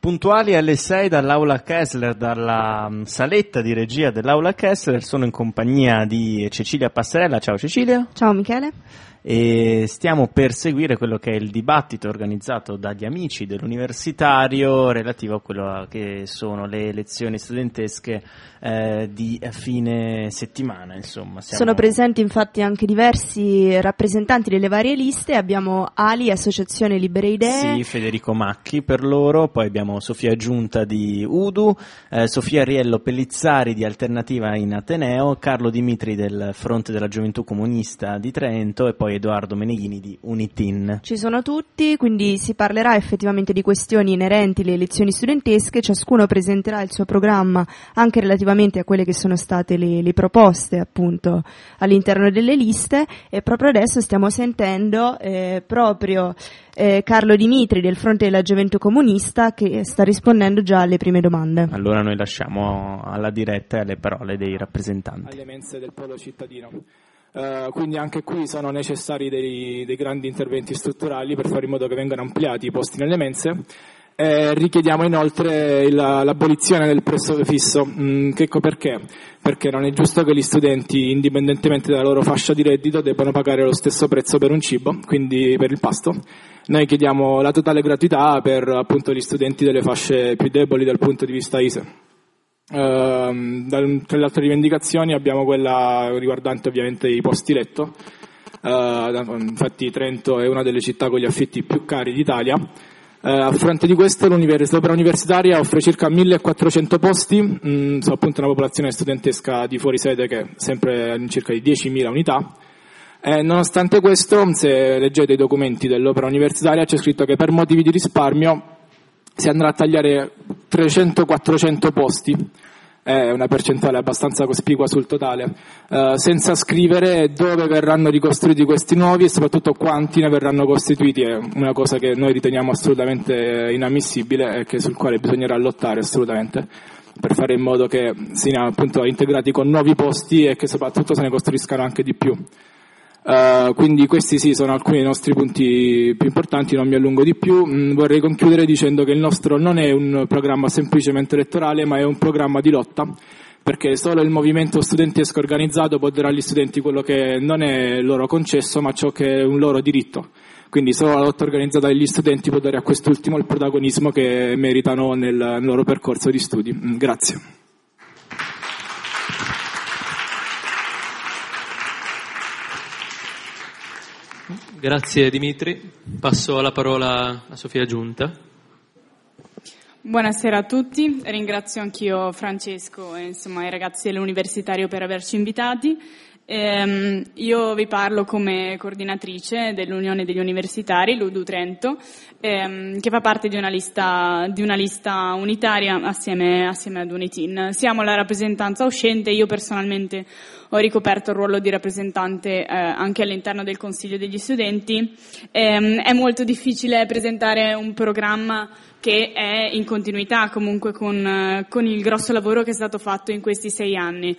Puntuali alle 6 dall'Aula Kessler, dalla saletta di regia dell'Aula Kessler, sono in compagnia di Cecilia Passarella. Ciao Cecilia. Ciao Michele. E stiamo per seguire quello che è il dibattito organizzato dagli amici dell'universitario relativo a quello che sono le lezioni studentesche di fine settimana. Insomma, sono presenti infatti anche diversi rappresentanti delle varie liste. Abbiamo Ali, Associazione Libere Idee. Sì, Federico Macchi per loro, poi abbiamo Sofia Giunta di UDU, Sofia Riello Pellizzari di Alternativa in Ateneo, Carlo Dimitri del Fronte della Gioventù Comunista di Trento e poi Edoardo Meneghini di Unitin. Ci sono tutti, quindi si parlerà effettivamente di questioni inerenti alle elezioni studentesche. Ciascuno presenterà il suo programma anche relativamente a quelle che sono state le proposte appunto all'interno delle liste, e proprio adesso stiamo sentendo Carlo Dimitri del Fronte della Gioventù Comunista, che sta rispondendo già alle prime domande. Allora noi lasciamo alla diretta e alle parole dei rappresentanti. Alle mense del polo cittadino. Quindi anche qui sono necessari dei grandi interventi strutturali per fare in modo che vengano ampliati i posti nelle mense. Richiediamo inoltre l'abolizione del prezzo fisso. Perché? Perché non è giusto che gli studenti, indipendentemente dalla loro fascia di reddito, debbano pagare lo stesso prezzo per un cibo, quindi per il pasto. Noi chiediamo la totale gratuità per appunto gli studenti delle fasce più deboli dal punto di vista ISEE. Tra le altre rivendicazioni abbiamo quella riguardante ovviamente i posti letto. Infatti Trento è una delle città con gli affitti più cari d'Italia. A fronte di questo l'opera universitaria offre circa 1400 posti su appunto una popolazione studentesca di fuori sede che è sempre circa di 10.000 unità. Nonostante questo, se leggete i documenti dell'opera universitaria, c'è scritto che per motivi di risparmio si andrà a tagliare 300-400 posti, è una percentuale abbastanza cospicua sul totale, senza scrivere dove verranno ricostruiti questi nuovi e soprattutto quanti ne verranno costituiti. È una cosa che noi riteniamo assolutamente inammissibile e sul quale bisognerà lottare assolutamente per fare in modo che siano appunto integrati con nuovi posti e che soprattutto se ne costruiscano anche di più. Quindi questi sì sono alcuni dei nostri punti più importanti, non mi allungo di più. Vorrei concludere dicendo che il nostro non è un programma semplicemente elettorale, ma è un programma di lotta, perché solo il movimento studentesco organizzato può dare agli studenti quello che non è loro concesso, ma ciò che è un loro diritto. Quindi solo la lotta organizzata degli studenti può dare a quest'ultimo il protagonismo che meritano nel loro percorso di studi. Grazie. Grazie Dimitri. Passo la parola a Sofia Giunta. Buonasera a tutti, ringrazio anch'io Francesco e i ragazzi dell'universitario per averci invitati. Io vi parlo come coordinatrice dell'Unione degli Universitari, l'UDU Trento, che fa parte di una lista unitaria assieme ad Unitin. Siamo la rappresentanza uscente, io personalmente ho ricoperto il ruolo di rappresentante anche all'interno del Consiglio degli Studenti. È molto difficile presentare un programma che è in continuità comunque con il grosso lavoro che è stato fatto in questi 6 anni.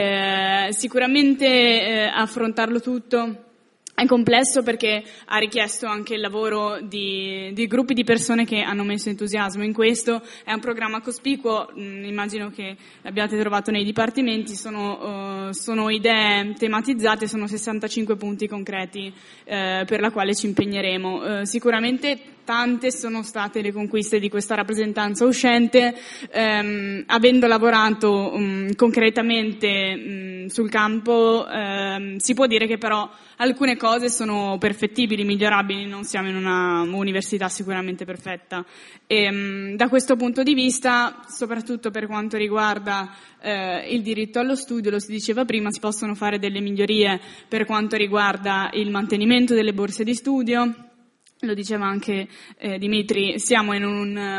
Sicuramente affrontarlo tutto è complesso perché ha richiesto anche il lavoro di gruppi di persone che hanno messo entusiasmo in questo. È un programma cospicuo, immagino che l'abbiate trovato nei dipartimenti, sono idee tematizzate, sono 65 punti concreti per la quale ci impegneremo. Sicuramente tante sono state le conquiste di questa rappresentanza uscente, avendo lavorato concretamente sul campo, si può dire che però alcune cose sono perfettibili, migliorabili, non siamo in una università sicuramente perfetta. E, da questo punto di vista, soprattutto per quanto riguarda il diritto allo studio, lo si diceva prima, si possono fare delle migliorie per quanto riguarda il mantenimento delle borse di studio. Lo diceva anche Dimitri, siamo in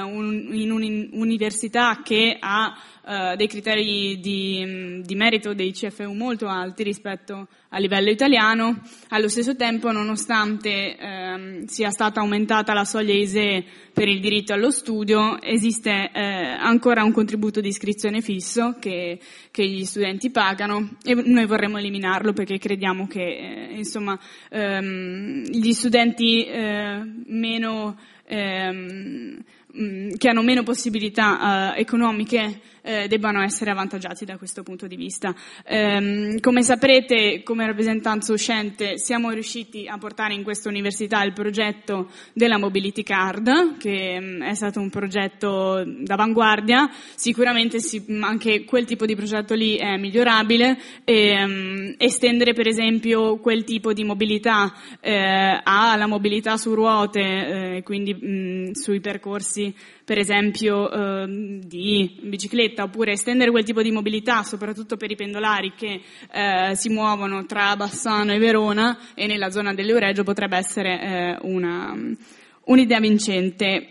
un'università che ha dei criteri di merito dei CFU molto alti rispetto al livello italiano. Allo stesso tempo, nonostante sia stata aumentata la soglia ISEE per il diritto allo studio, esiste ancora un contributo di iscrizione fisso che gli studenti pagano e noi vorremmo eliminarlo perché crediamo che gli studenti meno che hanno meno possibilità economiche debbano essere avvantaggiati da questo punto di vista. Come saprete, come rappresentanza uscente siamo riusciti a portare in questa università il progetto della Mobility Card, che è stato un progetto d'avanguardia. Sicuramente anche quel tipo di progetto lì è migliorabile, estendere per esempio quel tipo di mobilità alla mobilità su ruote, quindi sui percorsi per esempio di bicicletta, oppure estendere quel tipo di mobilità soprattutto per i pendolari che si muovono tra Bassano e Verona e nella zona dell'Euregio, potrebbe essere un'idea vincente.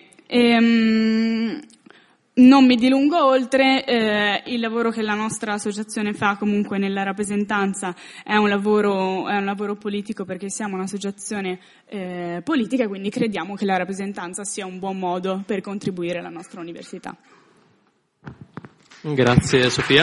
Non mi dilungo oltre, il lavoro che la nostra associazione fa comunque nella rappresentanza è un lavoro politico, perché siamo un'associazione politica, quindi crediamo che la rappresentanza sia un buon modo per contribuire alla nostra università. Grazie Sofia.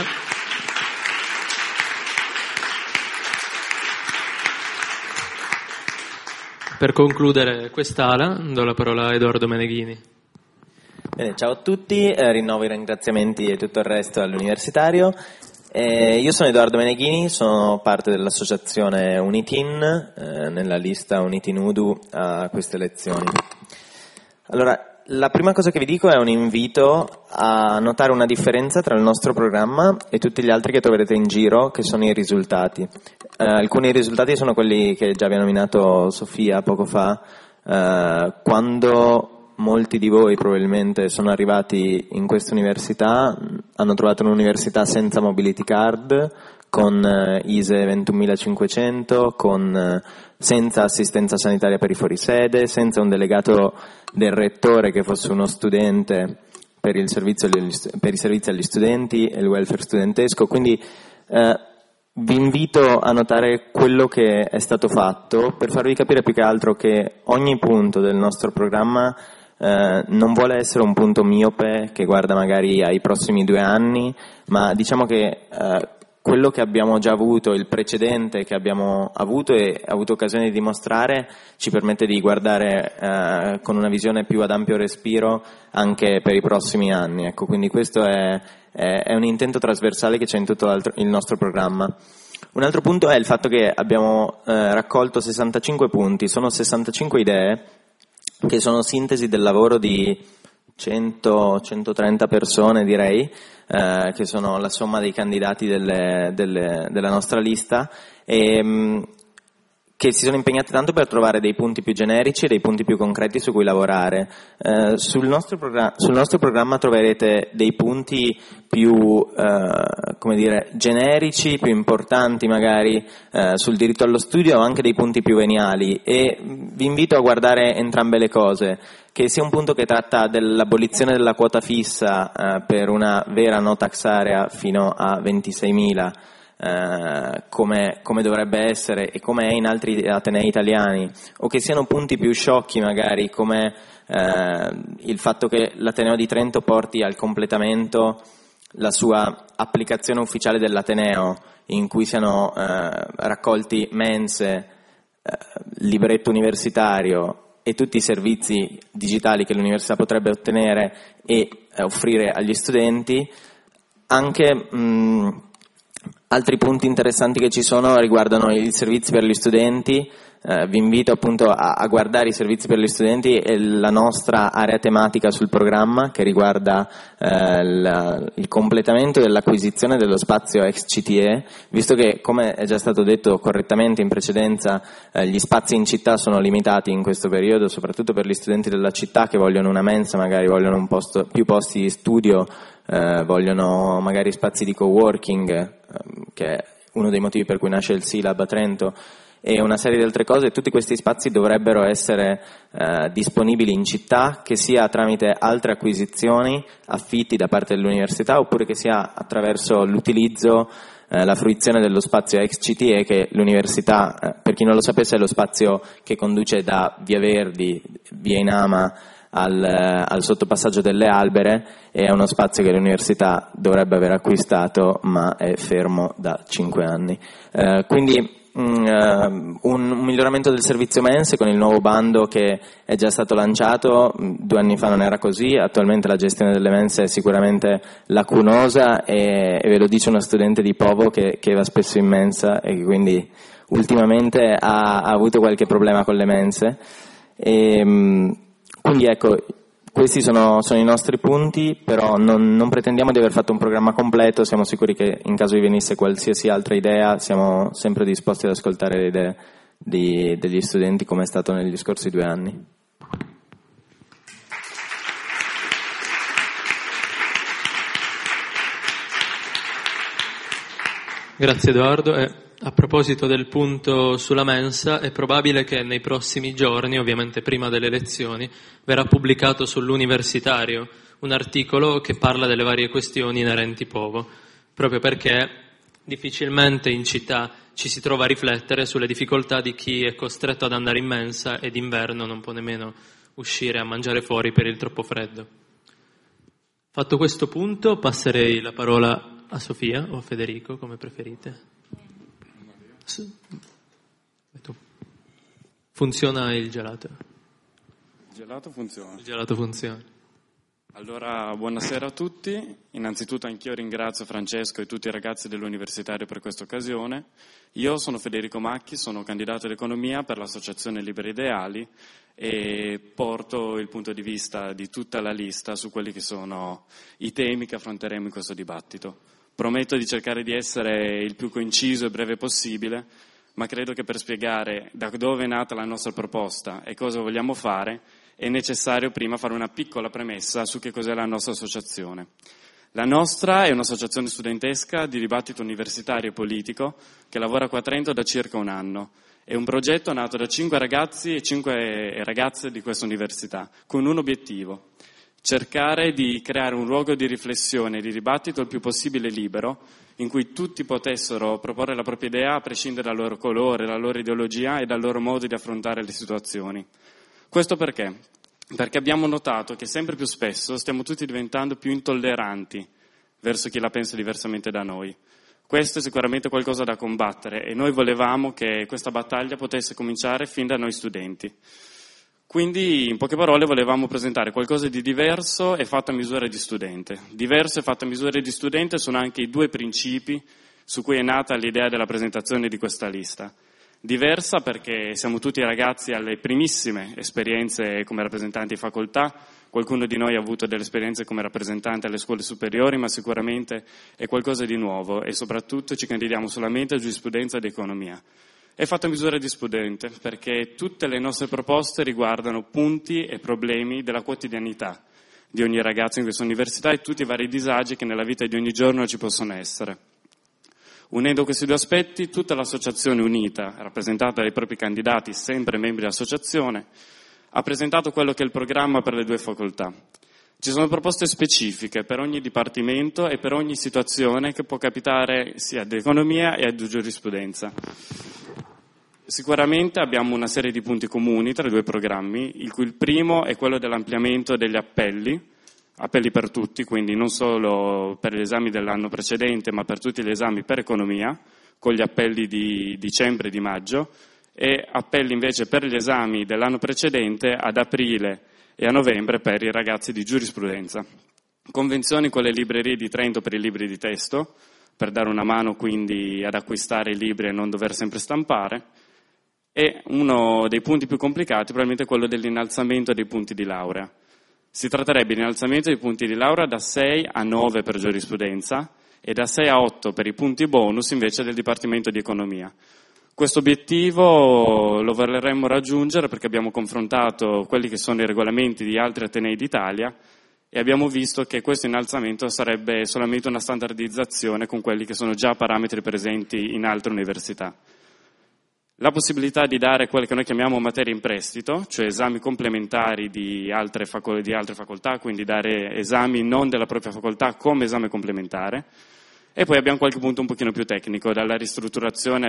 Per concludere quest'ala do la parola a Edoardo Meneghini. Bene, ciao a tutti, rinnovo i ringraziamenti e tutto il resto all'universitario. Io sono Edoardo Meneghini, sono parte dell'associazione Unitin, nella lista Unitin Udu a queste elezioni. Allora, la prima cosa che vi dico è un invito a notare una differenza tra il nostro programma e tutti gli altri che troverete in giro, che sono i risultati. Alcuni risultati sono quelli che già vi ha nominato Sofia poco fa, quando molti di voi probabilmente sono arrivati in questa università, hanno trovato un'università senza mobility card, con ISE 21.500, senza assistenza sanitaria per i fuorisede, senza un delegato del rettore che fosse uno studente per i servizi agli studenti e il welfare studentesco. Quindi vi invito a notare quello che è stato fatto per farvi capire più che altro che ogni punto del nostro programma non vuole essere un punto miope che guarda magari ai prossimi 2 anni, ma diciamo che quello che abbiamo già avuto, il precedente che abbiamo avuto e avuto occasione di dimostrare, ci permette di guardare con una visione più ad ampio respiro anche per i prossimi anni. Ecco, quindi questo è un intento trasversale che c'è in tutto il nostro programma. Un altro punto è il fatto che abbiamo raccolto 65 punti, sono 65 idee che sono sintesi del lavoro di 100-130 persone, direi, che sono la somma dei candidati della nostra lista, e che si sono impegnati tanto per trovare dei punti più generici e dei punti più concreti su cui lavorare. Sul nostro programma troverete dei punti più generici, più importanti magari sul diritto allo studio, o anche dei punti più veniali, e vi invito a guardare entrambe le cose, che sia un punto che tratta dell'abolizione della quota fissa per una vera no tax area fino a 26.000, come dovrebbe essere e come è in altri atenei italiani, o che siano punti più sciocchi magari come il fatto che l'Ateneo di Trento porti al completamento la sua applicazione ufficiale dell'Ateneo, in cui siano raccolti mense, libretto universitario e tutti i servizi digitali che l'università potrebbe ottenere e offrire agli studenti. Anche altri punti interessanti che ci sono riguardano i servizi per gli studenti. Vi invito appunto a guardare i servizi per gli studenti e la nostra area tematica sul programma, che riguarda il completamento dell'acquisizione dello spazio ex CTE, visto che, come è già stato detto correttamente in precedenza, gli spazi in città sono limitati in questo periodo, soprattutto per gli studenti della città che vogliono una mensa, magari vogliono più posti di studio, vogliono magari spazi di coworking, che è uno dei motivi per cui nasce il SILAB a Trento, e una serie di altre cose. Tutti questi spazi dovrebbero essere disponibili in città, che sia tramite altre acquisizioni, affitti da parte dell'università, oppure che sia attraverso l'utilizzo, la fruizione dello spazio ex CTE, che l'università, per chi non lo sapesse, è lo spazio che conduce da Via Verdi, via Inama, al sottopassaggio delle Albere, e è uno spazio che l'università dovrebbe aver acquistato, ma è fermo da 5 anni. Quindi un miglioramento del servizio mense con il nuovo bando che è già stato lanciato. 2 anni fa non era così, attualmente la gestione delle mense è sicuramente lacunosa e ve lo dice uno studente di Povo che va spesso in mensa e che quindi ultimamente ha avuto qualche problema con le mense. Quindi ecco, questi sono i nostri punti, però non pretendiamo di aver fatto un programma completo, siamo sicuri che in caso vi venisse qualsiasi altra idea siamo sempre disposti ad ascoltare le idee degli studenti, come è stato negli scorsi 2 anni. Grazie Edoardo. A proposito del punto sulla mensa, è probabile che nei prossimi giorni, ovviamente prima delle elezioni, verrà pubblicato sull'Universitario un articolo che parla delle varie questioni inerenti Povo, proprio perché difficilmente in città ci si trova a riflettere sulle difficoltà di chi è costretto ad andare in mensa e d'inverno non può nemmeno uscire a mangiare fuori per il troppo freddo. Fatto questo punto, passerei la parola a Sofia o a Federico, come preferite. Funziona il gelato? Il gelato funziona. Il gelato funziona. Allora, buonasera a tutti. Innanzitutto anch'io ringrazio Francesco e tutti i ragazzi dell'Universitario per questa occasione. Io sono Federico Macchi, sono candidato all'economia per l'associazione Liberi Ideali e porto il punto di vista di tutta la lista su quelli che sono i temi che affronteremo in questo dibattito. Prometto di cercare di essere il più conciso e breve possibile, ma credo che per spiegare da dove è nata la nostra proposta e cosa vogliamo fare è necessario prima fare una piccola premessa su che cos'è la nostra associazione. La nostra è un'associazione studentesca di dibattito universitario e politico che lavora qua a Trento da circa 1 anno. È un progetto nato da 5 ragazzi e 5 ragazze di questa università, con un obiettivo: cercare di creare un luogo di riflessione e di dibattito il più possibile libero, in cui tutti potessero proporre la propria idea a prescindere dal loro colore, dalla loro ideologia e dal loro modo di affrontare le situazioni. Questo perché? Perché abbiamo notato che sempre più spesso stiamo tutti diventando più intolleranti verso chi la pensa diversamente da noi. Questo è sicuramente qualcosa da combattere e noi volevamo che questa battaglia potesse cominciare fin da noi studenti. Quindi, in poche parole, volevamo presentare qualcosa di diverso e fatto a misura di studente. Diverso e fatto a misura di studente sono anche i 2 principi su cui è nata l'idea della presentazione di questa lista. Diversa perché siamo tutti ragazzi alle primissime esperienze come rappresentanti di facoltà, qualcuno di noi ha avuto delle esperienze come rappresentante alle scuole superiori, ma sicuramente è qualcosa di nuovo e soprattutto ci candidiamo solamente a giurisprudenza ed economia. È fatto a misura di studente perché tutte le nostre proposte riguardano punti e problemi della quotidianità di ogni ragazzo in questa università e tutti i vari disagi che nella vita di ogni giorno ci possono essere. Unendo questi 2 aspetti, tutta l'associazione unita, rappresentata dai propri candidati, sempre membri dell'associazione, ha presentato quello che è il programma per le 2 facoltà. Ci sono proposte specifiche per ogni dipartimento e per ogni situazione che può capitare sia ad economia e ad giurisprudenza. Sicuramente abbiamo una serie di punti comuni tra i 2 programmi, il cui il primo è quello dell'ampliamento degli appelli per tutti, quindi non solo per gli esami dell'anno precedente, ma per tutti gli esami per economia, con gli appelli di dicembre e di maggio, e appelli invece per gli esami dell'anno precedente ad aprile e a novembre per i ragazzi di giurisprudenza. Convenzioni con le librerie di Trento per i libri di testo, per dare una mano quindi ad acquistare i libri e non dover sempre stampare. E uno dei punti più complicati probabilmente è quello dell'innalzamento dei punti di laurea. Si tratterebbe di innalzamento dei punti di laurea da 6 a 9 per giurisprudenza e da 6 a 8 per i punti bonus invece del Dipartimento di Economia. Questo obiettivo lo vorremmo raggiungere perché abbiamo confrontato quelli che sono i regolamenti di altri atenei d'Italia e abbiamo visto che questo innalzamento sarebbe solamente una standardizzazione con quelli che sono già parametri presenti in altre università. La possibilità di dare quelle che noi chiamiamo materie in prestito, cioè esami complementari di altre facoltà, quindi dare esami non della propria facoltà come esame complementare. E poi abbiamo qualche punto un pochino più tecnico, dalla ristrutturazione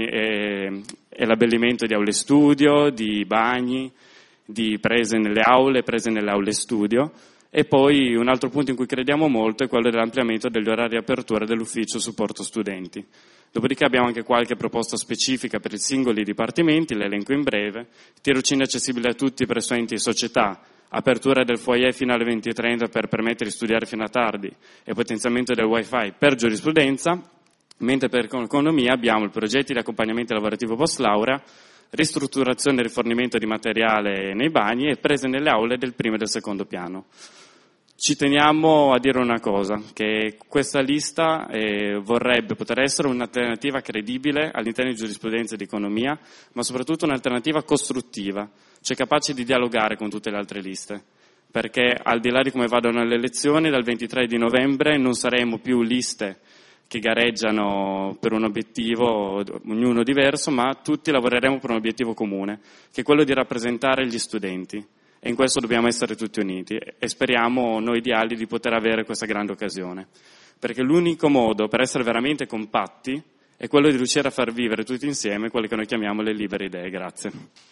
e l'abbellimento di aule studio, di bagni, di prese nelle aule studio E poi un altro punto in cui crediamo molto è quello dell'ampliamento degli orari di apertura dell'ufficio supporto studenti. Dopodiché abbiamo anche qualche proposta specifica per i singoli dipartimenti, l'elenco in breve, tirocini accessibili a tutti presso enti e società, apertura del foyer fino alle 20:30 per permettere di studiare fino a tardi e potenziamento del wifi per giurisprudenza, mentre per economia abbiamo i progetti di accompagnamento lavorativo post laurea, ristrutturazione e rifornimento di materiale nei bagni e prese nelle aule del primo e del secondo piano. Ci teniamo a dire una cosa, che questa lista vorrebbe poter essere un'alternativa credibile all'interno di giurisprudenza e di economia, ma soprattutto un'alternativa costruttiva, cioè capace di dialogare con tutte le altre liste. Perché al di là di come vadano le elezioni, dal 23 di novembre non saremo più liste che gareggiano per un obiettivo, ognuno diverso, ma tutti lavoreremo per un obiettivo comune, che è quello di rappresentare gli studenti. E in questo dobbiamo essere tutti uniti e speriamo noi ideali di poter avere questa grande occasione. Perché l'unico modo per essere veramente compatti è quello di riuscire a far vivere tutti insieme quelle che noi chiamiamo le libere idee. Grazie.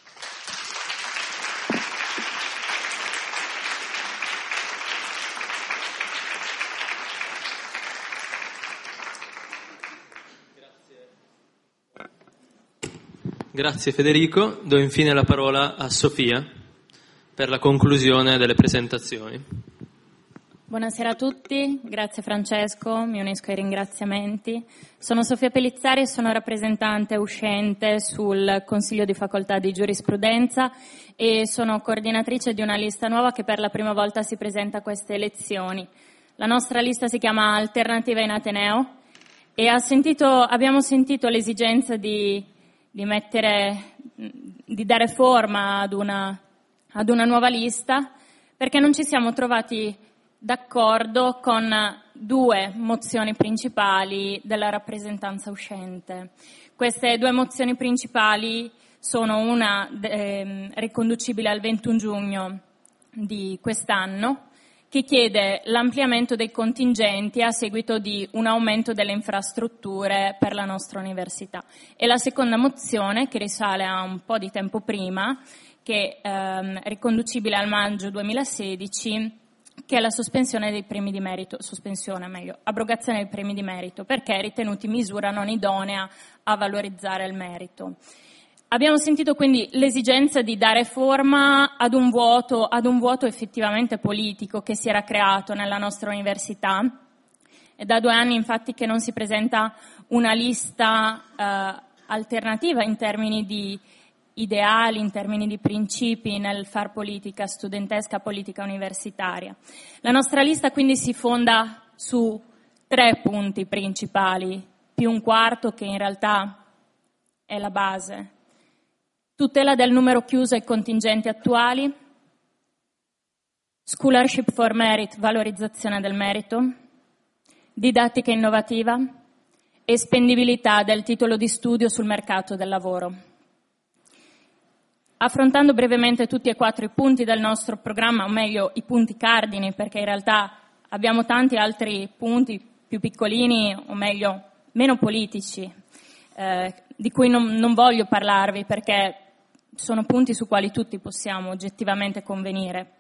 Grazie Federico. Do infine la parola a Sofia per la conclusione delle presentazioni. Buonasera a tutti, grazie Francesco, mi unisco ai ringraziamenti. Sono Sofia Pellizzari e sono rappresentante uscente sul Consiglio di Facoltà di Giurisprudenza e sono coordinatrice di una lista nuova che per la prima volta si presenta a queste elezioni. La nostra lista si chiama Alternativa in Ateneo e abbiamo sentito l'esigenza di dare forma ad una nuova lista, perché non ci siamo trovati d'accordo con due mozioni principali della rappresentanza uscente. Queste due mozioni principali sono una riconducibile al 21 giugno di quest'anno, che chiede l'ampliamento dei contingenti a seguito di un aumento delle infrastrutture per la nostra università. E la seconda mozione, che risale a un po' di tempo prima, che è riconducibile al maggio 2016, che è la sospensione dei premi di merito, abrogazione dei premi di merito, perché ritenuti misura non idonea a valorizzare il merito. Abbiamo sentito quindi l'esigenza di dare forma ad un vuoto effettivamente politico che si era creato nella nostra università. È da 2 anni infatti che non si presenta una lista alternativa in termini di ideali, in termini di principi nel far politica studentesca, politica universitaria. La nostra lista quindi si fonda su 3 punti principali, più un quarto che in realtà è la base. Tutela del numero chiuso ai contingenti attuali, scholarship for merit, valorizzazione del merito, didattica innovativa e spendibilità del titolo di studio sul mercato del lavoro. Affrontando brevemente tutti e 4 i punti del nostro programma, o meglio i punti cardini, perché in realtà abbiamo tanti altri punti più piccolini, o meglio meno politici, di cui non voglio parlarvi perché sono punti su quali tutti possiamo oggettivamente convenire.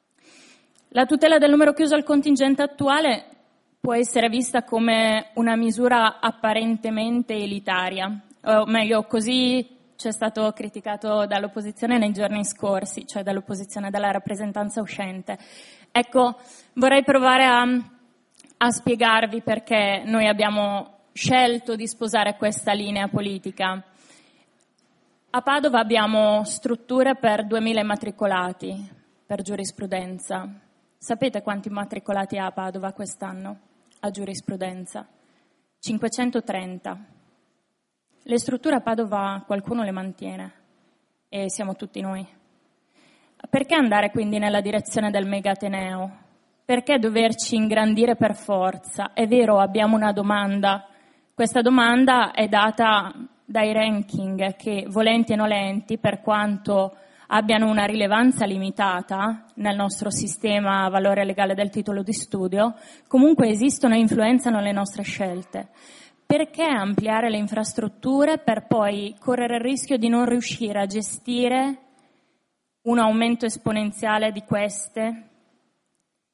La tutela del numero chiuso al contingente attuale può essere vista come una misura apparentemente elitaria, o meglio così c'è stato criticato dall'opposizione nei giorni scorsi, cioè dall'opposizione della rappresentanza uscente. Ecco, vorrei provare a spiegarvi perché noi abbiamo scelto di sposare questa linea politica. A Padova abbiamo strutture per 2.000 immatricolati per giurisprudenza. Sapete quanti immatricolati ha a Padova quest'anno a giurisprudenza? 530. Le strutture a Padova qualcuno le mantiene e siamo tutti noi. Perché andare quindi nella direzione del mega ateneo? Perché doverci ingrandire per forza? È vero, abbiamo una domanda. Questa domanda è data dai ranking che, volenti e nolenti, per quanto abbiano una rilevanza limitata nel nostro sistema valore legale del titolo di studio, comunque esistono e influenzano le nostre scelte. Perché ampliare le infrastrutture per poi correre il rischio di non riuscire a gestire un aumento esponenziale di queste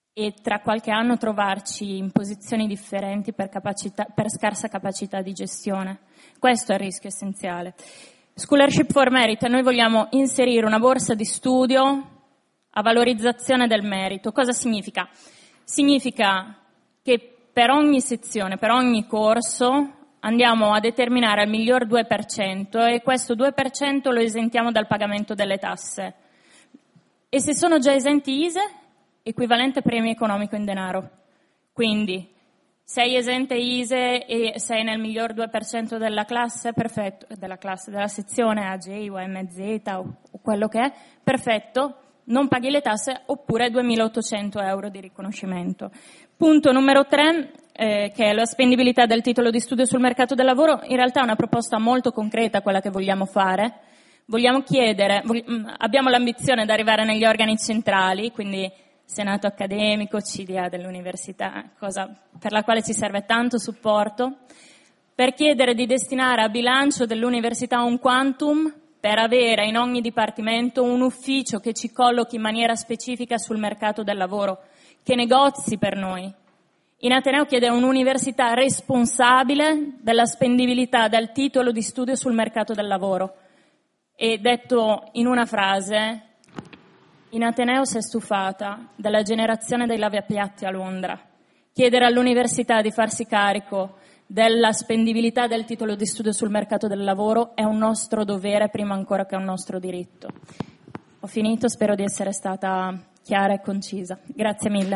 e tra qualche anno trovarci in posizioni differenti per scarsa capacità di gestione. Questo è il rischio essenziale. Scholarship for Merit, noi vogliamo inserire una borsa di studio a valorizzazione del merito. Cosa significa? Significa che per ogni sezione, per ogni corso, andiamo a determinare il miglior 2% e questo 2% lo esentiamo dal pagamento delle tasse. E se sono già esenti ISEE, equivalente premio economico in denaro. Quindi, sei esente ISEE e sei nel miglior 2% della classe, perfetto, della sezione AJ, UMZ o quello che è, perfetto, non paghi le tasse oppure 2.800 euro di riconoscimento. Punto numero 3, che è la spendibilità del titolo di studio sul mercato del lavoro, in realtà è una proposta molto concreta quella che vogliamo fare. Vogliamo chiedere, abbiamo l'ambizione di arrivare negli organi centrali, quindi Senato accademico, CDA dell'università, cosa per la quale ci serve tanto supporto, per chiedere di destinare a bilancio dell'università un quantum per avere in ogni dipartimento un ufficio che ci collochi in maniera specifica sul mercato del lavoro, che negozi per noi. In Ateneo chiede un'università responsabile della spendibilità del titolo di studio sul mercato del lavoro. E detto in una frase, in Ateneo si è stufata della generazione dei lavapiatti a Londra. Chiedere all'università di farsi carico della spendibilità del titolo di studio sul mercato del lavoro è un nostro dovere prima ancora che un nostro diritto. Ho finito, spero di essere stata chiara e concisa. Grazie mille.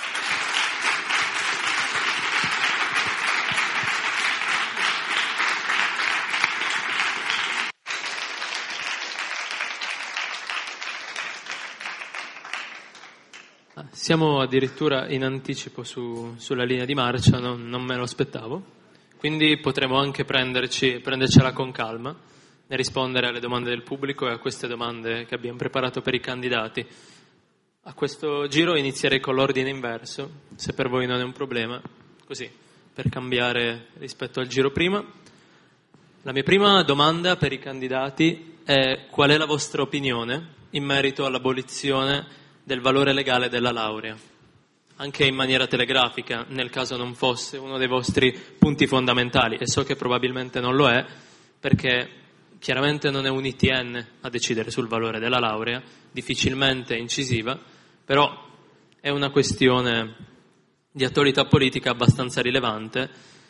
Siamo addirittura in anticipo sulla linea di marcia, non me lo aspettavo, quindi potremo anche prendercela con calma e rispondere alle domande del pubblico e a queste domande che abbiamo preparato per i candidati. A questo giro inizierei con l'ordine inverso, se per voi non è un problema, così, per cambiare rispetto al giro prima. La mia prima domanda per i candidati è: qual è la vostra opinione in merito all'abolizione del valore legale della laurea, anche in maniera telegrafica, nel caso non fosse uno dei vostri punti fondamentali, e so che probabilmente non lo è, perché chiaramente non è un ITN a decidere sul valore della laurea, difficilmente incisiva, però è una questione di attualità politica abbastanza rilevante.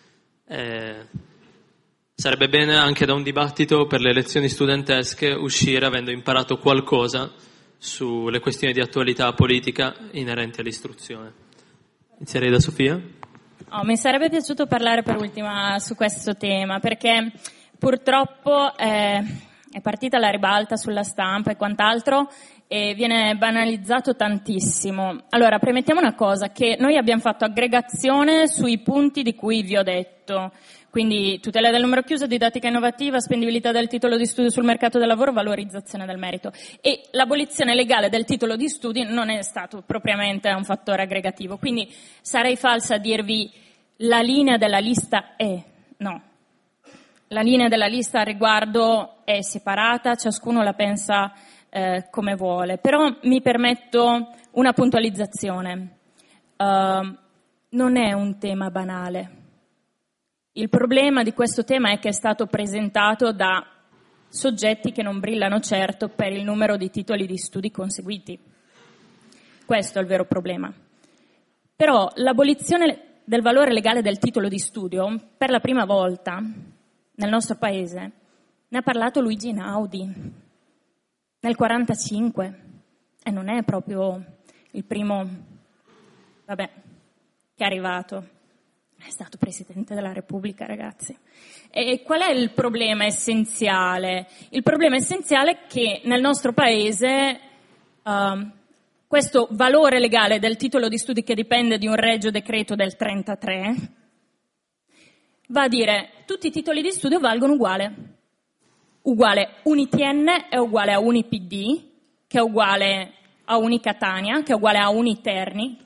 Sarebbe bene anche da un dibattito per le elezioni studentesche uscire avendo imparato qualcosa sulle questioni di attualità politica inerenti all'istruzione. Inizierei da Sofia. Mi sarebbe piaciuto parlare per ultima su questo tema, perché purtroppo è partita la ribalta sulla stampa e quant'altro e viene banalizzato tantissimo. Allora, premettiamo una cosa, che noi abbiamo fatto aggregazione sui punti di cui vi ho detto. Quindi tutela del numero chiuso, didattica innovativa, spendibilità del titolo di studio sul mercato del lavoro, valorizzazione del merito. E l'abolizione legale del titolo di studio non è stato propriamente un fattore aggregativo. Quindi sarei falsa a dirvi la linea della lista è. No. La linea della lista al riguardo è separata, ciascuno la pensa come vuole. Però mi permetto una puntualizzazione. Non è un tema banale. Il problema di questo tema è che è stato presentato da soggetti che non brillano certo per il numero di titoli di studi conseguiti. Questo è il vero problema. Però l'abolizione del valore legale del titolo di studio, per la prima volta nel nostro paese, ne ha parlato Luigi Einaudi nel 1945 e non è proprio il primo, che è arrivato. È stato Presidente della Repubblica, ragazzi. E qual è il problema essenziale? Il problema essenziale è che nel nostro paese questo valore legale del titolo di studi, che dipende di un regio decreto del 1933, va a dire tutti i titoli di studio valgono uguale. Uguale UniTN è uguale a UniPD, che è uguale a Unicatania, che è uguale a Uniterni,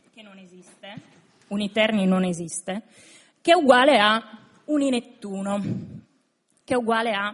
Uniterni non esiste, che è uguale a Uninettuno, che è uguale a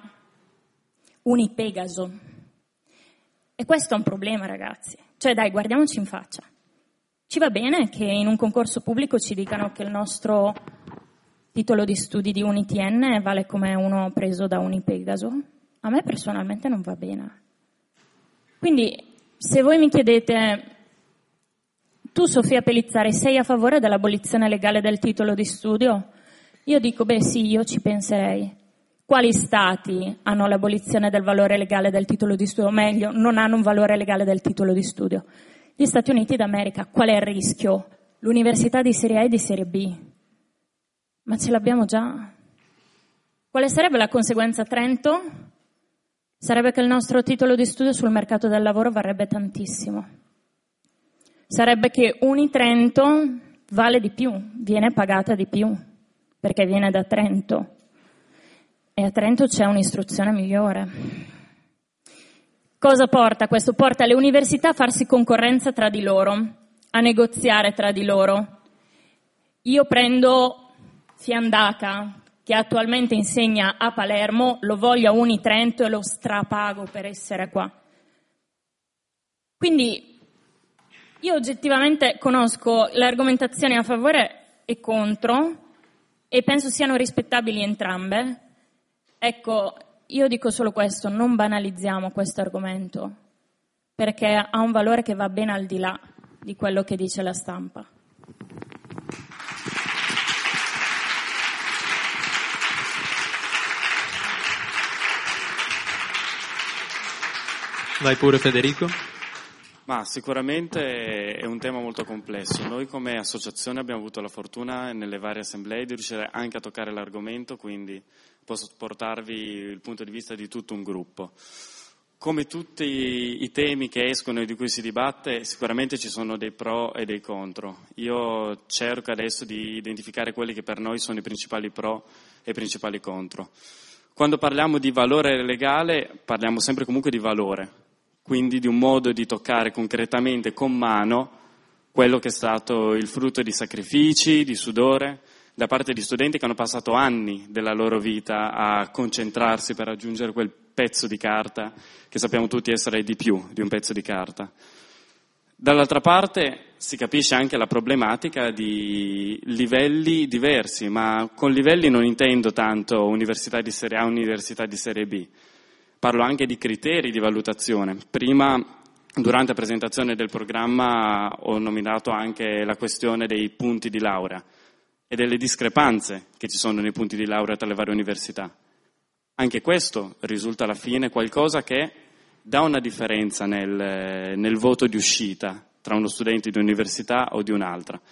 Unipegaso. E questo è un problema, ragazzi. Cioè, dai, guardiamoci in faccia. Ci va bene che in un concorso pubblico ci dicano che il nostro titolo di studi di UniTN vale come uno preso da Unipegaso? A me personalmente non va bene. Quindi, se voi mi chiedete, tu Sofia Pellizzari sei a favore dell'abolizione legale del titolo di studio? Io dico, sì, io ci penserei. Quali stati hanno l'abolizione del valore legale del titolo di studio? O meglio, non hanno un valore legale del titolo di studio? Gli Stati Uniti d'America. Qual è il rischio? L'università di serie A e di serie B. Ma ce l'abbiamo già. Quale sarebbe la conseguenza a Trento? Sarebbe che il nostro titolo di studio sul mercato del lavoro varrebbe tantissimo. Sarebbe che Unitrento vale di più, viene pagata di più, perché viene da Trento. E a Trento c'è un'istruzione migliore. Cosa porta questo? Porta le università a farsi concorrenza tra di loro, a negoziare tra di loro. Io prendo Fiandaca, che attualmente insegna a Palermo, lo voglio a Unitrento e lo strapago per essere qua. Quindi io oggettivamente conosco le argomentazioni a favore e contro e penso siano rispettabili entrambe. Ecco, io dico solo questo, non banalizziamo questo argomento, perché ha un valore che va ben al di là di quello che dice la stampa. Vai pure Federico. Ma sicuramente è un tema molto complesso. Noi come associazione abbiamo avuto la fortuna nelle varie assemblee di riuscire anche a toccare l'argomento, quindi posso portarvi il punto di vista di tutto un gruppo. Come tutti i temi che escono e di cui si dibatte, sicuramente ci sono dei pro e dei contro. Io cerco adesso di identificare quelli che per noi sono i principali pro e i principali contro. Quando parliamo di valore legale, parliamo sempre comunque di valore. Quindi di un modo di toccare concretamente con mano quello che è stato il frutto di sacrifici, di sudore, da parte di studenti che hanno passato anni della loro vita a concentrarsi per raggiungere quel pezzo di carta che sappiamo tutti essere di più di un pezzo di carta. Dall'altra parte si capisce anche la problematica di livelli diversi, ma con livelli non intendo tanto università di serie A, università di serie B. Parlo anche di criteri di valutazione. Prima, durante la presentazione del programma, ho nominato anche la questione dei punti di laurea e delle discrepanze che ci sono nei punti di laurea tra le varie università. Anche questo risulta alla fine qualcosa che dà una differenza nel voto di uscita tra uno studente di un'università o di un'altra.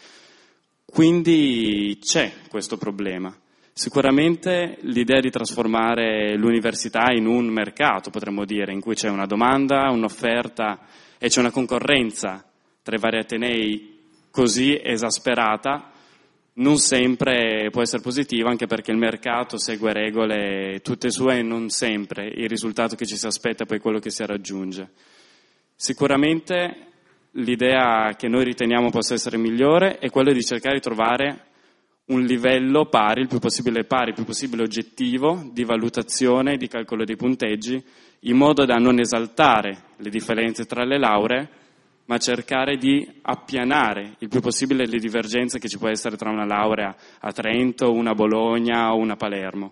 Quindi c'è questo problema. Sicuramente l'idea di trasformare l'università in un mercato, potremmo dire, in cui c'è una domanda, un'offerta e c'è una concorrenza tra i vari atenei così esasperata, non sempre può essere positiva, anche perché il mercato segue regole tutte sue e non sempre il risultato che ci si aspetta è poi quello che si raggiunge. Sicuramente l'idea che noi riteniamo possa essere migliore è quella di cercare di trovare un livello pari, il più possibile oggettivo, di valutazione, di calcolo dei punteggi, in modo da non esaltare le differenze tra le lauree, ma cercare di appianare il più possibile le divergenze che ci può essere tra una laurea a Trento, una a Bologna o una a Palermo.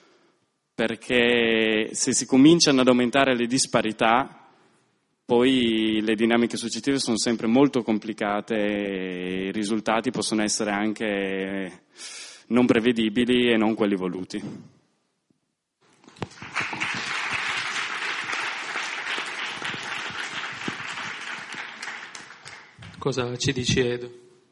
Perché se si cominciano ad aumentare le disparità, poi le dinamiche successive sono sempre molto complicate e i risultati possono essere anche non prevedibili e non quelli voluti. Cosa ci dici, Edo?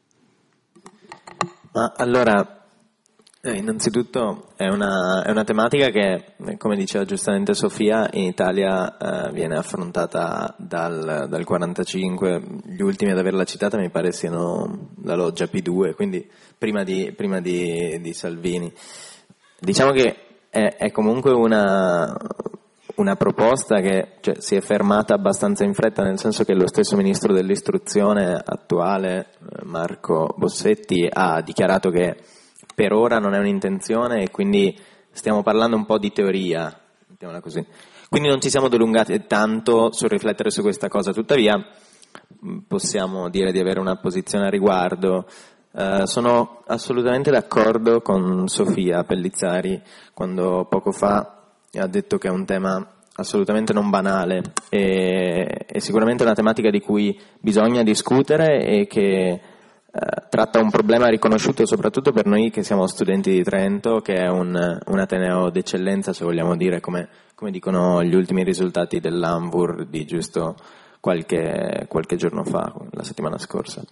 Ma allora, innanzitutto è una tematica che, come diceva giustamente Sofia, in Italia viene affrontata dal 45, gli ultimi ad averla citata mi pare siano la loggia P2, quindi prima di Salvini. Diciamo che è comunque una proposta che si è fermata abbastanza in fretta, nel senso che lo stesso ministro dell'istruzione attuale, Marco Bossetti, ha dichiarato che per ora non è un'intenzione e quindi stiamo parlando un po' di teoria, mettiamola così. Quindi non ci siamo dilungati tanto sul riflettere su questa cosa, tuttavia possiamo dire di avere una posizione a riguardo. Sono assolutamente d'accordo con Sofia Pellizzari quando poco fa ha detto che è un tema assolutamente non banale e sicuramente una tematica di cui bisogna discutere e che tratta un problema riconosciuto soprattutto per noi che siamo studenti di Trento, che è un ateneo d'eccellenza, se vogliamo dire, come dicono gli ultimi risultati dell'Anvur di giusto qualche giorno fa, la settimana scorsa.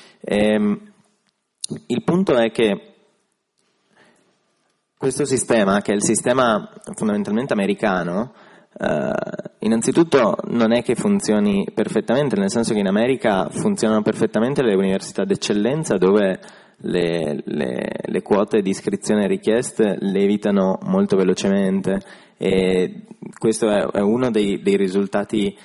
Il punto è che questo sistema, che è il sistema fondamentalmente americano, innanzitutto non è che funzioni perfettamente, nel senso che in America funzionano perfettamente le università d'eccellenza, dove le quote di iscrizione richieste lievitano molto velocemente, e questo è uno dei risultati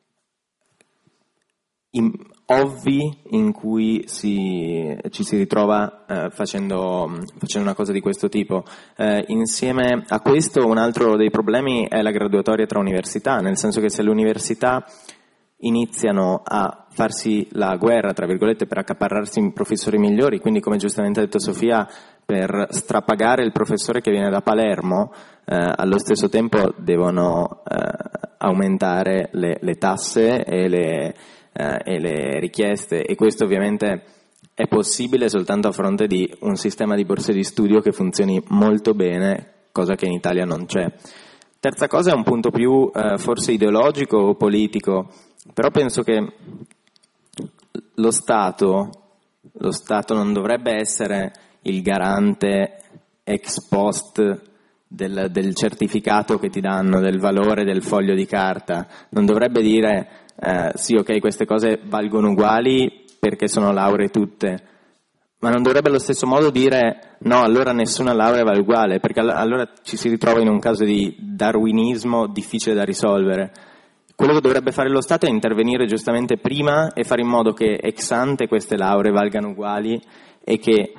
ovvi in cui ci si ritrova facendo una cosa di questo tipo. Insieme a questo, un altro dei problemi è la graduatoria tra università, nel senso che se le università iniziano a farsi la guerra, tra virgolette, per accaparrarsi professori migliori, quindi come giustamente ha detto Sofia, per strapagare il professore che viene da Palermo, allo stesso tempo devono aumentare le tasse e le richieste, e questo ovviamente è possibile soltanto a fronte di un sistema di borse di studio che funzioni molto bene, cosa che in Italia non c'è. Terza cosa è un punto più forse ideologico o politico, però penso che lo Stato non dovrebbe essere il garante ex post del certificato che ti danno, del valore del foglio di carta, non dovrebbe dire sì, ok, queste cose valgono uguali perché sono lauree tutte, ma non dovrebbe allo stesso modo dire no, allora nessuna laurea vale uguale, perché allora ci si ritrova in un caso di darwinismo difficile da risolvere. Quello che dovrebbe fare lo Stato è intervenire giustamente prima e fare in modo che ex ante queste lauree valgano uguali e che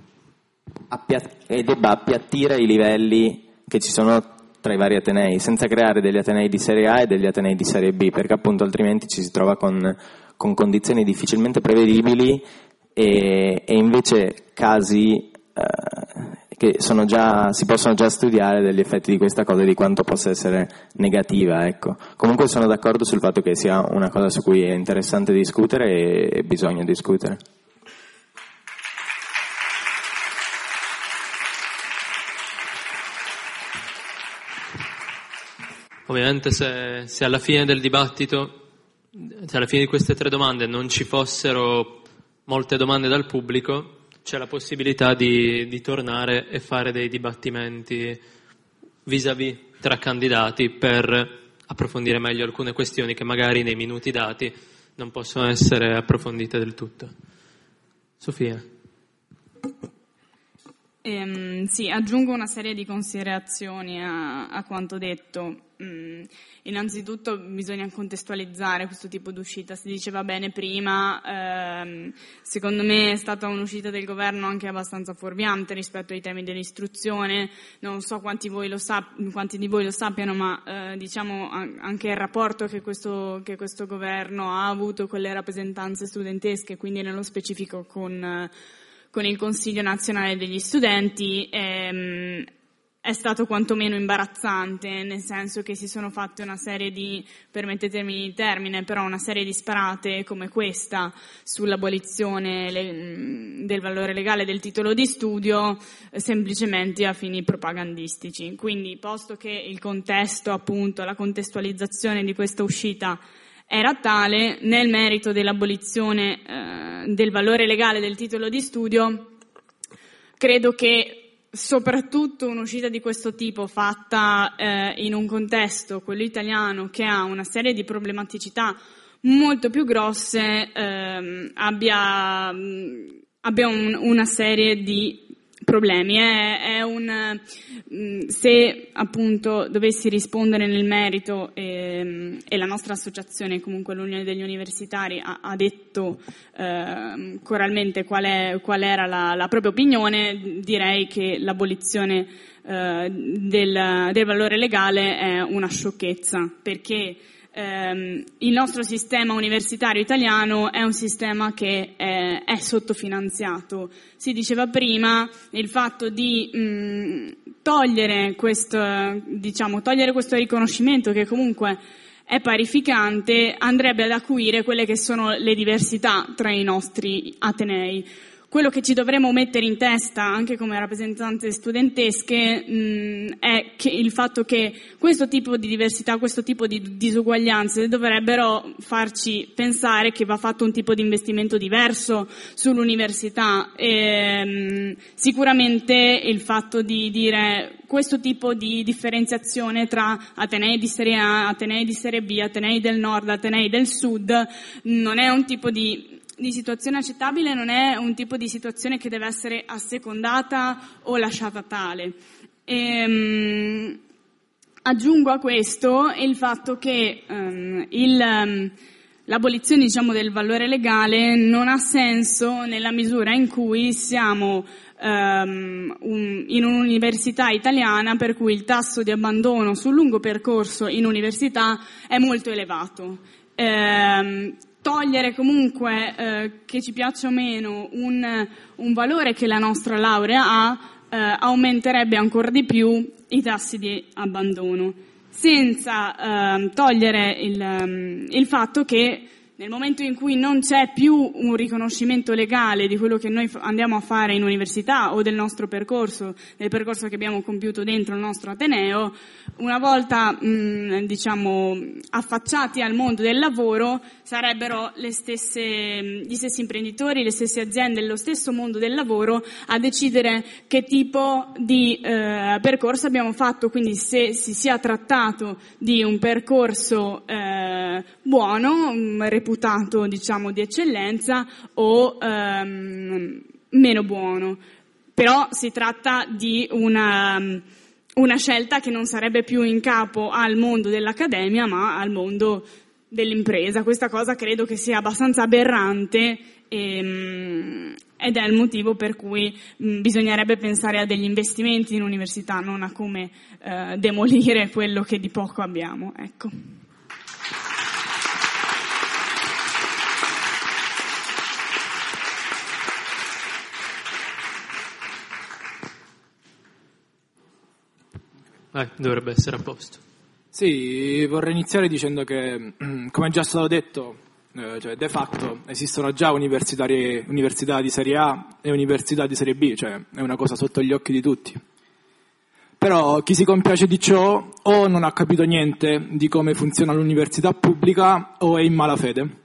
debba appiattire i livelli che ci sono tra i vari atenei, senza creare degli atenei di serie A e degli atenei di serie B, perché appunto altrimenti ci si trova con condizioni difficilmente prevedibili e invece casi che si possono già studiare degli effetti di questa cosa e di quanto possa essere negativa, ecco. Comunque sono d'accordo sul fatto che sia una cosa su cui è interessante discutere e bisogna discutere. Ovviamente se alla fine del dibattito, se alla fine di queste 3 domande non ci fossero molte domande dal pubblico, c'è la possibilità di tornare e fare dei dibattimenti vis-à-vis tra candidati per approfondire meglio alcune questioni che magari nei minuti dati non possono essere approfondite del tutto. Sofia. Sì, aggiungo una serie di considerazioni a quanto detto. Innanzitutto bisogna contestualizzare questo tipo di uscita. Si diceva bene prima, secondo me è stata un'uscita del governo anche abbastanza fuorviante rispetto ai temi dell'istruzione. Non so quanti di voi lo sappiano, ma diciamo anche il rapporto che questo governo ha avuto con le rappresentanze studentesche, quindi nello specifico con il Consiglio Nazionale degli Studenti, è stato quantomeno imbarazzante, nel senso che si sono fatte una serie di, permettetemi il termine, però una serie di sparate come questa sull'abolizione del valore legale del titolo di studio, semplicemente a fini propagandistici. Quindi, posto che il contesto, appunto, la contestualizzazione di questa uscita era tale, nel merito dell'abolizione del valore legale del titolo di studio, credo che soprattutto un'uscita di questo tipo fatta in un contesto, quello italiano, che ha una serie di problematicità molto più grosse, abbia una serie di problemi. Se appunto dovessi rispondere nel merito, e la nostra associazione, comunque l'Unione degli Universitari, ha detto coralmente qual era la propria opinione, direi che l'abolizione del valore legale è una sciocchezza, perché il nostro sistema universitario italiano è un sistema che è sottofinanziato. Si diceva prima il fatto di togliere questo riconoscimento, che comunque è parificante, andrebbe ad acuire quelle che sono le diversità tra i nostri atenei. Quello che ci dovremmo mettere in testa anche come rappresentanze studentesche è che il fatto che questo tipo di diversità, questo tipo di disuguaglianze dovrebbero farci pensare che va fatto un tipo di investimento diverso sull'università. Sicuramente il fatto di dire questo tipo di differenziazione tra atenei di serie A, atenei di serie B, atenei del nord, atenei del sud non è un tipo di situazione accettabile, non è un tipo di situazione che deve essere assecondata o lasciata tale. Aggiungo a questo il fatto che l'abolizione, del valore legale non ha senso nella misura in cui siamo in un'università italiana per cui il tasso di abbandono sul lungo percorso in università è molto elevato. Togliere comunque, che ci piaccia o meno, un valore che la nostra laurea ha, aumenterebbe ancora di più i tassi di abbandono, senza togliere il fatto che nel momento in cui non c'è più un riconoscimento legale di quello che noi andiamo a fare in università o del nostro percorso, del percorso che abbiamo compiuto dentro il nostro ateneo, una volta affacciati al mondo del lavoro sarebbero gli stessi imprenditori, le stesse aziende, lo stesso mondo del lavoro a decidere che tipo di percorso abbiamo fatto, quindi se si sia trattato di un percorso buono, reputato di eccellenza o meno buono. Però si tratta di una scelta che non sarebbe più in capo al mondo dell'accademia ma al mondo dell'impresa. Questa cosa credo che sia abbastanza aberrante ed è il motivo per cui bisognerebbe pensare a degli investimenti in università, non a come demolire quello che di poco abbiamo. Ecco. Dovrebbe essere a posto. Sì, vorrei iniziare dicendo che, come è già stato detto, de facto esistono già università di serie A e università di serie B, è una cosa sotto gli occhi di tutti. Però chi si compiace di ciò o non ha capito niente di come funziona l'università pubblica o è in malafede.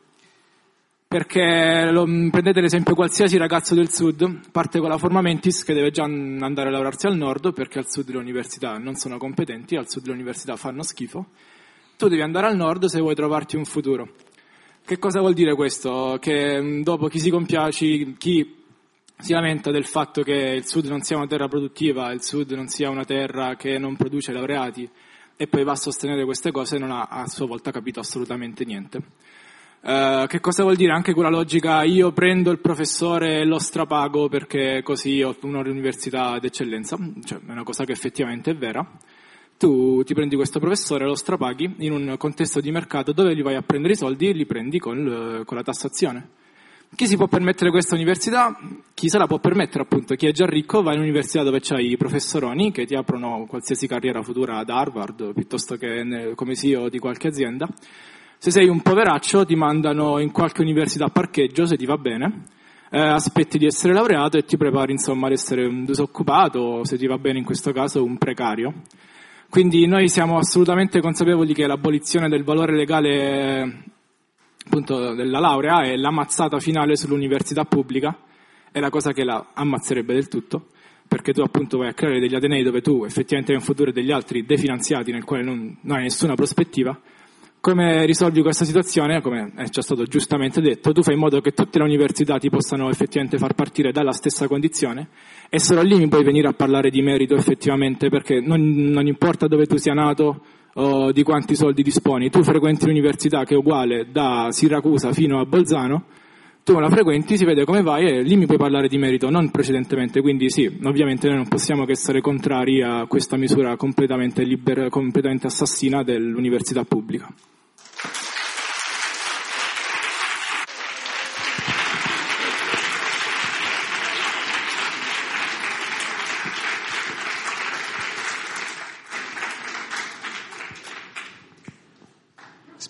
Perché prendete l'esempio qualsiasi ragazzo del sud, parte con la forma mentis che deve già andare a lavorarsi al nord perché al sud le università non sono competenti, al sud le università fanno schifo. Tu devi andare al nord se vuoi trovarti un futuro. Che cosa vuol dire questo? Che dopo chi si compiace, chi si lamenta del fatto che il sud non sia una terra produttiva, il sud non sia una terra che non produce laureati e poi va a sostenere queste cose, non ha a sua volta capito assolutamente niente. Che cosa vuol dire anche quella logica io prendo il professore e lo strapago perché così ho un'università d'eccellenza? È una cosa che effettivamente è vera. Tu ti prendi questo professore e lo strapaghi in un contesto di mercato dove gli vai a prendere i soldi e li prendi con la tassazione. Chi si può permettere questa università? Chi se la può permettere, appunto, chi è già ricco va in università dove c'hai i professoroni che ti aprono qualsiasi carriera futura ad Harvard piuttosto che come CEO di qualche azienda. Se sei un poveraccio ti mandano in qualche università a parcheggio, se ti va bene, aspetti di essere laureato e ti prepari ad essere un disoccupato, se ti va bene in questo caso un precario. Quindi noi siamo assolutamente consapevoli che l'abolizione del valore legale appunto della laurea è l'ammazzata finale sull'università pubblica, è la cosa che la ammazzerebbe del tutto, perché tu appunto vai a creare degli atenei dove tu effettivamente hai un futuro e degli altri definanziati nel quale non hai nessuna prospettiva. Come risolvi questa situazione? Come è già stato giustamente detto, tu fai in modo che tutte le università ti possano effettivamente far partire dalla stessa condizione e solo lì mi puoi venire a parlare di merito effettivamente, perché non importa dove tu sia nato o di quanti soldi disponi, tu frequenti l'università che è uguale da Siracusa fino a Bolzano, tu la frequenti, si vede come vai e lì mi puoi parlare di merito, non precedentemente. Quindi sì, ovviamente noi non possiamo che essere contrari a questa misura completamente assassina dell'università pubblica.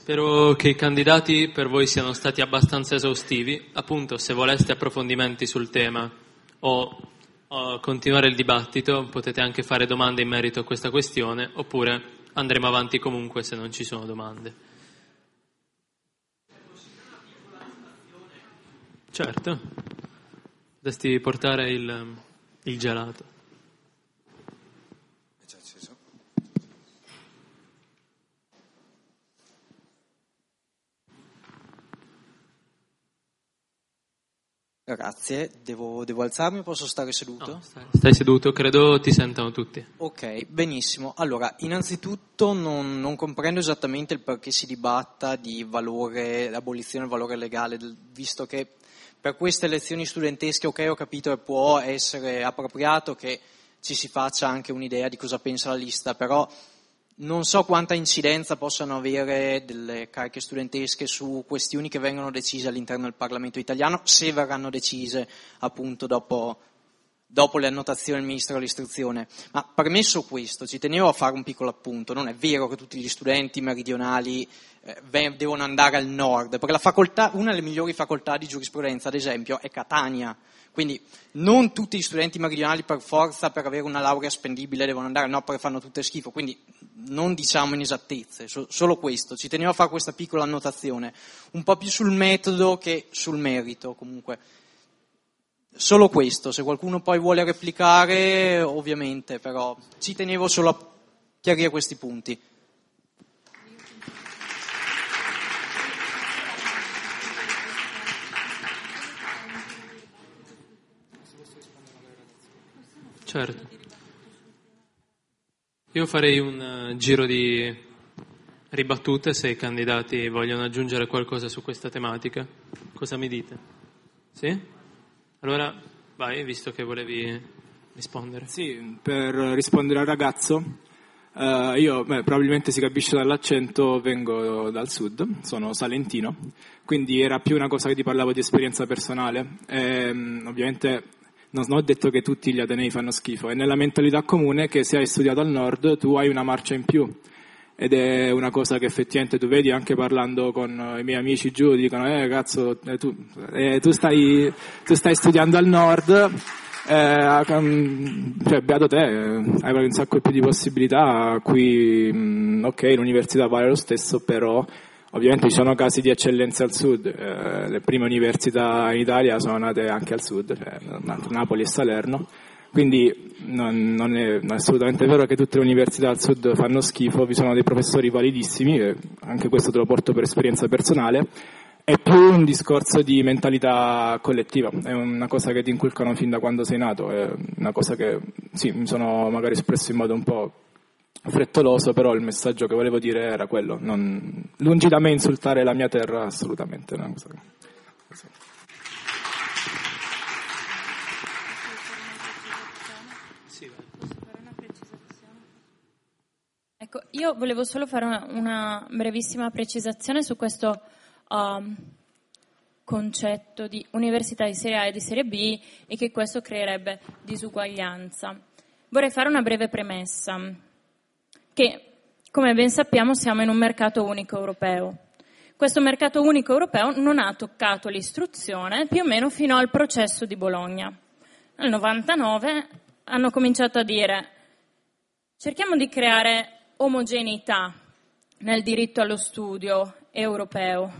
Spero che i candidati per voi siano stati abbastanza esaustivi. Appunto, se voleste approfondimenti sul tema o continuare il dibattito, potete anche fare domande in merito a questa questione, oppure andremo avanti comunque se non ci sono domande. Certo, dovresti portare il gelato. Grazie, devo alzarmi o posso stare seduto? No, stai seduto, credo ti sentano tutti. Ok, benissimo. Allora, innanzitutto non comprendo esattamente il perché si dibatta di abolizione del valore legale, visto che per queste elezioni studentesche, ok, ho capito che può essere appropriato che ci si faccia anche un'idea di cosa pensa la lista, però non so quanta incidenza possano avere delle cariche studentesche su questioni che vengono decise all'interno del Parlamento italiano, se verranno decise appunto dopo le annotazioni del Ministro dell'Istruzione. Ma premesso questo, ci tenevo a fare un piccolo appunto. Non è vero che tutti gli studenti meridionali devono andare al nord, perché una delle migliori facoltà di giurisprudenza, ad esempio, è Catania. Quindi non tutti gli studenti meridionali per forza, per avere una laurea spendibile, devono andare, no, perché fanno tutte schifo. Quindi non diciamo inesattezze, solo questo. Ci tenevo a fare questa piccola annotazione, un po' più sul metodo che sul merito, comunque. Solo questo, se qualcuno poi vuole replicare, ovviamente, però ci tenevo solo a chiarire questi punti. Certo. Io farei un giro di ribattute se i candidati vogliono aggiungere qualcosa su questa tematica. Cosa mi dite? Sì? Allora vai, visto che volevi rispondere. Sì, per rispondere al ragazzo, io probabilmente si capisce dall'accento, vengo dal sud, sono salentino, quindi era più una cosa che ti parlavo di esperienza personale. Ovviamente non ho detto che tutti gli atenei fanno schifo, è nella mentalità comune che se hai studiato al nord tu hai una marcia in più. Ed è una cosa che effettivamente tu vedi anche parlando con i miei amici giù, dicono cazzo, tu stai studiando al nord, cioè beato te, hai un sacco più di possibilità, qui ok, l'università vale lo stesso, però ovviamente ci sono casi di eccellenza al sud, le prime università in Italia sono nate anche al sud, cioè Napoli e Salerno. Quindi non è assolutamente vero che tutte le università al sud fanno schifo, vi sono dei professori validissimi, e anche questo te lo porto per esperienza personale. È più un discorso di mentalità collettiva, è una cosa che ti inculcano fin da quando sei nato, è una cosa che sì, mi sono magari espresso in modo un po' frettoloso, però il messaggio che volevo dire era quello, lungi da me insultare la mia terra, assolutamente. Una cosa che... Ecco, io volevo solo fare una brevissima precisazione su questo concetto di università di serie A e di serie B e che questo creerebbe disuguaglianza. Vorrei fare una breve premessa, che come ben sappiamo siamo in un mercato unico europeo. Questo mercato unico europeo non ha toccato l'istruzione più o meno fino al processo di Bologna. Nel 99 hanno cominciato a dire cerchiamo di creare omogeneità nel diritto allo studio europeo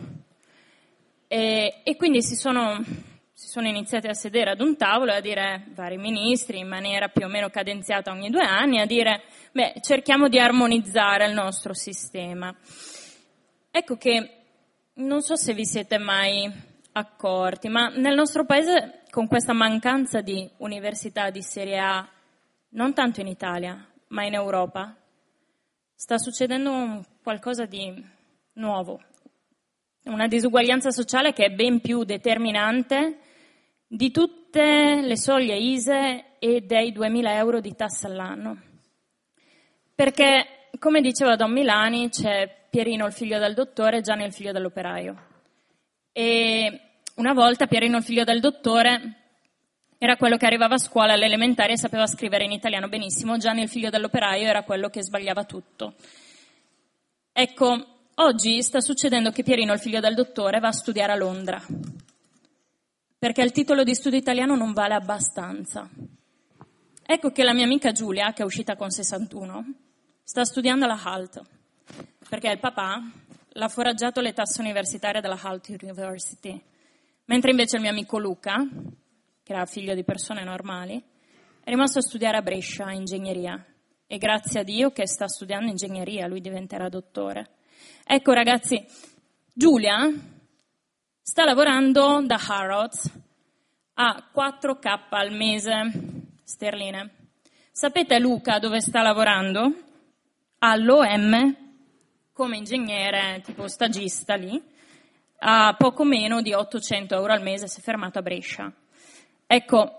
e quindi si sono iniziati a sedere ad un tavolo e a dire, vari ministri in maniera più o meno cadenziata ogni 2 anni, a dire cerchiamo di armonizzare il nostro sistema. Ecco che non so se vi siete mai accorti, ma nel nostro paese con questa mancanza di università di serie A, non tanto in Italia ma in Europa, sta succedendo qualcosa di nuovo, una disuguaglianza sociale che è ben più determinante di tutte le soglie ISEE e dei 2.000 euro di tassa all'anno. Perché, come diceva Don Milani, c'è Pierino il figlio del dottore e Gianni il figlio dell'operaio. E una volta Pierino il figlio del dottore era quello che arrivava a scuola alle elementari e sapeva scrivere in italiano benissimo, Gianni il figlio dell'operaio era quello che sbagliava tutto. Ecco, oggi sta succedendo che Pierino, il figlio del dottore, va a studiare a Londra, perché il titolo di studio italiano non vale abbastanza. Ecco che la mia amica Giulia, che è uscita con 61, sta studiando alla HALT, perché il papà l'ha foraggiato le tasse universitarie della HALT University, mentre invece il mio amico Luca, che era figlio di persone normali, è rimasto a studiare a Brescia ingegneria, e grazie a Dio che sta studiando ingegneria, lui diventerà dottore. Ecco ragazzi, Giulia sta lavorando da Harrods a 4K al mese sterline. Sapete Luca dove sta lavorando? All'OM come ingegnere tipo stagista lì, a poco meno di 800 euro al mese, si è fermato a Brescia. Ecco,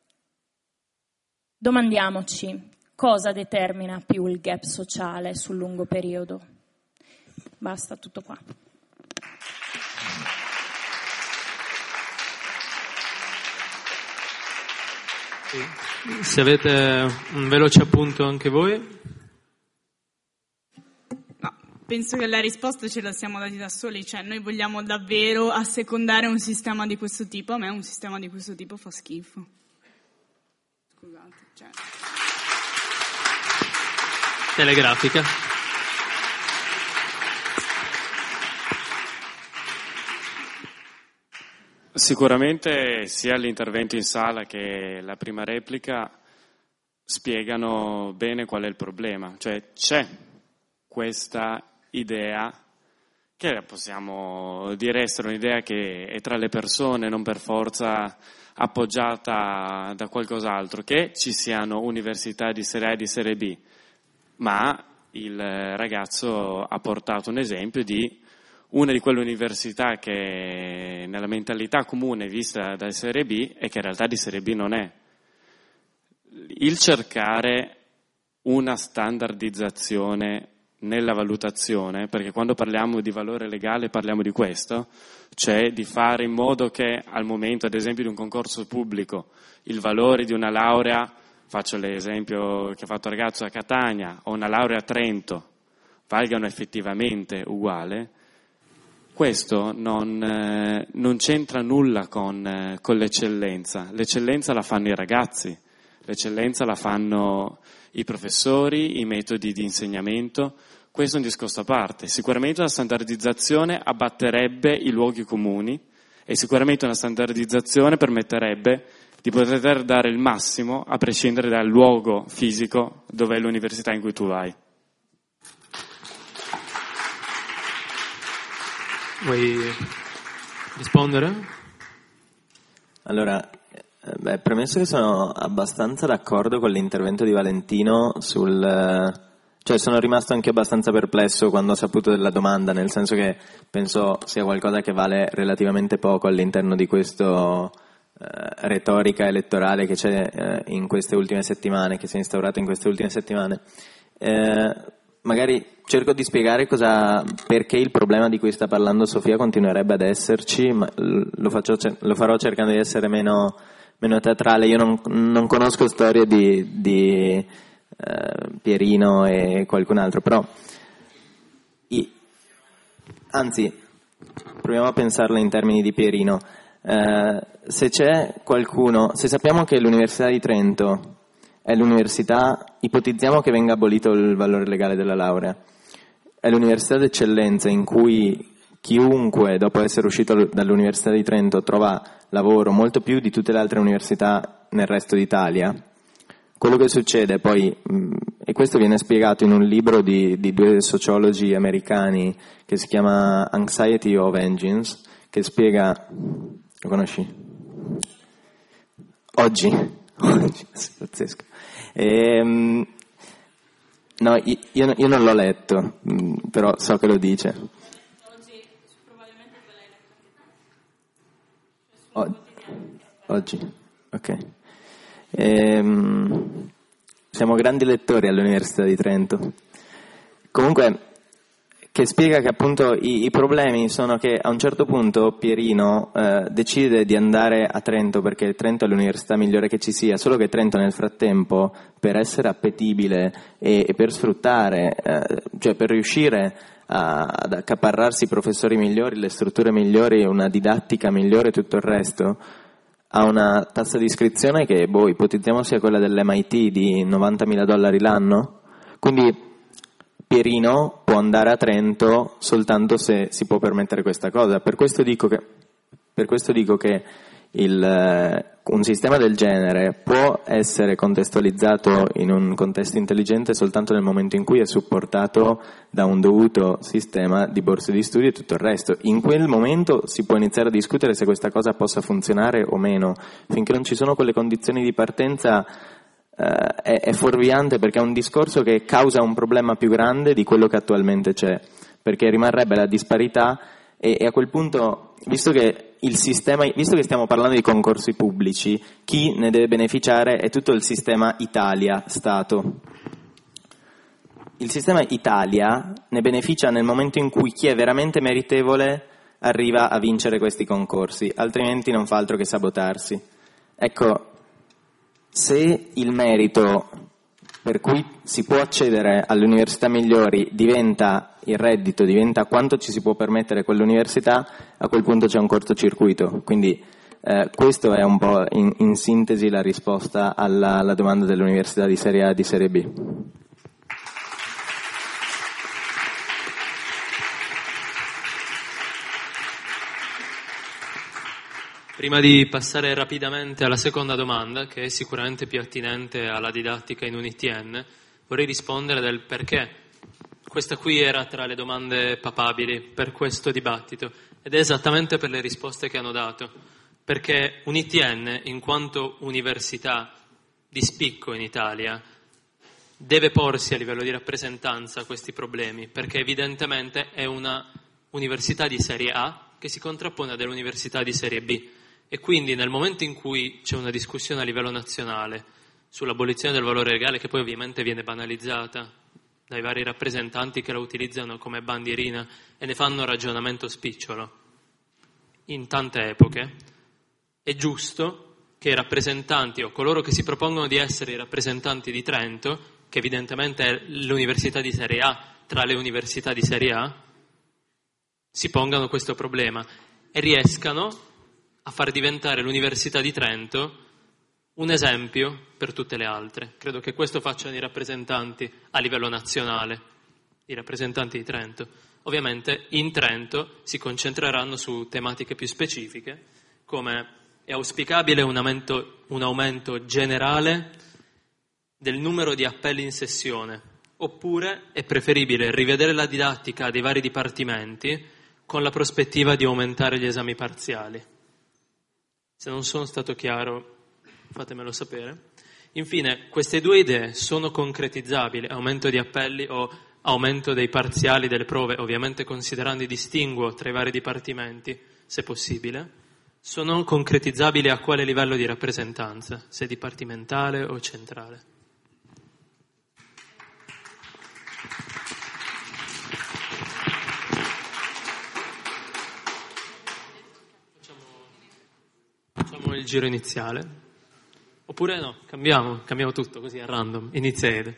domandiamoci cosa determina più il gap sociale sul lungo periodo. Basta, tutto qua. Se avete un veloce appunto anche voi. No, penso che la risposta ce la siamo dati da soli, cioè noi vogliamo davvero assecondare un sistema di questo tipo. A me un sistema di questo tipo fa schifo. Scusate, cioè. Telegrafica. Sicuramente sia l'intervento in sala che la prima replica spiegano bene qual è il problema, cioè c'è questa idea che possiamo dire essere un'idea che è tra le persone, non per forza appoggiata da qualcos'altro, che ci siano università di serie A e di serie B, ma il ragazzo ha portato un esempio di una di quelle università che nella mentalità comune è vista da serie B e che in realtà di serie B non è. Il cercare una standardizzazione nella valutazione, perché quando parliamo di valore legale parliamo di questo, cioè di fare in modo che al momento, ad esempio, di un concorso pubblico, il valore di una laurea, faccio l'esempio che ha fatto il ragazzo a Catania, o una laurea a Trento, valgano effettivamente uguale. Questo non c'entra nulla con l'eccellenza. L'eccellenza la fanno i ragazzi, l'eccellenza la fanno i professori, i metodi di insegnamento. Questo è un discorso a parte. Sicuramente una standardizzazione abbatterebbe i luoghi comuni e sicuramente una standardizzazione permetterebbe di poter dare il massimo a prescindere dal luogo fisico dove è l'università in cui tu vai. Vuoi rispondere? Allora, premesso che sono abbastanza d'accordo con l'intervento di Valentino cioè sono rimasto anche abbastanza perplesso quando ho saputo della domanda, nel senso che penso sia qualcosa che vale relativamente poco all'interno di questo retorica elettorale che c'è in queste ultime settimane, che si è instaurata in queste ultime settimane. Magari cerco di spiegare perché il problema di cui sta parlando Sofia continuerebbe ad esserci, ma lo farò cercando di essere meno teatrale. Io non conosco storie di Pierino e qualcun altro, però anzi proviamo a pensarla in termini di Pierino. Se c'è qualcuno, se sappiamo che l'Università di Trento è l'università, ipotizziamo che venga abolito il valore legale della laurea, è l'università d'eccellenza in cui chiunque dopo essere uscito dall'Università di Trento trova lavoro molto più di tutte le altre università nel resto d'Italia. Quello che succede poi, e questo viene spiegato in un libro di due sociologi americani che si chiama Anxiety of Engines, che spiega, lo conosci? Oggi, pazzesco. No, io non l'ho letto, però so che lo dice. Oggi, ok. Siamo grandi lettori all'Università di Trento. Comunque, che spiega che appunto i problemi sono che a un certo punto Pierino decide di andare a Trento perché Trento è l'università migliore che ci sia, solo che Trento nel frattempo, per essere appetibile e per sfruttare, cioè per riuscire ad accaparrarsi i professori migliori, le strutture migliori, una didattica migliore e tutto il resto, ha una tassa di iscrizione che ipotizziamo sia quella dell'MIT di $90.000 l'anno. Quindi Pierino può andare a Trento soltanto se si può permettere questa cosa. Per questo dico che un sistema del genere può essere contestualizzato in un contesto intelligente soltanto nel momento in cui è supportato da un dovuto sistema di borse di studio e tutto il resto. In quel momento si può iniziare a discutere se questa cosa possa funzionare o meno. Finché non ci sono quelle condizioni di partenza è fuorviante, perché è un discorso che causa un problema più grande di quello che attualmente c'è, perché rimarrebbe la disparità e a quel punto, visto che stiamo parlando di concorsi pubblici, chi ne deve beneficiare è tutto il sistema Italia-Stato. Il sistema Italia ne beneficia nel momento in cui chi è veramente meritevole arriva a vincere questi concorsi, altrimenti non fa altro che sabotarsi. Ecco, se il merito per cui si può accedere alle università migliori diventa il reddito, diventa quanto ci si può permettere quell'università, a quel punto c'è un cortocircuito. Quindi questo è un po' in sintesi la risposta alla domanda dell'università di Serie A e di Serie B. Prima di passare rapidamente alla seconda domanda, che è sicuramente più attinente alla didattica in un ITN, vorrei rispondere del perché questa qui era tra le domande papabili per questo dibattito, ed è esattamente per le risposte che hanno dato, perché un ITN, in quanto università di spicco in Italia, deve porsi a livello di rappresentanza questi problemi, perché evidentemente è una università di serie A che si contrappone a delle università di serie B. E quindi nel momento in cui c'è una discussione a livello nazionale sull'abolizione del valore legale, che poi ovviamente viene banalizzata dai vari rappresentanti che la utilizzano come bandierina e ne fanno ragionamento spicciolo in tante epoche, è giusto che i rappresentanti o coloro che si propongono di essere i rappresentanti di Trento, che evidentemente è l'università di serie A tra le università di serie A, si pongano questo problema e riescano a far diventare l'Università di Trento un esempio per tutte le altre. Credo che questo facciano i rappresentanti a livello nazionale, i rappresentanti di Trento. Ovviamente in Trento si concentreranno su tematiche più specifiche, come è auspicabile un aumento generale del numero di appelli in sessione, oppure è preferibile rivedere la didattica dei vari dipartimenti con la prospettiva di aumentare gli esami parziali. Se non sono stato chiaro, fatemelo sapere. Infine, queste due idee sono concretizzabili, aumento di appelli o aumento dei parziali delle prove, ovviamente considerando i distinguo tra i vari dipartimenti, se possibile, sono concretizzabili a quale livello di rappresentanza, se dipartimentale o centrale. Facciamo il giro iniziale, oppure no, cambiamo tutto così a random. Inizia Ede.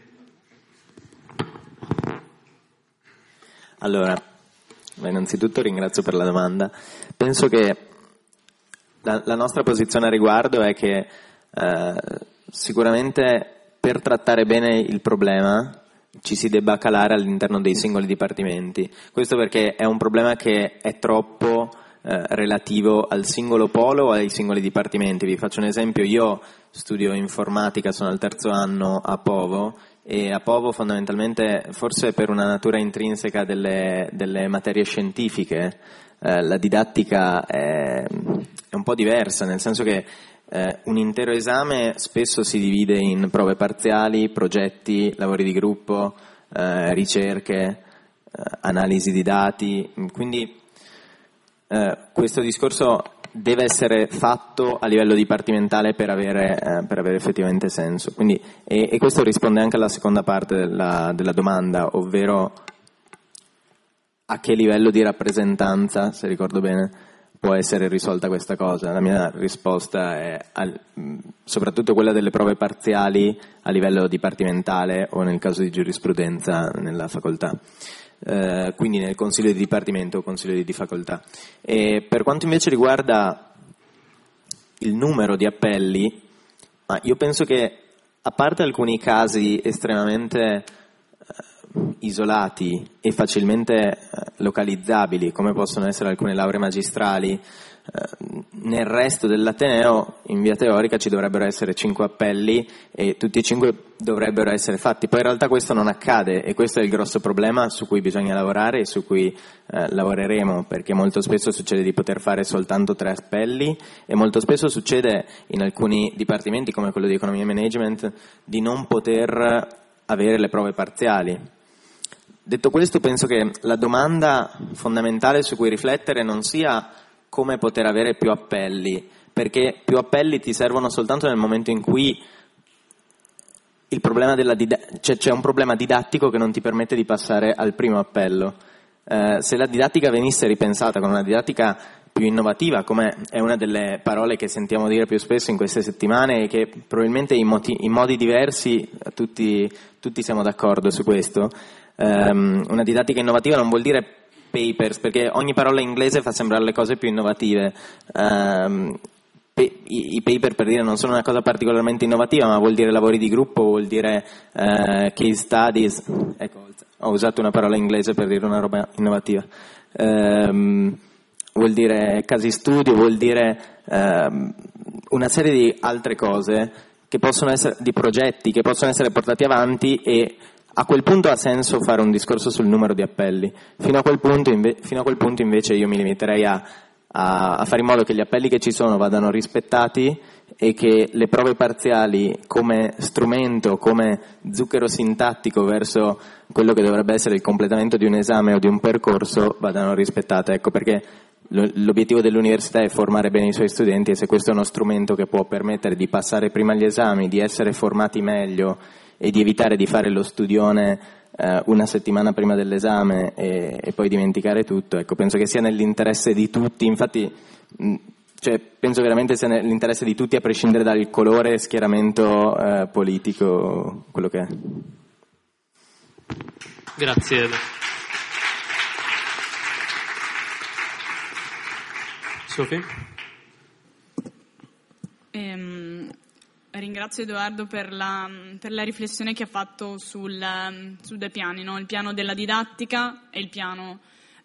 Allora, innanzitutto ringrazio per la domanda. Penso che la nostra posizione a riguardo è che sicuramente per trattare bene il problema ci si debba calare all'interno dei singoli dipartimenti. Questo perché è un problema che è troppo relativo al singolo polo o ai singoli dipartimenti. Vi faccio un esempio: io studio informatica, sono al terzo anno a Povo, e a Povo fondamentalmente, forse per una natura intrinseca delle materie scientifiche, la didattica è un po' diversa, nel senso che un intero esame spesso si divide in prove parziali, progetti, lavori di gruppo, ricerche, analisi di dati, quindi questo discorso deve essere fatto a livello dipartimentale per avere effettivamente senso. Quindi, e questo risponde anche alla seconda parte della domanda, ovvero a che livello di rappresentanza, se ricordo bene, può essere risolta questa cosa. La mia risposta è soprattutto quella delle prove parziali a livello dipartimentale o nel caso di giurisprudenza nella facoltà. Quindi nel consiglio di dipartimento o consiglio di facoltà. E per quanto invece riguarda il numero di appelli, io penso che, a parte alcuni casi estremamente isolati e facilmente localizzabili, come possono essere alcune lauree magistrali, nel resto dell'Ateneo in via teorica ci dovrebbero essere 5 appelli e tutti e 5 dovrebbero essere fatti. Poi in realtà questo non accade, e questo è il grosso problema su cui bisogna lavorare e su cui lavoreremo, perché molto spesso succede di poter fare soltanto 3 appelli e molto spesso succede in alcuni dipartimenti come quello di economia e management di non poter avere le prove parziali. Detto questo, penso che la domanda fondamentale su cui riflettere non sia come poter avere più appelli, perché più appelli ti servono soltanto nel momento in cui il problema c'è un problema didattico che non ti permette di passare al primo appello. Se la didattica venisse ripensata con una didattica più innovativa, come è una delle parole che sentiamo dire più spesso in queste settimane e che probabilmente in modi diversi tutti siamo d'accordo su questo, una didattica innovativa non vuol dire papers, perché ogni parola inglese fa sembrare le cose più innovative. I paper, per dire, non sono una cosa particolarmente innovativa, ma vuol dire lavori di gruppo, vuol dire case studies. Ecco, ho usato una parola inglese per dire una roba innovativa. Vuol dire casi studio, vuol dire una serie di altre cose che possono essere, di progetti che possono essere portati avanti, e a quel punto ha senso fare un discorso sul numero di appelli. Fino a quel punto invece io mi limiterei a fare in modo che gli appelli che ci sono vadano rispettati e che le prove parziali come strumento, come zucchero sintattico verso quello che dovrebbe essere il completamento di un esame o di un percorso vadano rispettate. Ecco perché l'obiettivo dell'università è formare bene i suoi studenti, e se questo è uno strumento che può permettere di passare prima gli esami, di essere formati meglio e di evitare di fare lo studione una settimana prima dell'esame e poi dimenticare tutto, ecco, penso che sia nell'interesse di tutti. Infatti penso veramente sia nell'interesse di tutti, a prescindere dal colore, schieramento politico, quello che è. Grazie. Sofì? Ringrazio Edoardo per la riflessione che ha fatto su due piani, no? Il piano della didattica e il piano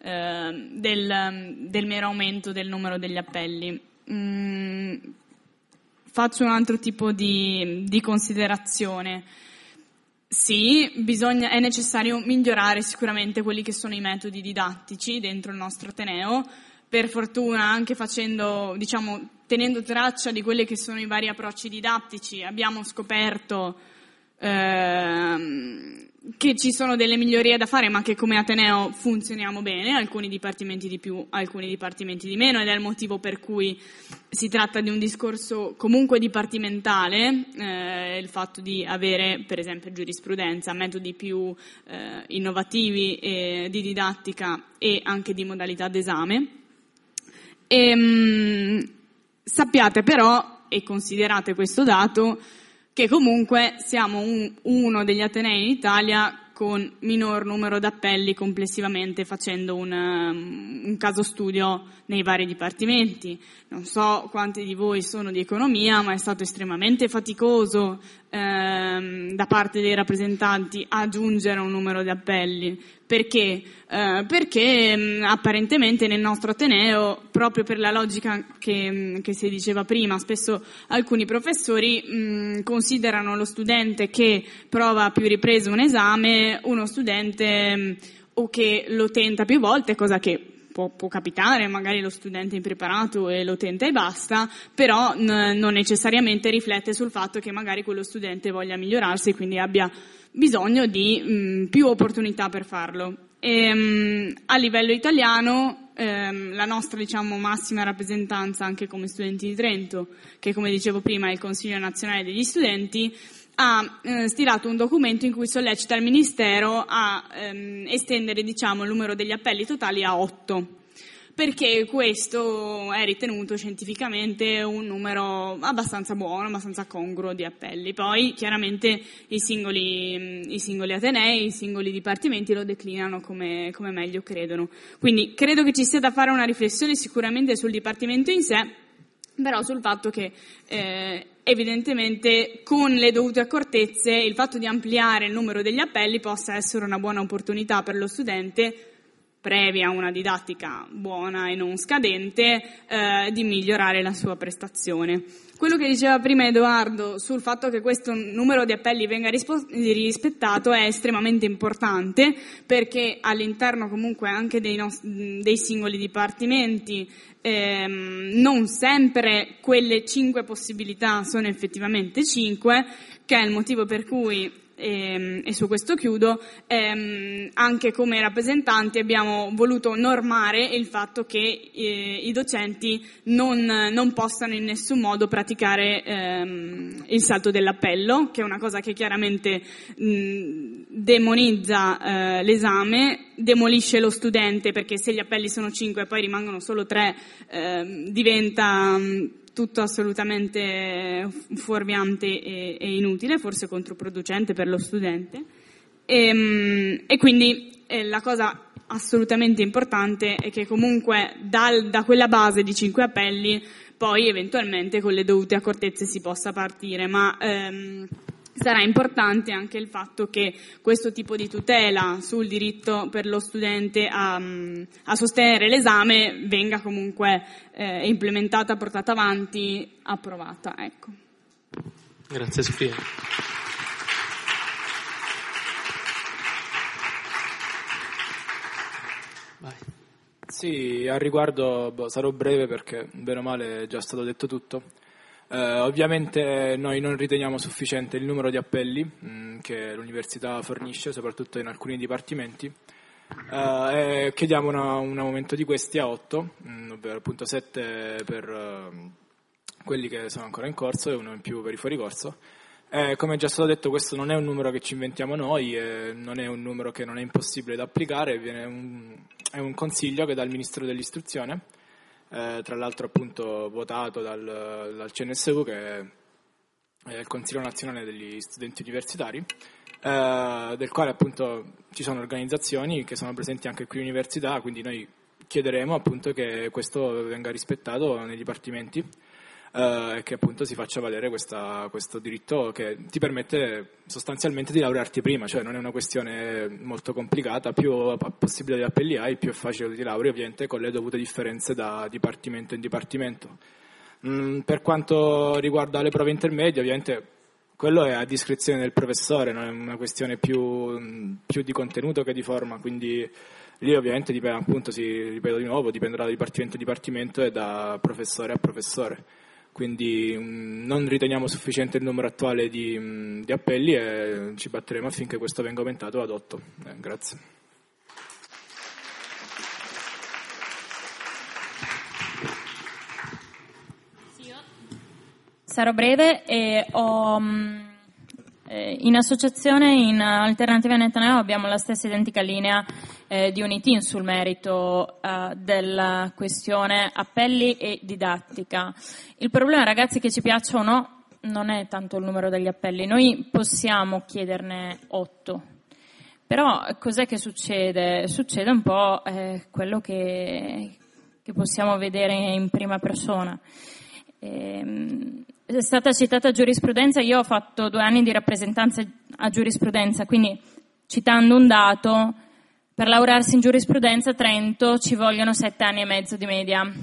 del mero aumento del numero degli appelli. Faccio un altro tipo di considerazione. Sì, è necessario migliorare sicuramente quelli che sono i metodi didattici dentro il nostro Ateneo. Per fortuna, anche tenendo traccia di quelli che sono i vari approcci didattici, abbiamo scoperto che ci sono delle migliorie da fare, ma che come Ateneo funzioniamo bene, alcuni dipartimenti di più, alcuni dipartimenti di meno, ed è il motivo per cui si tratta di un discorso comunque dipartimentale, il fatto di avere, per esempio, giurisprudenza, metodi più innovativi di didattica e anche di modalità d'esame. Sappiate però, e considerate questo dato, che comunque siamo uno degli atenei in Italia con minor numero d'appelli complessivamente, facendo un caso studio nei vari dipartimenti. Non so quanti di voi sono di economia, ma è stato estremamente faticoso da parte dei rappresentanti aggiungere un numero di appelli. Perché? Perché apparentemente nel nostro Ateneo, proprio per la logica che si diceva prima, spesso alcuni professori considerano lo studente che prova a più riprese un esame uno studente o che lo tenta più volte, cosa che può capitare, magari lo studente è impreparato e lo tenta e basta, però non necessariamente riflette sul fatto che magari quello studente voglia migliorarsi e quindi abbia bisogno di più opportunità per farlo. A livello italiano la nostra massima rappresentanza anche come studenti di Trento, che come dicevo prima è il Consiglio Nazionale degli Studenti, ha stilato un documento in cui sollecita il Ministero a estendere, diciamo, il numero degli appelli totali a 8. Perché questo è ritenuto scientificamente un numero abbastanza buono, abbastanza congruo di appelli. Poi chiaramente i singoli atenei, i singoli dipartimenti lo declinano come meglio credono. Quindi credo che ci sia da fare una riflessione sicuramente sul dipartimento in sé, però sul fatto che evidentemente con le dovute accortezze il fatto di ampliare il numero degli appelli possa essere una buona opportunità per lo studente, previa una didattica buona e non scadente, di migliorare la sua prestazione. Quello che diceva prima Edoardo sul fatto che questo numero di appelli venga rispettato è estremamente importante, perché all'interno comunque anche dei singoli dipartimenti non sempre quelle 5 possibilità sono effettivamente 5, che è il motivo per cui e su questo chiudo, anche come rappresentanti abbiamo voluto normare il fatto che i docenti non possano in nessun modo praticare il salto dell'appello, che è una cosa che chiaramente demonizza l'esame, demolisce lo studente, perché se gli appelli sono 5 e poi rimangono solo 3 diventa tutto assolutamente fuorviante e inutile, forse controproducente per lo studente. E quindi la cosa assolutamente importante è che comunque da quella base di 5 appelli poi eventualmente con le dovute accortezze si possa partire, ma sarà importante anche il fatto che questo tipo di tutela sul diritto per lo studente a sostenere l'esame venga comunque implementata, portata avanti, approvata. Ecco. Grazie Sofia. Vai. Sì, al riguardo sarò breve perché bene o male è già stato detto tutto. Ovviamente noi non riteniamo sufficiente il numero di appelli che l'università fornisce, soprattutto in alcuni dipartimenti, e chiediamo un aumento di questi a 8, ovvero appunto 7 per quelli che sono ancora in corso e uno in più per i fuori corso. Come è già stato detto, questo non è un numero che ci inventiamo noi, non è un numero che non è impossibile da applicare, è un consiglio che dà il Ministero dell'Istruzione, tra l'altro appunto votato dal CNSU, che è il Consiglio Nazionale degli Studenti Universitari, del quale appunto ci sono organizzazioni che sono presenti anche qui all'università, quindi noi chiederemo appunto che questo venga rispettato nei dipartimenti e che appunto si faccia valere questo diritto che ti permette sostanzialmente di laurearti prima, cioè non è una questione molto complicata, più possibilità di appelli hai, più è facile di laurea, ovviamente con le dovute differenze da dipartimento in dipartimento. Per quanto riguarda le prove intermedie, ovviamente quello è a discrezione del professore, non è una questione più di contenuto che di forma, quindi lì ovviamente dipende, appunto, ripeto di nuovo, dipenderà da dipartimento a dipartimento e da professore a professore. Quindi non riteniamo sufficiente il numero attuale di appelli e ci batteremo affinché questo venga aumentato ad 8. Grazie. Sarò breve e in associazione, in Alternativa Netaneo, abbiamo la stessa identica linea di Unitin sul merito della questione appelli e didattica. Il problema, ragazzi, che ci piaccia o no, non è tanto il numero degli appelli. Noi possiamo chiederne 8, però cos'è che succede? Succede un po' quello che possiamo vedere in prima persona. È stata citata giurisprudenza, io ho fatto 2 anni di rappresentanza a giurisprudenza, quindi citando un dato, per laurearsi in giurisprudenza a Trento ci vogliono 7 anni e mezzo di media.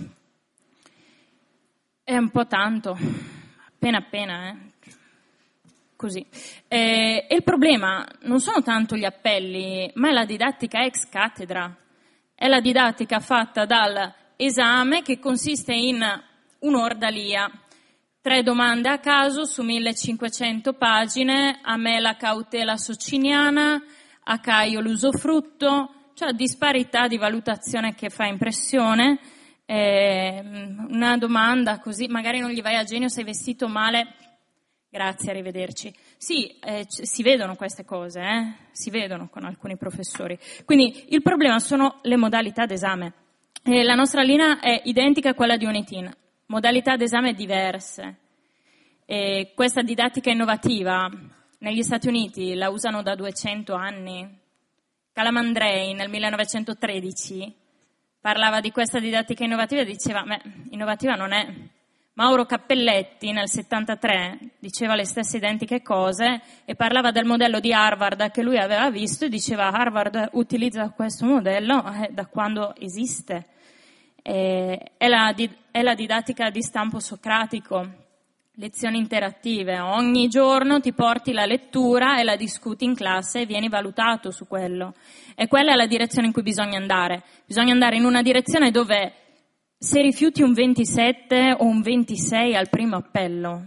È un po' tanto, appena, così. E il problema non sono tanto gli appelli, ma è la didattica ex cattedra. È la didattica fatta dall'esame che consiste in un'ordalia. 3 domande a caso su 1500 pagine, a me la cautela sociniana, a Caio l'usufrutto, cioè disparità di valutazione che fa impressione. Una domanda così, magari non gli vai a genio, sei vestito male, Grazie, arrivederci. Sì, si vedono queste cose, si vedono con alcuni professori. Quindi il problema sono le modalità d'esame. La nostra linea è identica a quella di Unitin, modalità d'esame diverse. Questa didattica innovativa negli Stati Uniti la usano da 200 anni. Calamandrei nel 1913 parlava di questa didattica innovativa e diceva, innovativa non è. Mauro Cappelletti nel 73 diceva le stesse identiche cose e parlava del modello di Harvard che lui aveva visto e diceva Harvard utilizza questo modello da quando esiste. È la didattica di stampo socratico, lezioni interattive. Ogni giorno ti porti la lettura e la discuti in classe e vieni valutato su quello. E quella è la direzione in cui bisogna andare. Bisogna andare in una direzione dove se rifiuti un 27 o un 26 al primo appello,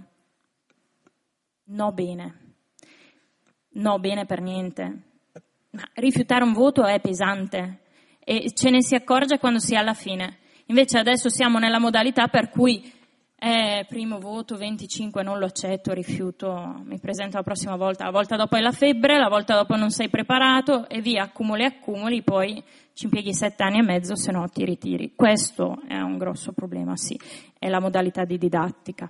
no bene per niente. Ma rifiutare un voto è pesante e ce ne si accorge quando si è alla fine. Invece adesso siamo nella modalità per cui primo voto 25 non lo accetto, rifiuto, mi presento la prossima volta. La volta dopo hai la febbre, la volta dopo non sei preparato e via, accumuli, poi ci impieghi 7 anni e mezzo, se no ti ritiri. Questo è un grosso problema, sì, è la modalità di didattica.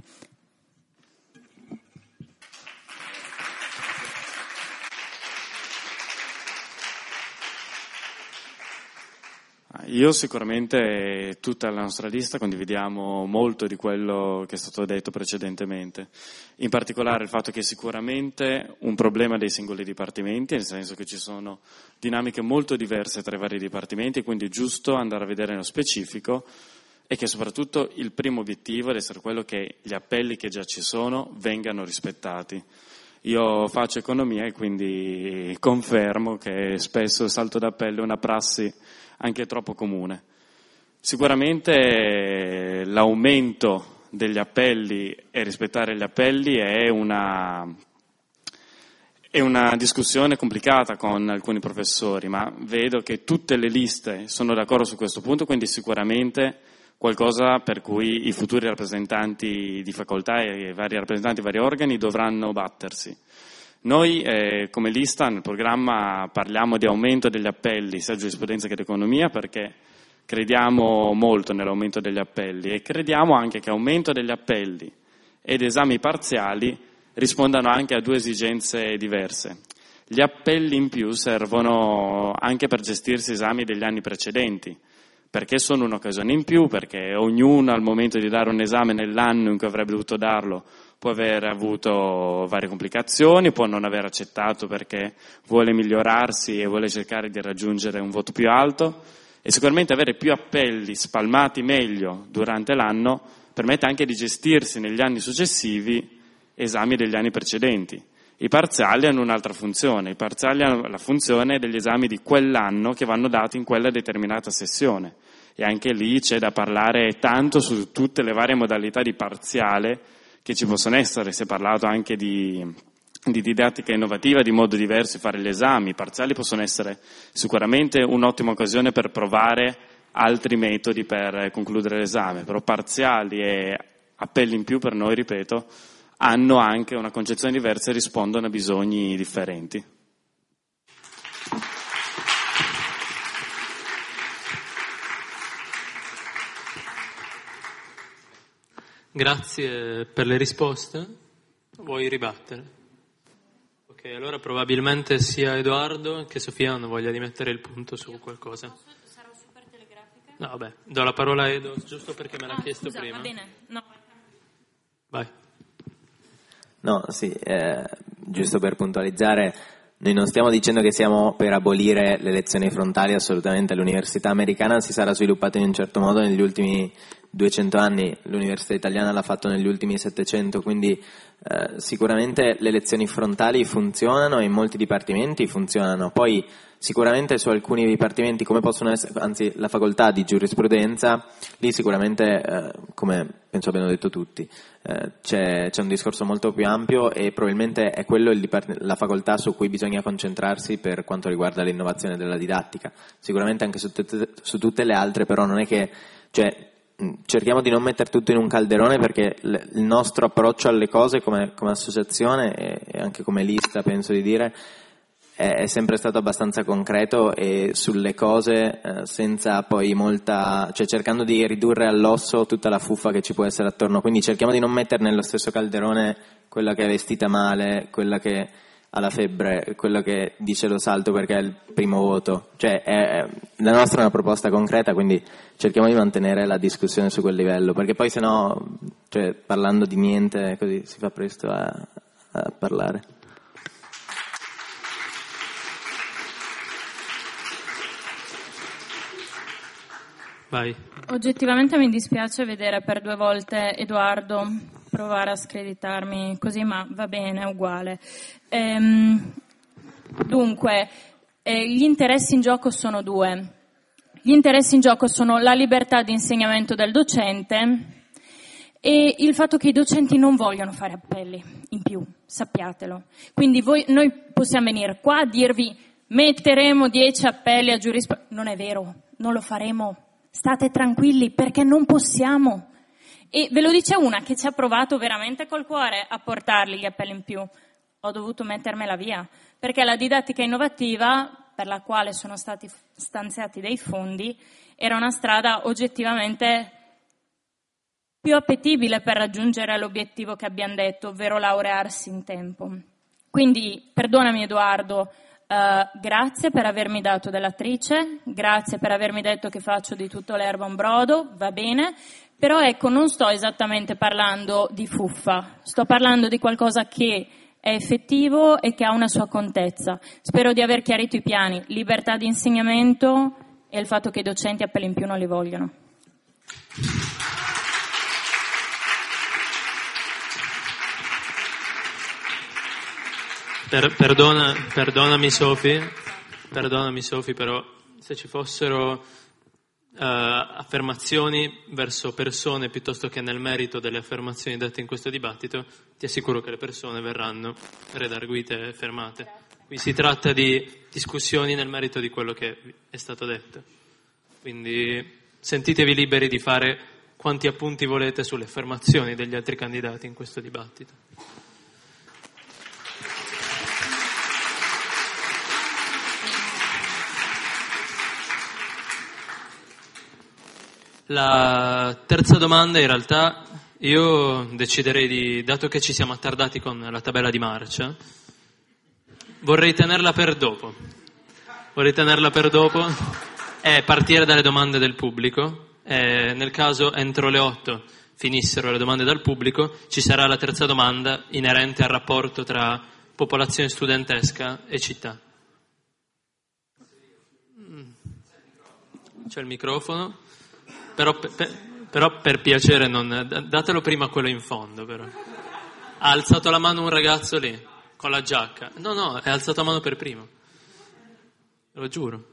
Io sicuramente tutta la nostra lista condividiamo molto di quello che è stato detto precedentemente, in particolare il fatto che sicuramente un problema dei singoli dipartimenti, nel senso che ci sono dinamiche molto diverse tra i vari dipartimenti, quindi è giusto andare a vedere nello specifico e che soprattutto il primo obiettivo deve essere quello che gli appelli che già ci sono vengano rispettati. Io faccio economia e quindi confermo che spesso il salto d'appello è una prassi anche troppo comune. Sicuramente l'aumento degli appelli e rispettare gli appelli è una discussione complicata con alcuni professori, ma vedo che tutte le liste sono d'accordo su questo punto, quindi sicuramente qualcosa per cui i futuri rappresentanti di facoltà e i vari rappresentanti di vari organi dovranno battersi. Noi come lista nel programma parliamo di aumento degli appelli sia giurisprudenza che economia perché crediamo molto nell'aumento degli appelli e crediamo anche che aumento degli appelli ed esami parziali rispondano anche a due esigenze diverse. Gli appelli in più servono anche per gestirsi esami degli anni precedenti, perché sono un'occasione in più, perché ognuno al momento di dare un esame nell'anno in cui avrebbe dovuto darlo può aver avuto varie complicazioni, può non aver accettato perché vuole migliorarsi e vuole cercare di raggiungere un voto più alto e sicuramente avere più appelli spalmati meglio durante l'anno permette anche di gestirsi negli anni successivi esami degli anni precedenti. I parziali hanno un'altra funzione, i parziali hanno la funzione degli esami di quell'anno che vanno dati in quella determinata sessione e anche lì c'è da parlare tanto su tutte le varie modalità di parziale che ci possono essere. Si è parlato anche di didattica innovativa, di modo diverso di fare gli esami. I parziali possono essere sicuramente un'ottima occasione per provare altri metodi per concludere l'esame, però parziali e appelli in più per noi, ripeto, hanno anche una concezione diversa e rispondono a bisogni differenti. Grazie per le risposte. Vuoi ribattere? Ok, allora probabilmente sia Edoardo che Sofia hanno voglia di mettere il punto su qualcosa. Sarò super telegrafica? No, vabbè, do la parola a Edo, giusto perché me l'ha chiesto prima. Va bene, no. Vai. No, sì, giusto per puntualizzare, noi non stiamo dicendo che siamo per abolire le lezioni frontali, assolutamente. L'università americana si sarà sviluppata in un certo modo negli ultimi 200 anni, l'università italiana l'ha fatto negli ultimi 700, quindi sicuramente le lezioni frontali funzionano e in molti dipartimenti funzionano. Poi sicuramente su alcuni dipartimenti, come possono essere, anzi la facoltà di giurisprudenza, lì sicuramente, come penso abbiano detto tutti, c'è un discorso molto più ampio e probabilmente è quello la facoltà su cui bisogna concentrarsi per quanto riguarda l'innovazione della didattica. Sicuramente anche su tutte le altre, però non è che, cerchiamo di non mettere tutto in un calderone, perché il nostro approccio alle cose come associazione e anche come lista, penso di dire, è sempre stato abbastanza concreto e sulle cose, senza poi cioè cercando di ridurre all'osso tutta la fuffa che ci può essere attorno. Quindi cerchiamo di non mettere nello stesso calderone quella che è vestita male, quella che ha la febbre, quella che dice lo salto perché è il primo voto. Cioè la nostra è una proposta concreta, quindi cerchiamo di mantenere la discussione su quel livello, perché poi sennò, cioè, parlando di niente così si fa presto a parlare. Vai. Oggettivamente mi dispiace vedere per 2 volte Edoardo provare a screditarmi così, ma va bene, è uguale. Dunque, gli interessi in gioco sono 2. Gli interessi in gioco sono la libertà di insegnamento del docente e il fatto che i docenti non vogliono fare appelli in più, sappiatelo. Quindi noi possiamo venire qua a dirvi metteremo 10 appelli a giurisprudenza. Non è vero, non lo faremo. State tranquilli, perché non possiamo. E ve lo dice una che ci ha provato veramente col cuore a portarli gli appelli in più. Ho dovuto mettermela via, perché la didattica innovativa, per la quale sono stati stanziati dei fondi, era una strada oggettivamente più appetibile per raggiungere l'obiettivo che abbiamo detto, ovvero laurearsi in tempo. Quindi, perdonami Edoardo, grazie per avermi dato dell'attrice, grazie per avermi detto che faccio di tutto l'erba un brodo, va bene, però ecco, non sto esattamente parlando di fuffa, sto parlando di qualcosa che è effettivo e che ha una sua contezza. Spero di aver chiarito i piani, libertà di insegnamento e il fatto che i docenti appelli in più non li vogliono. Perdonami Sofi, però se ci fossero affermazioni verso persone piuttosto che nel merito delle affermazioni dette in questo dibattito, ti assicuro che le persone verranno redarguite e fermate. Qui si tratta di discussioni nel merito di quello che è stato detto. Quindi sentitevi liberi di fare quanti appunti volete sulle affermazioni degli altri candidati in questo dibattito. La terza domanda, in realtà, io deciderei dato che ci siamo attardati con la tabella di marcia, vorrei tenerla per dopo e partire dalle domande del pubblico. Nel caso entro le 8 finissero le domande dal pubblico, ci sarà la terza domanda inerente al rapporto tra popolazione studentesca e città. C'è il microfono. Però per piacere datelo prima a quello in fondo, però. Ha alzato la mano un ragazzo lì con la giacca. No, è alzato la mano per primo. Lo giuro.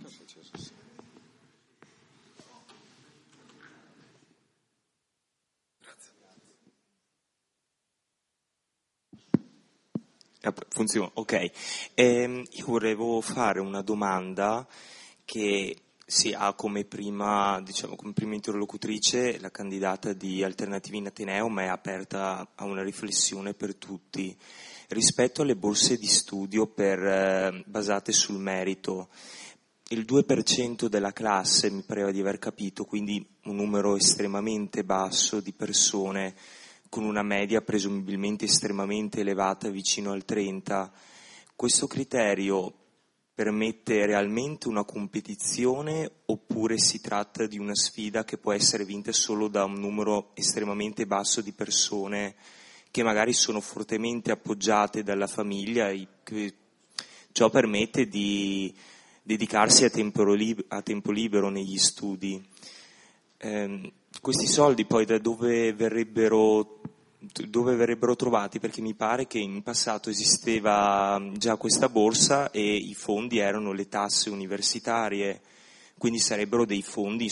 Funziona, ok. Io volevo fare una domanda che ha come prima interlocutrice la candidata di Alternativa in Ateneo, ma è aperta a una riflessione per tutti. Rispetto alle borse di studio basate sul merito, il 2% della classe, mi pareva di aver capito, quindi un numero estremamente basso di persone con una media presumibilmente estremamente elevata, vicino al 30%, questo criterio permette realmente una competizione oppure si tratta di una sfida che può essere vinta solo da un numero estremamente basso di persone che magari sono fortemente appoggiate dalla famiglia e che ciò permette di dedicarsi a tempo libero negli studi? Questi soldi poi da dove verrebbero trovati? Perché mi pare che in passato esisteva già questa borsa e i fondi erano le tasse universitarie, quindi sarebbero dei fondi,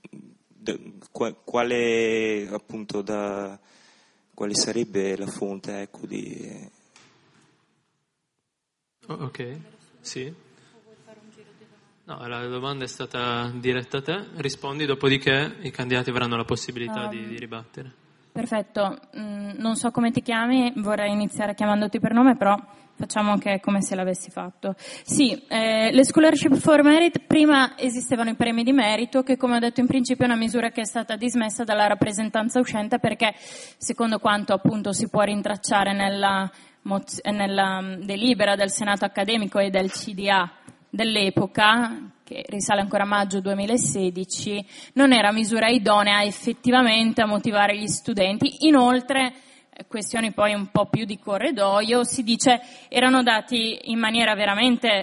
quale sarebbe la fonte, ecco, di... Ok, sì. No, la domanda è stata diretta a te, rispondi, dopodiché i candidati avranno la possibilità di ribattere. Perfetto, non so come ti chiami, vorrei iniziare chiamandoti per nome, però facciamo che è come se l'avessi fatto. Sì, le scholarship for merit, prima esistevano i premi di merito, che come ho detto in principio è una misura che è stata dismessa dalla rappresentanza uscente perché, secondo quanto appunto si può rintracciare nella delibera del Senato accademico e del CDA dell'epoca, che risale ancora a maggio 2016, non era misura idonea effettivamente a motivare gli studenti. Inoltre, questioni poi un po' più di corredoio, si dice erano dati in maniera veramente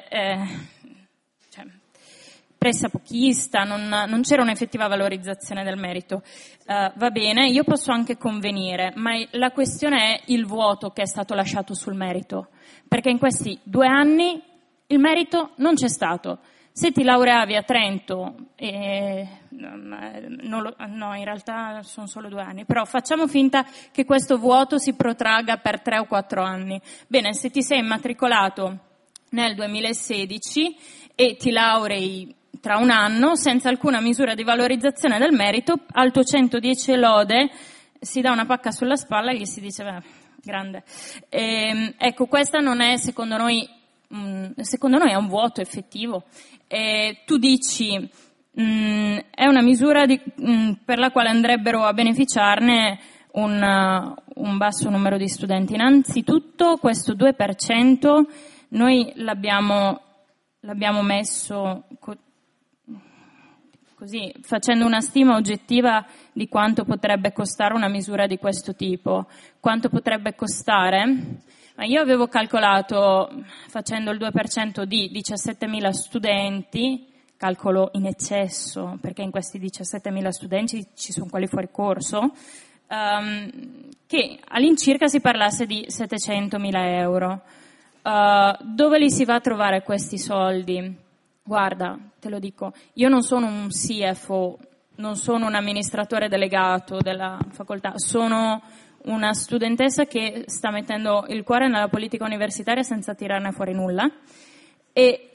pressapochista, non c'era un'effettiva valorizzazione del merito. Va bene, io posso anche convenire, ma la questione è il vuoto che è stato lasciato sul merito, perché in questi 2 anni il merito non c'è stato. Se ti laureavi a Trento, no, in realtà sono solo 2 anni, però facciamo finta che questo vuoto si protragga per 3 o 4 anni. Bene, se ti sei immatricolato nel 2016 e ti laurei tra 1 anno, senza alcuna misura di valorizzazione del merito, al tuo 110 lode si dà una pacca sulla spalla e gli si dice, beh, grande. Ecco, questa non è, secondo noi è un vuoto effettivo. Tu dici è una misura per la quale andrebbero a beneficiarne un basso numero di studenti. Innanzitutto questo 2% noi l'abbiamo messo così, facendo una stima oggettiva di quanto potrebbe costare una misura di questo tipo. Quanto potrebbe costare? Ma io avevo calcolato, facendo il 2% di 17.000 studenti, calcolo in eccesso, perché in questi 17.000 studenti ci sono quelli fuori corso, che all'incirca si parlasse di 700.000 euro. Dove li si va a trovare questi soldi? Guarda, te lo dico, io non sono un CFO, non sono un amministratore delegato della facoltà, sono una studentessa che sta mettendo il cuore nella politica universitaria senza tirarne fuori nulla e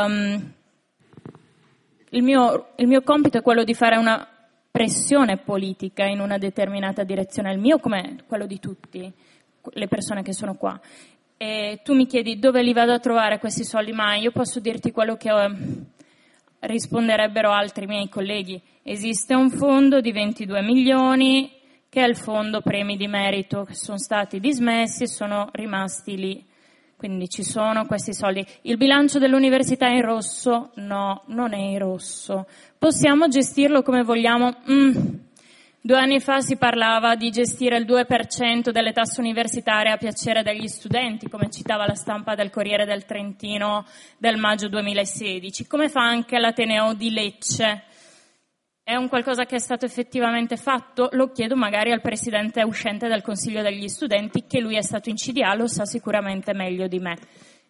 il mio compito è quello di fare una pressione politica in una determinata direzione, il mio come quello di tutti le persone che sono qua. E tu mi chiedi dove li vado a trovare questi soldi, ma io posso dirti quello che risponderebbero altri miei colleghi. Esiste un fondo di 22 milioni che è il fondo premi di merito, che sono stati dismessi e sono rimasti lì. Quindi ci sono questi soldi. Il bilancio dell'università è in rosso? No, non è in rosso. Possiamo gestirlo come vogliamo? 2 anni fa si parlava di gestire il 2% delle tasse universitarie a piacere degli studenti, come citava la stampa del Corriere del Trentino del maggio 2016. Come fa anche l'Ateneo di Lecce? È un qualcosa che è stato effettivamente fatto? Lo chiedo magari al presidente uscente del Consiglio degli Studenti, che lui è stato in CDA, lo sa sicuramente meglio di me.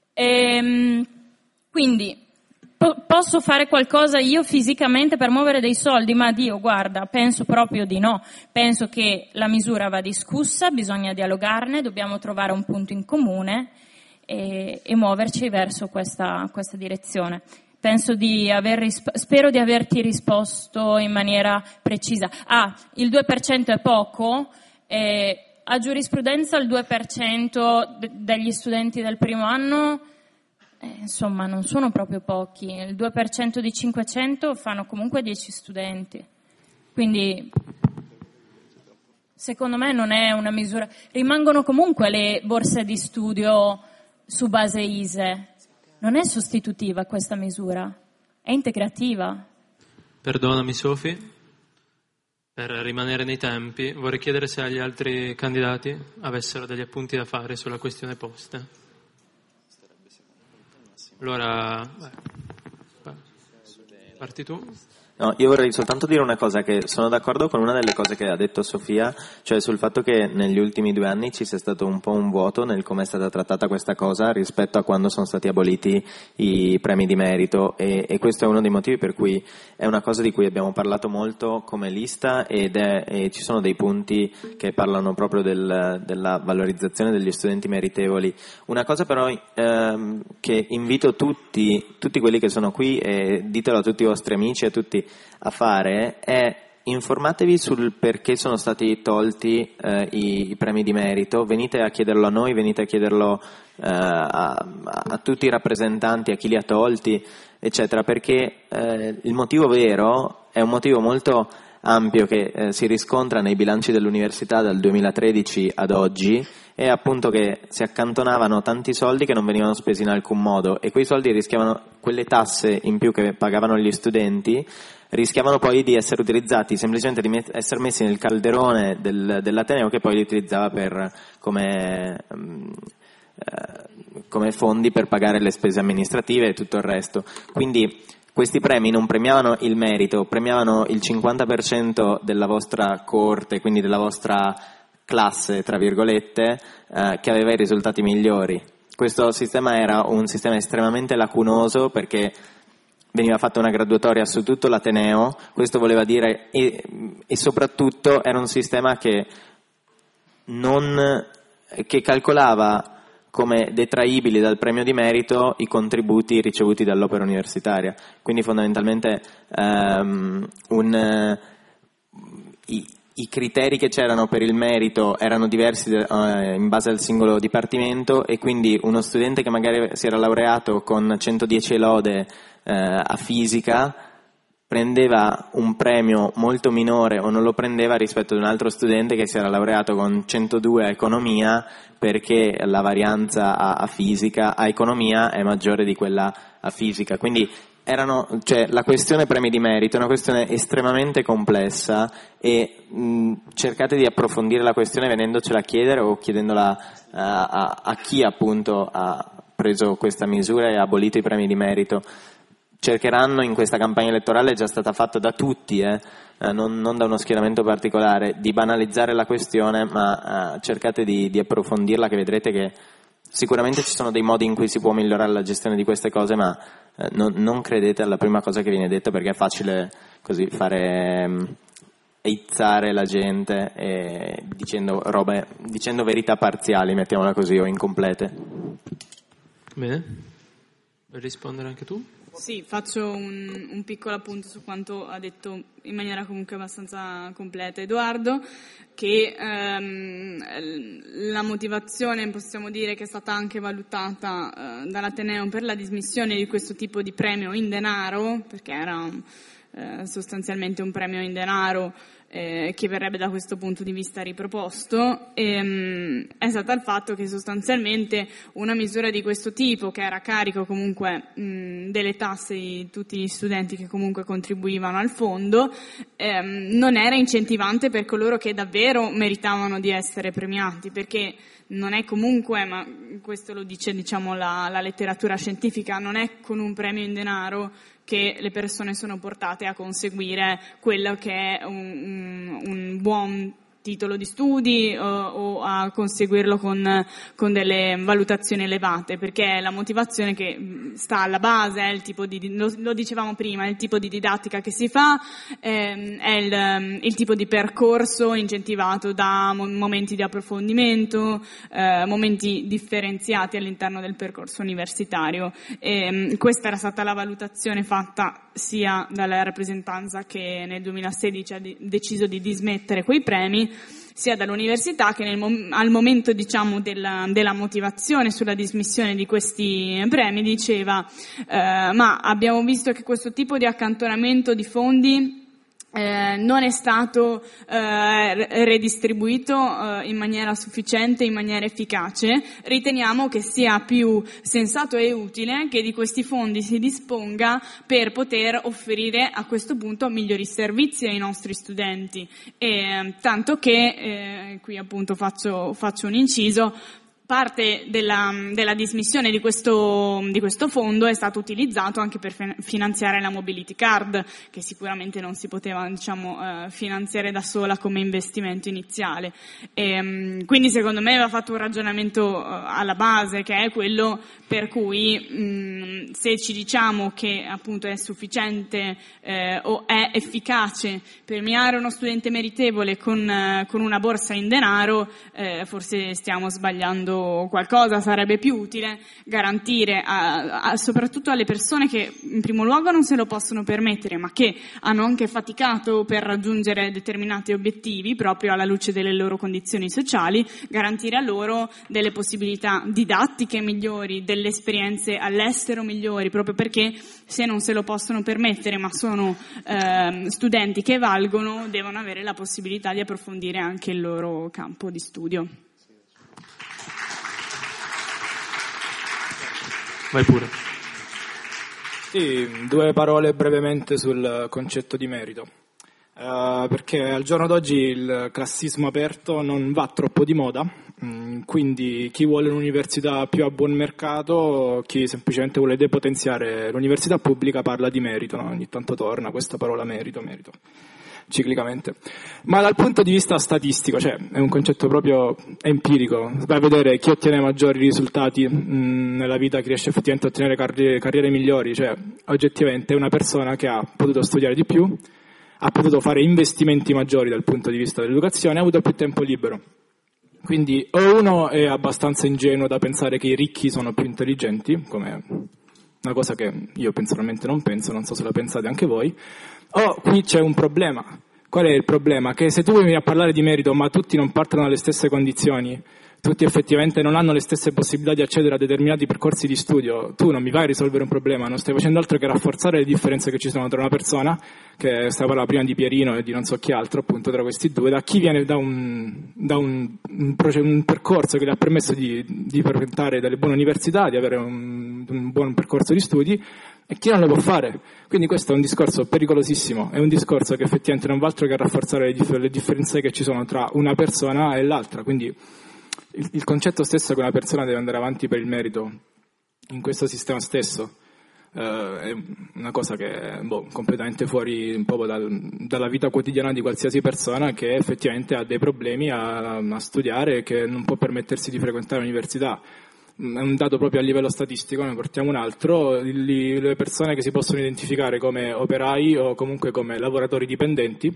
Quindi posso fare qualcosa io fisicamente per muovere dei soldi? Ma Dio, guarda, penso proprio di no. Penso che la misura va discussa, bisogna dialogarne, dobbiamo trovare un punto in comune e muoverci verso questa direzione. Spero di averti risposto in maniera precisa. Il 2% è poco, a giurisprudenza il 2% degli studenti del primo anno, insomma, non sono proprio pochi. Il 2% di 500 fanno comunque 10 studenti. Quindi, secondo me non è una misura. Rimangono comunque le borse di studio su base ISEE. Non è sostitutiva questa misura, è integrativa. Perdonami Sofi, per rimanere nei tempi, vorrei chiedere se agli altri candidati avessero degli appunti da fare sulla questione posta. Allora, parti tu. No, io vorrei soltanto dire una cosa, che sono d'accordo con una delle cose che ha detto Sofia, cioè sul fatto che negli ultimi 2 anni ci sia stato un po' un vuoto nel come è stata trattata questa cosa rispetto a quando sono stati aboliti i premi di merito, e questo è uno dei motivi per cui è una cosa di cui abbiamo parlato molto come lista, e ci sono dei punti che parlano proprio della valorizzazione degli studenti meritevoli. Una cosa però che invito tutti quelli che sono qui, e ditelo a tutti i vostri amici e a tutti, a fare, è informatevi sul perché sono stati tolti i premi di merito. Venite a chiederlo a noi, venite a chiederlo a tutti i rappresentanti, a chi li ha tolti, eccetera, perché il motivo vero è un motivo molto ampio che si riscontra nei bilanci dell'università dal 2013 ad oggi, è appunto che si accantonavano tanti soldi che non venivano spesi in alcun modo, e quei soldi quelle tasse in più che pagavano gli studenti rischiavano poi di essere utilizzati semplicemente di essere messi nel calderone dell'Ateneo, che poi li utilizzava come fondi per pagare le spese amministrative e tutto il resto. Quindi questi premi non premiavano il merito, premiavano il 50% della vostra coorte, quindi della vostra classe, tra virgolette, che aveva i risultati migliori. Questo sistema era un sistema estremamente lacunoso, perché veniva fatta una graduatoria su tutto l'Ateneo. Questo voleva dire, e soprattutto era un sistema che calcolava come detraibili dal premio di merito i contributi ricevuti dall'opera universitaria. Quindi fondamentalmente i criteri che c'erano per il merito erano diversi in base al singolo dipartimento, e quindi uno studente che magari si era laureato con 110 lode a fisica prendeva un premio molto minore o non lo prendeva rispetto ad un altro studente che si era laureato con 102 a economia, perché la varianza a fisica, a economia, è maggiore di quella a fisica. Quindi la questione premi di merito è una questione estremamente complessa, e cercate di approfondire la questione venendocela a chiedere o chiedendola a chi appunto ha preso questa misura e ha abolito i premi di merito. Cercheranno in questa campagna elettorale, è già stata fatta da tutti, non da uno schieramento particolare, di banalizzare la questione, ma cercate di approfondirla, che vedrete che sicuramente ci sono dei modi in cui si può migliorare la gestione di queste cose, ma non credete alla prima cosa che viene detta, perché è facile così fare eizzare la gente dicendo verità parziali, mettiamola così, o incomplete. Bene, vuoi rispondere anche tu? Sì, faccio un piccolo appunto su quanto ha detto in maniera comunque abbastanza completa Edoardo, che la motivazione, possiamo dire, che è stata anche valutata dall'Ateneo per la dismissione di questo tipo di premio in denaro, perché era sostanzialmente un premio in denaro che verrebbe da questo punto di vista riproposto, è stata il fatto che sostanzialmente una misura di questo tipo, che era a carico comunque delle tasse di tutti gli studenti che comunque contribuivano al fondo, non era incentivante per coloro che davvero meritavano di essere premiati, perché non è comunque, ma questo lo dice la letteratura scientifica, non è con un premio in denaro che le persone sono portate a conseguire quello che è un buon titolo di studi o a conseguirlo con delle valutazioni elevate, perché la motivazione che sta alla base è il tipo lo dicevamo prima, è il tipo di didattica che si fa, è il tipo di percorso incentivato da momenti di approfondimento, momenti differenziati all'interno del percorso universitario. Questa era stata la valutazione fatta sia dalla rappresentanza, che nel 2016 ha deciso di dismettere quei premi, sia dall'università, che al momento della motivazione sulla dismissione di questi premi diceva ma abbiamo visto che questo tipo di accantonamento di fondi non è stato redistribuito in maniera sufficiente, in maniera efficace. Riteniamo che sia più sensato e utile che di questi fondi si disponga per poter offrire a questo punto migliori servizi ai nostri studenti, tanto che qui appunto faccio un inciso. parte della dismissione di questo fondo è stato utilizzato anche per finanziare la Mobility Card, che sicuramente non si poteva, finanziare da sola come investimento iniziale. Quindi secondo me va fatto un ragionamento alla base, che è quello per cui se ci diciamo che appunto è sufficiente o è efficace premiare uno studente meritevole con una borsa in denaro, forse stiamo sbagliando qualcosa. Sarebbe più utile garantire soprattutto alle persone che in primo luogo non se lo possono permettere, ma che hanno anche faticato per raggiungere determinati obiettivi proprio alla luce delle loro condizioni sociali, garantire a loro delle possibilità didattiche migliori, delle esperienze all'estero migliori, proprio perché se non se lo possono permettere ma sono studenti che valgono, devono avere la possibilità di approfondire anche il loro campo di studio. Vai pure. Sì, 2 parole brevemente sul concetto di merito, perché al giorno d'oggi il classismo aperto non va troppo di moda, quindi chi vuole un'università più a buon mercato, chi semplicemente vuole depotenziare l'università pubblica parla di merito, no? Ogni tanto torna questa parola merito, ciclicamente. Ma dal punto di vista statistico, cioè è un concetto proprio empirico, vai a vedere chi ottiene maggiori risultati nella vita, chi riesce effettivamente a ottenere carriere migliori, cioè oggettivamente è una persona che ha potuto studiare di più, ha potuto fare investimenti maggiori dal punto di vista dell'educazione, ha avuto più tempo libero. Quindi o uno è abbastanza ingenuo da pensare che i ricchi sono più intelligenti, come una cosa che io personalmente non penso, non so se la pensate anche voi, o qui c'è un problema. Qual è il problema? Che se tu vieni a parlare di merito ma tutti non partono dalle stesse condizioni, tutti effettivamente non hanno le stesse possibilità di accedere a determinati percorsi di studio, tu non mi vai a risolvere un problema, non stai facendo altro che rafforzare le differenze che ci sono tra una persona, che stava parlando prima di Pierino e di non so chi altro, appunto tra questi due, da chi viene da un percorso che gli ha permesso di frequentare delle buone università, di avere un buon percorso di studi, e chi non lo può fare. Quindi questo è un discorso pericolosissimo, è un discorso che effettivamente non va altro che a rafforzare le differenze che ci sono tra una persona e l'altra. Quindi il concetto stesso che una persona deve andare avanti per il merito in questo sistema stesso è una cosa che è completamente fuori un po' dalla vita quotidiana di qualsiasi persona che effettivamente ha dei problemi a studiare, che non può permettersi di frequentare l'università. È un dato proprio a livello statistico, ne portiamo un altro: le persone che si possono identificare come operai o comunque come lavoratori dipendenti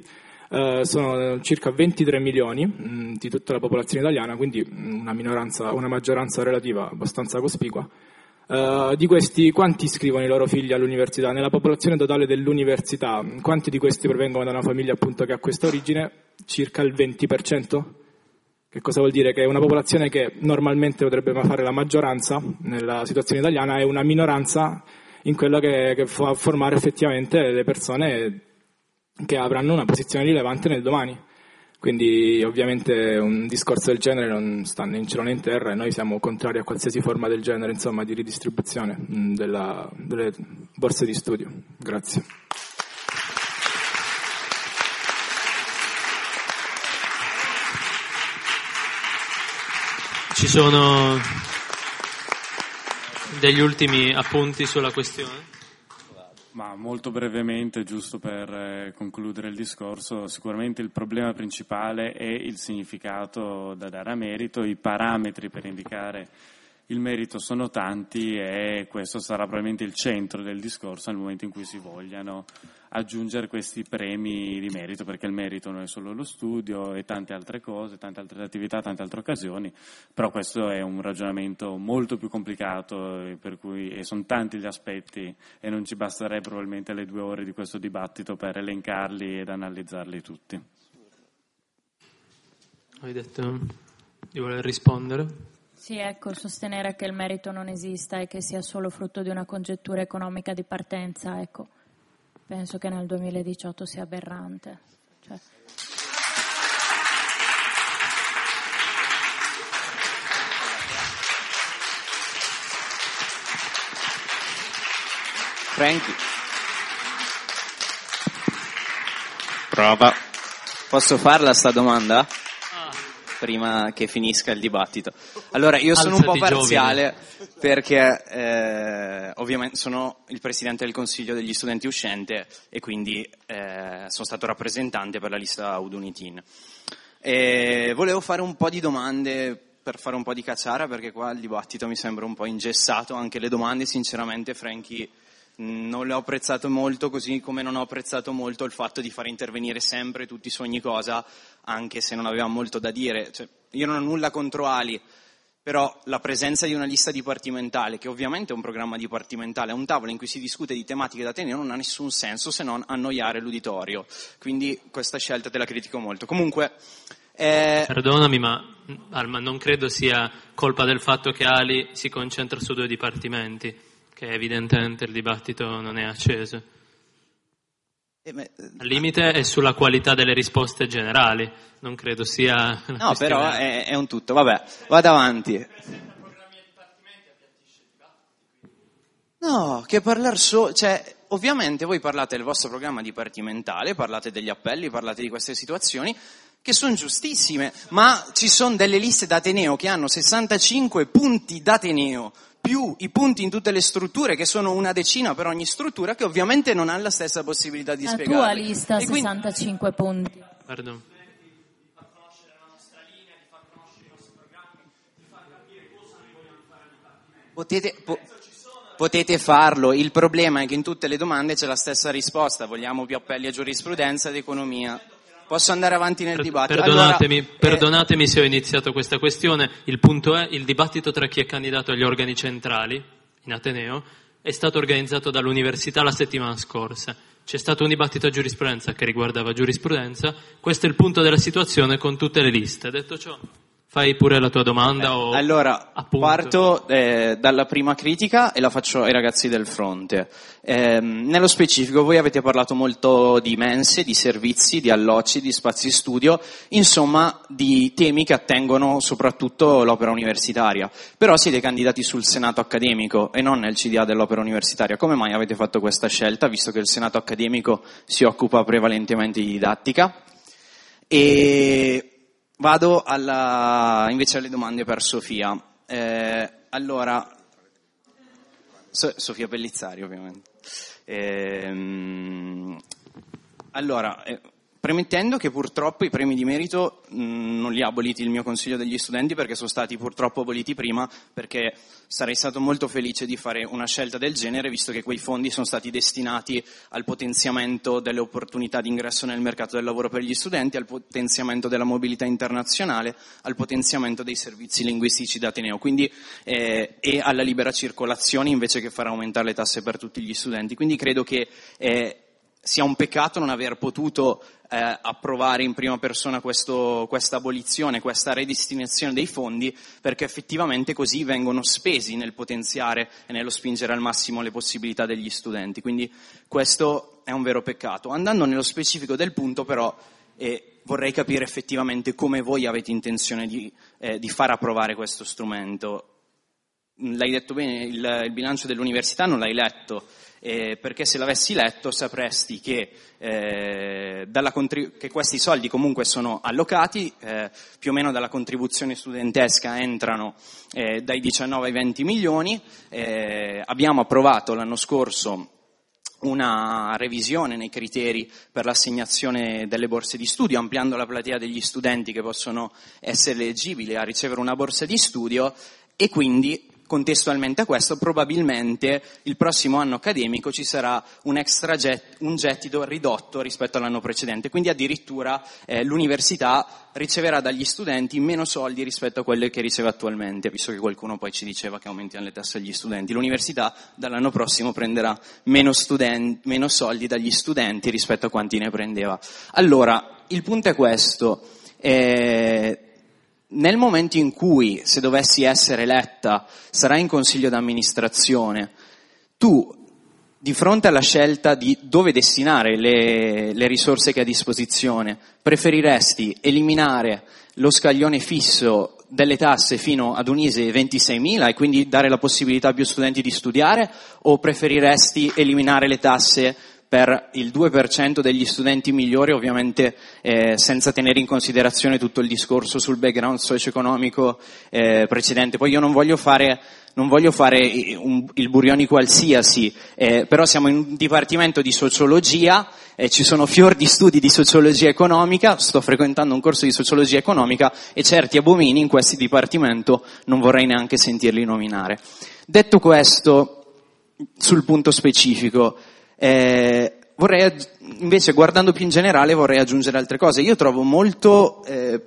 sono circa 23 milioni di tutta la popolazione italiana, quindi una maggioranza relativa abbastanza cospicua. Di questi, quanti iscrivono i loro figli all'università? Nella popolazione totale dell'università, quanti di questi provengono da una famiglia appunto che ha questa origine? Circa il 20%. Che cosa vuol dire? Che una popolazione che normalmente potrebbe fare la maggioranza nella situazione italiana è una minoranza in quello che fa formare effettivamente le persone che avranno una posizione rilevante nel domani. Quindi ovviamente un discorso del genere non sta né in cielo né in terra, e noi siamo contrari a qualsiasi forma del genere, insomma, di ridistribuzione delle borse di studio. Grazie. Ci sono degli ultimi appunti sulla questione? Ma molto brevemente, giusto per concludere il discorso, sicuramente il problema principale è il significato da dare a merito. I parametri per indicare il merito sono tanti e questo sarà probabilmente il centro del discorso nel momento in cui si vogliano aggiungere questi premi di merito, perché il merito non è solo lo studio e tante altre cose, tante altre attività, tante altre occasioni, però questo è un ragionamento molto più complicato, per cui sono tanti gli aspetti e non ci basterebbe probabilmente le 2 ore di questo dibattito per elencarli ed analizzarli tutti. Hai detto di voler rispondere? Sì, ecco, sostenere che il merito non esista e che sia solo frutto di una congettura economica di partenza, ecco, penso che nel 2018 sia aberrante. Franky. Prova. Posso farla sta domanda? prima che finisca il dibattito. Allora, io sono un po' parziale perché ovviamente sono il presidente del Consiglio degli studenti uscente e quindi sono stato rappresentante per la lista Udunitin. Volevo fare un po' di domande per fare un po' di cacciara, perché qua il dibattito mi sembra un po' ingessato, anche le domande sinceramente Franchi non le ho apprezzato molto, così come non ho apprezzato molto il fatto di fare intervenire sempre tutti su ogni cosa, anche se non aveva molto da dire. Cioè, io non ho nulla contro Ali, però la presenza di una lista dipartimentale, che ovviamente è un programma dipartimentale, è un tavolo in cui si discute di tematiche da tenere, non ha nessun senso se non annoiare l'uditorio. Quindi questa scelta te la critico molto. Comunque... Perdonami, ma non credo sia colpa del fatto che Ali si concentra su 2 dipartimenti, che evidentemente il dibattito non è acceso. Al limite è sulla qualità delle risposte generali, non credo sia... No, però è un tutto. Vabbè, vado avanti. No, che parlare cioè, ovviamente voi parlate del vostro programma dipartimentale, parlate degli appelli, parlate di queste situazioni, che sono giustissime, ma ci sono delle liste d'Ateneo che hanno 65 punti d'Ateneo, più i punti in tutte le strutture, che sono una decina per ogni struttura, che ovviamente non hanno la stessa possibilità di spiegare. La tua lista, 65 punti. Pardon. Potete farlo, il problema è che in tutte le domande c'è la stessa risposta, vogliamo più appelli a giurisprudenza ed economia. Posso andare avanti nel dibattito? Perdonatemi se ho iniziato questa questione. Il punto è: il dibattito tra chi è candidato agli organi centrali in Ateneo è stato organizzato dall'università la settimana scorsa. C'è stato un dibattito a giurisprudenza che riguardava giurisprudenza. Questo è il punto della situazione con tutte le liste. Detto ciò, fai pure la tua domanda. Allora, parto dalla prima critica e la faccio ai ragazzi del fronte. Nello specifico, voi avete parlato molto di mense, di servizi, di alloggi, di spazi studio, insomma di temi che attengono soprattutto l'opera universitaria. Però siete candidati sul Senato accademico e non nel CDA dell'opera universitaria. Come mai avete fatto questa scelta, visto che il Senato accademico si occupa prevalentemente di didattica? E vado invece alle domande per Sofia. Allora, Sofia Pellizzari, ovviamente. Allora, premettendo che purtroppo i premi di merito non li ha aboliti il mio consiglio degli studenti, perché sono stati purtroppo aboliti prima, perché sarei stato molto felice di fare una scelta del genere, visto che quei fondi sono stati destinati al potenziamento delle opportunità di ingresso nel mercato del lavoro per gli studenti, al potenziamento della mobilità internazionale, al potenziamento dei servizi linguistici d'Ateneo, quindi e alla libera circolazione, invece che far aumentare le tasse per tutti gli studenti. Quindi credo che sia un peccato non aver potuto approvare in prima persona questa abolizione, questa redestinazione dei fondi, perché effettivamente così vengono spesi nel potenziare e nello spingere al massimo le possibilità degli studenti. Quindi questo è un vero peccato. Andando nello specifico del punto, però, vorrei capire effettivamente come voi avete intenzione di far approvare questo strumento. L'hai detto bene, il bilancio dell'università non l'hai letto, perché se l'avessi letto sapresti che questi soldi comunque sono allocati, più o meno dalla contribuzione studentesca entrano dai 19 ai 20 milioni, abbiamo approvato l'anno scorso una revisione nei criteri per l'assegnazione delle borse di studio, ampliando la platea degli studenti che possono essere eleggibili a ricevere una borsa di studio, e quindi contestualmente a questo probabilmente il prossimo anno accademico ci sarà un gettito ridotto rispetto all'anno precedente, quindi addirittura l'università riceverà dagli studenti meno soldi rispetto a quelle che riceve attualmente, visto che qualcuno poi ci diceva che aumentano le tasse agli studenti. L'università dall'anno prossimo prenderà meno soldi dagli studenti rispetto a quanti ne prendeva. Allora, il punto è questo. Nel momento in cui, se dovessi essere eletta, sarai in consiglio d'amministrazione, tu, di fronte alla scelta di dove destinare le risorse che hai a disposizione, preferiresti eliminare lo scaglione fisso delle tasse fino ad un ISEE 26.000 e quindi dare la possibilità a più studenti di studiare, o preferiresti eliminare le tasse per il 2% degli studenti migliori, ovviamente senza tenere in considerazione tutto il discorso sul background socio-economico precedente. Poi io non voglio fare il Burioni qualsiasi, però siamo in un dipartimento di sociologia, ci sono fior di studi di sociologia economica, sto frequentando un corso di sociologia economica e certi abomini in questo dipartimento non vorrei neanche sentirli nominare. Detto questo, sul punto specifico, vorrei invece, guardando più in generale, vorrei aggiungere altre cose. Io trovo molto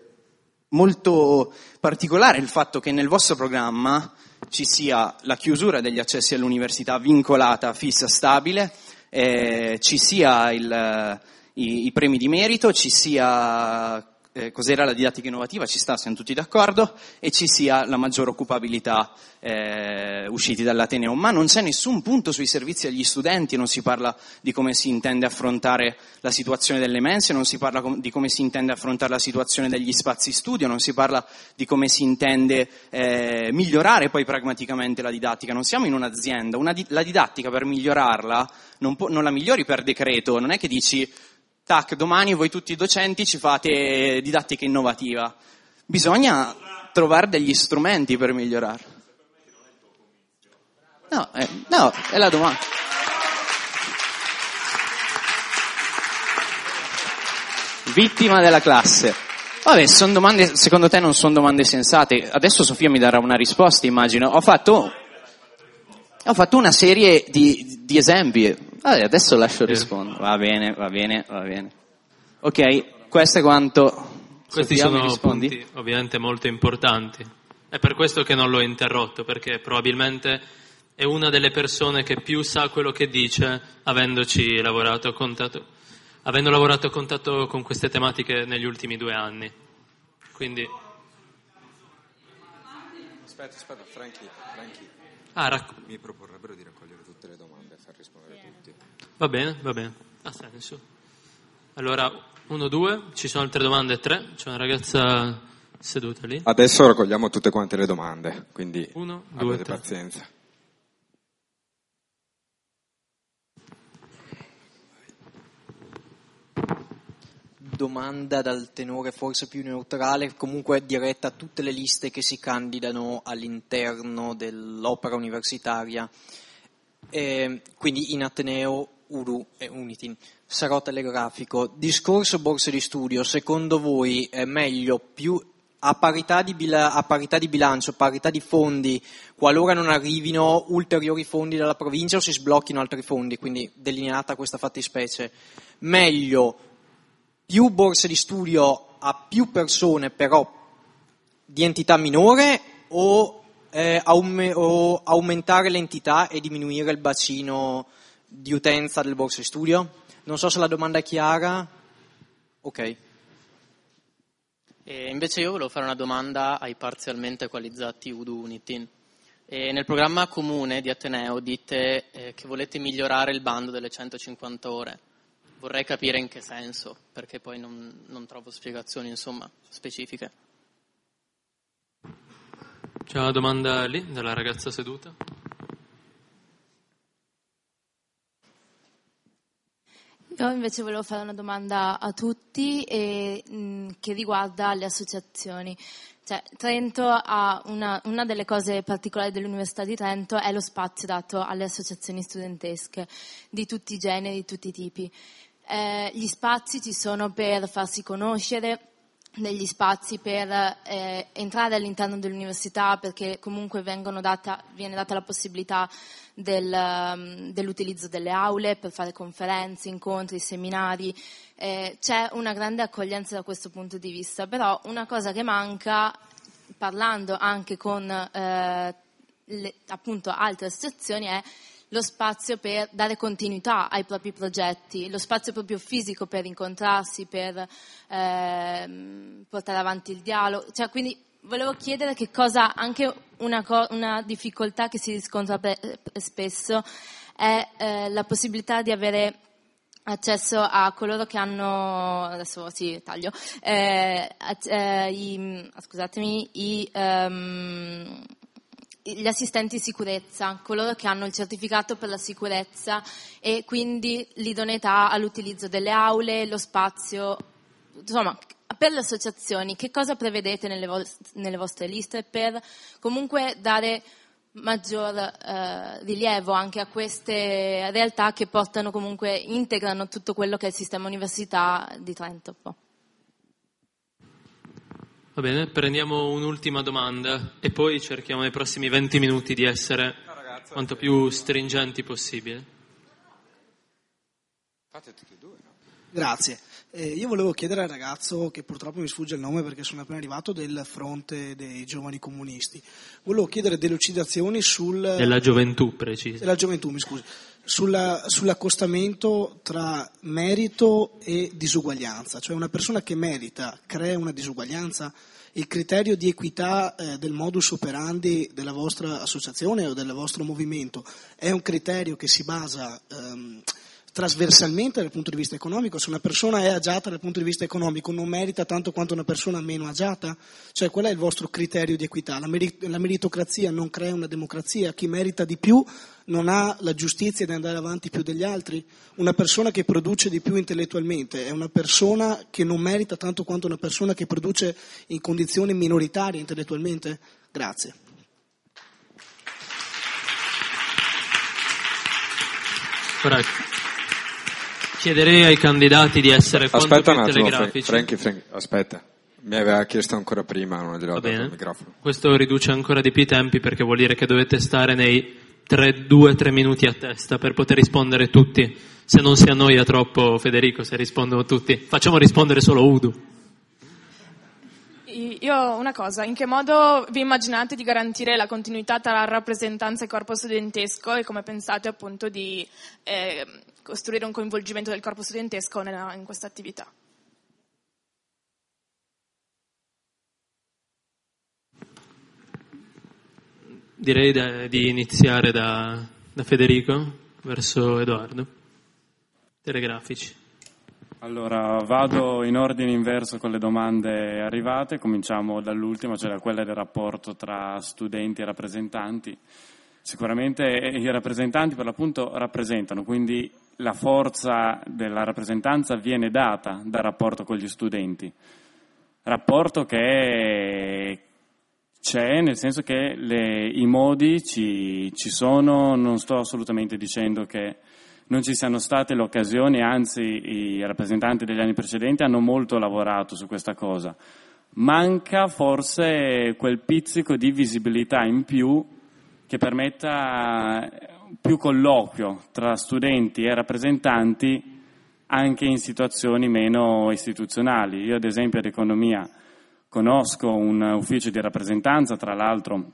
particolare il fatto che nel vostro programma ci sia la chiusura degli accessi all'università vincolata, fissa, stabile, ci sia i premi di merito, ci sia cos'era la didattica innovativa, ci sta, siamo tutti d'accordo, e ci sia la maggiore occupabilità usciti dall'Ateneo, ma non c'è nessun punto sui servizi agli studenti, non si parla di come si intende affrontare la situazione delle mense, non si parla di come si intende affrontare la situazione degli spazi studio, non si parla di come si intende migliorare poi pragmaticamente la didattica. Non siamo in un'azienda, la didattica per migliorarla non la migliori per decreto, non è che dici tac, domani voi tutti i docenti ci fate didattica innovativa. Bisogna trovare degli strumenti per migliorarla. No, è la domanda. Vittima della classe. Vabbè, sono domande, secondo te non sono domande sensate? Adesso Sofia mi darà una risposta, immagino. Ho fatto una serie di esempi. Vabbè, adesso lascio rispondere. Va bene. Ok, questo è quanto. Questi Sofia, sono punti ovviamente molto importanti. È per questo che non l'ho interrotto, perché probabilmente è una delle persone che più sa quello che dice, avendo lavorato a contatto con queste tematiche negli ultimi 2 anni. Quindi. Aspetta, Franchi. Mi proporrebbero di raccogliere tutte le domande e far rispondere a tutti. Va bene, ha senso. Allora, 1, 2, ci sono altre domande? 3, c'è una ragazza seduta lì. Adesso raccogliamo tutte quante le domande, quindi 1, 2, avete 3. pazienza. Domanda dal tenore forse più neutrale, comunque diretta a tutte le liste che si candidano all'interno dell'opera universitaria, quindi in Ateneo, UDU e Unitin. Sarò telegrafico. Discorso borse di studio, secondo voi è meglio più a parità di bilancio, parità di fondi, qualora non arrivino ulteriori fondi dalla provincia o si sblocchino altri fondi, quindi delineata questa fattispecie, meglio più borse di studio a più persone però di entità minore o aumentare l'entità e diminuire il bacino di utenza delle borse di studio? Non so se la domanda è chiara. Ok. Invece io volevo fare una domanda ai parzialmente equalizzati UDU Unitin. Nel programma comune di Ateneo dite che volete migliorare il bando delle 150 ore. Vorrei capire in che senso, perché poi non trovo spiegazioni, specifiche. C'è una domanda lì, dalla ragazza seduta. Io invece volevo fare una domanda a tutti che riguarda le associazioni. Cioè, Trento ha una delle cose particolari dell'Università di Trento è lo spazio dato alle associazioni studentesche di tutti i generi, di tutti i tipi. Gli spazi ci sono per farsi conoscere, degli spazi per entrare all'interno dell'università, perché comunque viene data la possibilità dell'utilizzo delle aule per fare conferenze, incontri, seminari. C'è una grande accoglienza da questo punto di vista, però una cosa che manca, parlando anche con appunto altre associazioni, è lo spazio per dare continuità ai propri progetti, lo spazio proprio fisico per incontrarsi, per portare avanti il dialogo. Cioè, quindi volevo chiedere che cosa, anche una difficoltà che si riscontra spesso è la possibilità di avere accesso a coloro che hanno, adesso sì, taglio, gli assistenti di sicurezza, coloro che hanno il certificato per la sicurezza e quindi l'idoneità all'utilizzo delle aule, lo spazio, insomma, per le associazioni. Che cosa prevedete nelle vostre liste per comunque dare maggior rilievo anche a queste realtà che portano comunque, integrano tutto quello che è il sistema università di Trento? Va bene, prendiamo un'ultima domanda e poi cerchiamo nei prossimi 20 minuti di essere quanto più stringenti possibile. Fate tutti e due, no? Grazie. Io volevo chiedere al ragazzo, che purtroppo mi sfugge il nome perché sono appena arrivato, del fronte dei giovani comunisti. Volevo chiedere delucidazioni della gioventù, preciso. Della gioventù, mi scusi. Sull'accostamento tra merito e disuguaglianza. Cioè una persona che merita crea una disuguaglianza? Il criterio di equità del modus operandi della vostra associazione o del vostro movimento è un criterio che si basa trasversalmente dal punto di vista economico? Se una persona è agiata dal punto di vista economico non merita tanto quanto una persona meno agiata? Cioè qual è il vostro criterio di equità? La meritocrazia non crea una democrazia? Chi merita di più non ha la giustizia di andare avanti più degli altri? Una persona che produce di più intellettualmente è una persona che non merita tanto quanto una persona che produce in condizioni minoritarie intellettualmente? Grazie. Corretto. Chiederei ai candidati di essere quanto più telegrafici. Franchi, aspetta. Mi aveva chiesto ancora prima, non gliel'ho dato il microfono. Questo riduce ancora di più i tempi perché vuol dire che dovete stare nei 2-3 minuti a testa per poter rispondere tutti. Se non si annoia troppo Federico, se rispondono tutti. Facciamo rispondere solo Udo. Io una cosa, in che modo vi immaginate di garantire la continuità tra rappresentanza e corpo studentesco e come pensate appunto di costruire un coinvolgimento del corpo studentesco in questa attività? Direi di iniziare da Federico verso Edoardo. Telegrafici. Allora, vado in ordine inverso con le domande arrivate, cominciamo dall'ultima, cioè da quella del rapporto tra studenti e rappresentanti. Sicuramente i rappresentanti per l'appunto rappresentano, quindi la forza della rappresentanza viene data dal rapporto con gli studenti. Rapporto che c'è, nel senso che i modi ci sono, non sto assolutamente dicendo che non ci siano state le occasioni, anzi i rappresentanti degli anni precedenti hanno molto lavorato su questa cosa. Manca forse quel pizzico di visibilità in più che permetta più colloquio tra studenti e rappresentanti anche in situazioni meno istituzionali. Io ad esempio ad economia conosco un ufficio di rappresentanza, tra l'altro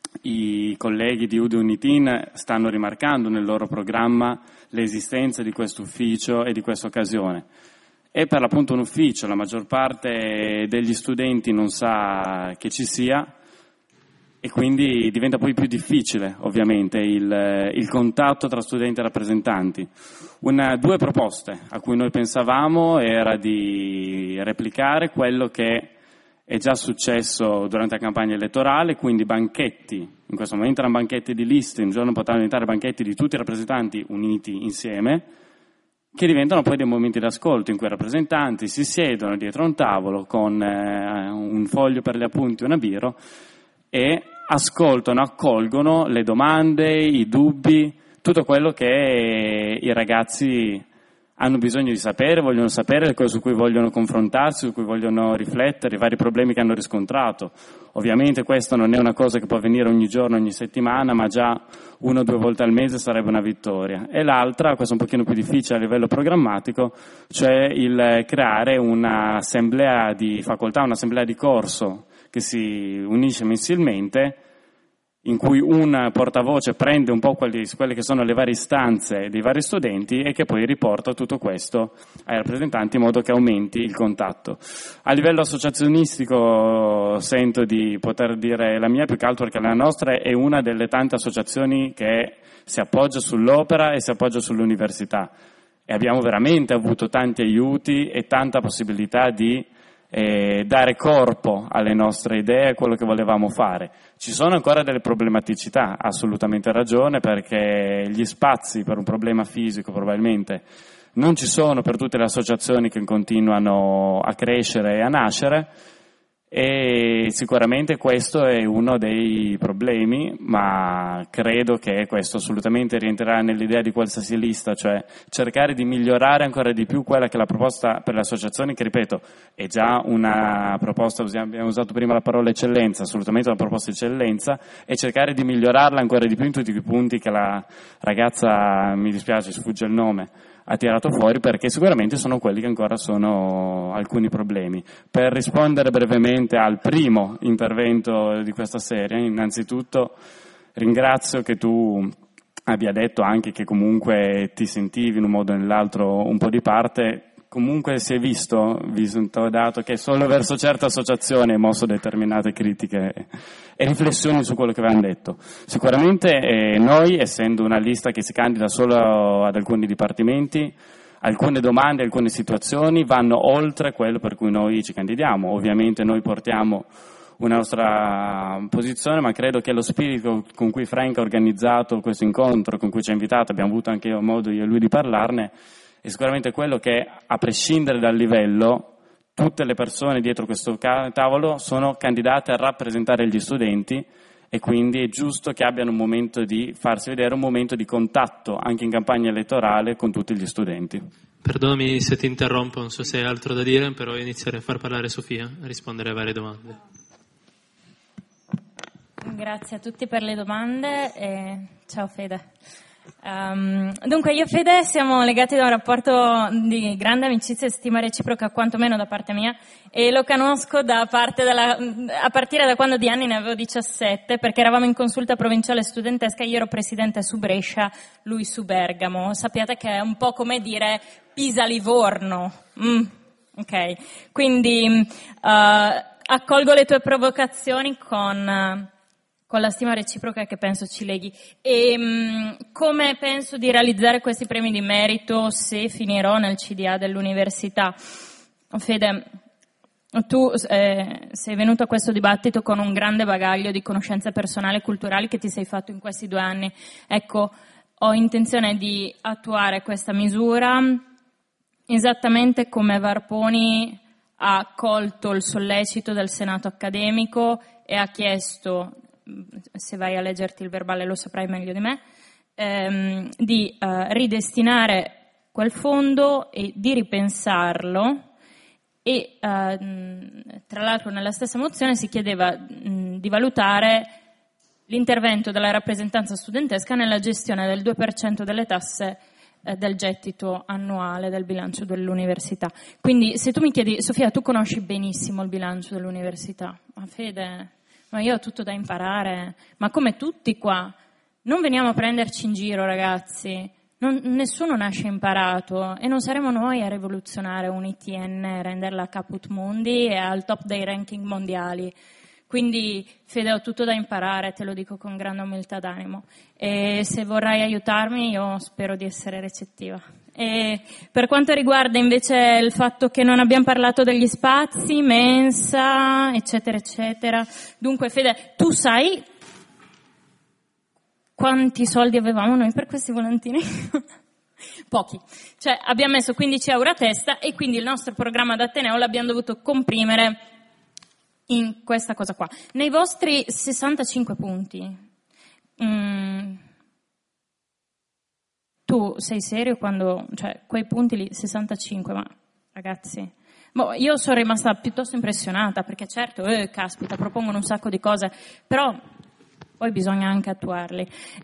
i colleghi di UDU Unitin stanno rimarcando nel loro programma l'esistenza di questo ufficio e di questa occasione. È per l'appunto un ufficio, la maggior parte degli studenti non sa che ci sia e quindi diventa poi più difficile ovviamente il contatto tra studenti e rappresentanti. Due proposte a cui noi pensavamo era di replicare quello che è già successo durante la campagna elettorale, quindi banchetti, in questo momento erano banchetti di liste, un giorno potranno diventare banchetti di tutti i rappresentanti uniti insieme, che diventano poi dei momenti d'ascolto in cui i rappresentanti si siedono dietro a un tavolo con un foglio per gli appunti e una biro e ascoltano, accolgono le domande, i dubbi, tutto quello che i ragazzi hanno bisogno di sapere, vogliono sapere le cose su cui vogliono confrontarsi, su cui vogliono riflettere, i vari problemi che hanno riscontrato. Ovviamente questa non è una cosa che può avvenire ogni giorno, ogni settimana, ma già 1 o 2 volte al mese sarebbe una vittoria. E l'altra, questa è un pochino più difficile a livello programmatico, cioè il creare un'assemblea di facoltà, un'assemblea di corso che si unisce mensilmente, in cui un portavoce prende un po' quelle che sono le varie istanze dei vari studenti e che poi riporta tutto questo ai rappresentanti in modo che aumenti il contatto. A livello associazionistico sento di poter dire la mia, più che altro perché la nostra è una delle tante associazioni che si appoggia sull'opera e si appoggia sull'università e abbiamo veramente avuto tanti aiuti e tanta possibilità di dare corpo alle nostre idee, a quello che volevamo fare. Ci sono ancora delle problematicità, assolutamente ragione, perché gli spazi per un problema fisico probabilmente non ci sono per tutte le associazioni che continuano a crescere e a nascere, e sicuramente questo è uno dei problemi, ma credo che questo assolutamente rientrerà nell'idea di qualsiasi lista, cioè cercare di migliorare ancora di più quella che è la proposta per le associazioni, che ripeto è già una proposta, abbiamo usato prima la parola eccellenza, assolutamente una proposta di eccellenza, e cercare di migliorarla ancora di più in tutti i punti che la ragazza, mi dispiace sfugge il nome, ha tirato fuori, perché sicuramente sono quelli che ancora sono alcuni problemi. Per rispondere brevemente al primo intervento di questa serie, innanzitutto ringrazio che tu abbia detto anche che comunque ti sentivi in un modo o nell'altro un po' di parte. Comunque si è visto dato che solo verso certe associazioni hai mosso determinate critiche e riflessioni su quello che avevano detto. Sicuramente noi, essendo una lista che si candida solo ad alcuni dipartimenti, alcune domande, alcune situazioni vanno oltre quello per cui noi ci candidiamo. Ovviamente noi portiamo una nostra posizione, ma credo che lo spirito con cui Frank ha organizzato questo incontro, con cui ci ha invitato, abbiamo avuto anche modo io e lui di parlarne, è sicuramente quello che, a prescindere dal livello, tutte le persone dietro questo tavolo sono candidate a rappresentare gli studenti, e quindi è giusto che abbiano un momento di farsi vedere, un momento di contatto anche in campagna elettorale con tutti gli studenti. Perdonami se ti interrompo, non so se hai altro da dire, però inizierei a far parlare Sofia, a rispondere a varie domande. Grazie a tutti per le domande e ciao Fede. Dunque io e Fede siamo legati da un rapporto di grande amicizia e stima reciproca, quantomeno da parte mia, e lo conosco a partire da quando di anni ne avevo 17, perché eravamo in consulta provinciale studentesca, io ero presidente su Brescia, lui su Bergamo. Sappiate che è un po' come dire Pisa-Livorno. Ok, quindi accolgo le tue provocazioni con la stima reciproca che penso ci leghi. E come penso di realizzare questi premi di merito se finirò nel CDA dell'università? Fede, tu sei venuto a questo dibattito con un grande bagaglio di conoscenze personali e culturali che ti sei fatto in questi 2 anni. Ecco, ho intenzione di attuare questa misura esattamente come Varponi ha colto il sollecito del Senato accademico e ha chiesto, se vai a leggerti il verbale lo saprai meglio di me, di ridestinare quel fondo e di ripensarlo, e tra l'altro nella stessa mozione si chiedeva di valutare l'intervento della rappresentanza studentesca nella gestione del 2% delle tasse del gettito annuale del bilancio dell'università. Quindi se tu mi chiedi, Sofia, tu conosci benissimo il bilancio dell'università, ma Fede, ma io ho tutto da imparare, ma come tutti qua, non veniamo a prenderci in giro, ragazzi, nessuno nasce imparato e non saremo noi a rivoluzionare un ITN, renderla caput mundi e al top dei ranking mondiali. Quindi Fede, ho tutto da imparare, te lo dico con grande umiltà d'animo, e se vorrai aiutarmi io spero di essere recettiva. E per quanto riguarda invece il fatto che non abbiamo parlato degli spazi, mensa, eccetera, eccetera. Dunque, Fede, tu sai quanti soldi avevamo noi per questi volantini? Pochi. Cioè, abbiamo messo 15 euro a testa e quindi il nostro programma d'Ateneo l'abbiamo dovuto comprimere in questa cosa qua. Nei vostri 65 punti, tu sei serio quando, cioè, quei punti lì, 65, ma ragazzi, io sono rimasta piuttosto impressionata, perché certo, caspita, propongono un sacco di cose, però poi bisogna anche attuarli.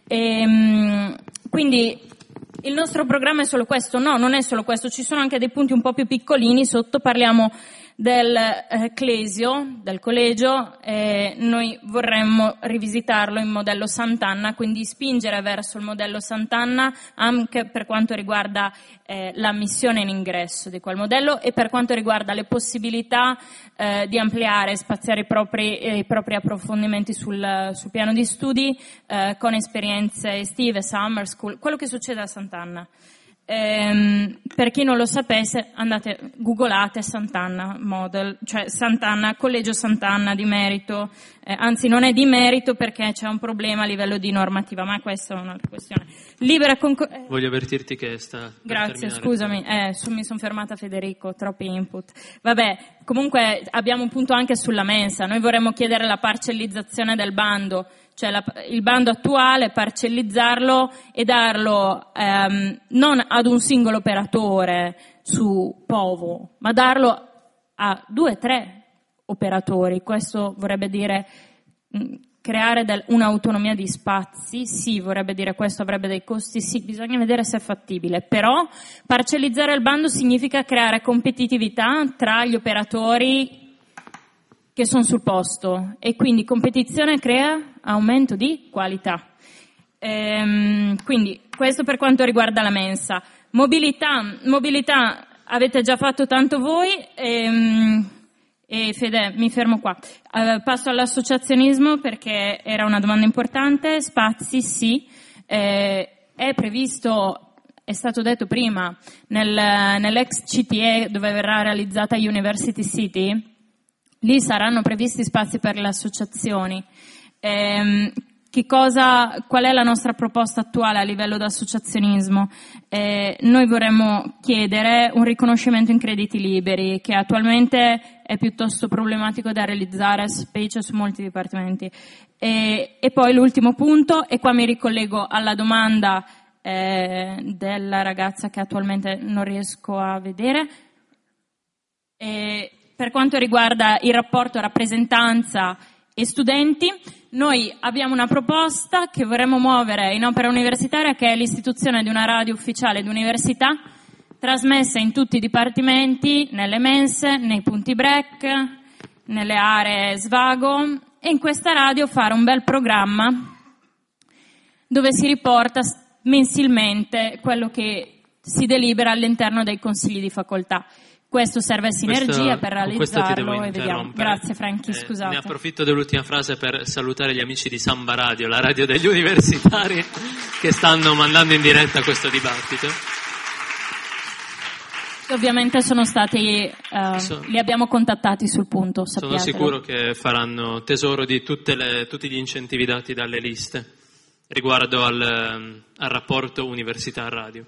Quindi il nostro programma è solo questo? No, non è solo questo, ci sono anche dei punti un po' più piccolini, sotto parliamo del Clesio, del collegio, noi vorremmo rivisitarlo in modello Sant'Anna, quindi spingere verso il modello Sant'Anna anche per quanto riguarda l'ammissione in ingresso di quel modello e per quanto riguarda le possibilità di ampliare e spaziare i propri approfondimenti sul piano di studi con esperienze estive, summer school, quello che succede a Sant'Anna. Per chi non lo sapesse, andate, googolate Sant'Anna Model, cioè Sant'Anna, Collegio Sant'Anna di merito, anzi non è di merito perché c'è un problema a livello di normativa, ma questa è un'altra questione. Voglio avvertirti che sta per Grazie, terminare. scusami, mi sono fermata Federico, troppi input. Vabbè, comunque abbiamo un punto anche sulla mensa, noi vorremmo chiedere la parcellizzazione del bando, cioè il bando attuale, parcellizzarlo e darlo non ad un singolo operatore su Povo, ma darlo a 2-3 operatori. Questo vorrebbe dire creare un'autonomia di spazi, sì, vorrebbe dire questo, avrebbe dei costi, sì, bisogna vedere se è fattibile, però parcellizzare il bando significa creare competitività tra gli operatori che sono sul posto e quindi competizione crea aumento di qualità. Quindi questo per quanto riguarda la mensa. Mobilità avete già fatto tanto voi e Fede, mi fermo qua. Passo all'associazionismo perché era una domanda importante. Spazi sì, è previsto, è stato detto prima, nell'ex CTE dove verrà realizzata University City. Lì saranno previsti spazi per le associazioni. Qual è la nostra proposta attuale a livello di associazionismo? Noi vorremmo chiedere un riconoscimento in crediti liberi, che attualmente è piuttosto problematico da realizzare, specie su molti dipartimenti. E poi l'ultimo punto, e qua mi ricollego alla domanda della ragazza che attualmente non riesco a vedere. Per quanto riguarda il rapporto rappresentanza e studenti, noi abbiamo una proposta che vorremmo muovere in opera universitaria, che è l'istituzione di una radio ufficiale di università, trasmessa in tutti i dipartimenti, nelle mense, nei punti break, nelle aree svago, e in questa radio fare un bel programma dove si riporta mensilmente quello che si delibera all'interno dei consigli di facoltà. Questo serve a sinergia per realizzarlo e vediamo. Grazie Franchi, scusate. Ne approfitto dell'ultima frase per salutare gli amici di Samba Radio, la radio degli universitari, che stanno mandando in diretta questo dibattito. Ovviamente sono stati, li abbiamo contattati sul punto, sappiatelo. Sono sicuro che faranno tesoro di tutti gli incentivi dati dalle liste riguardo al rapporto università-radio.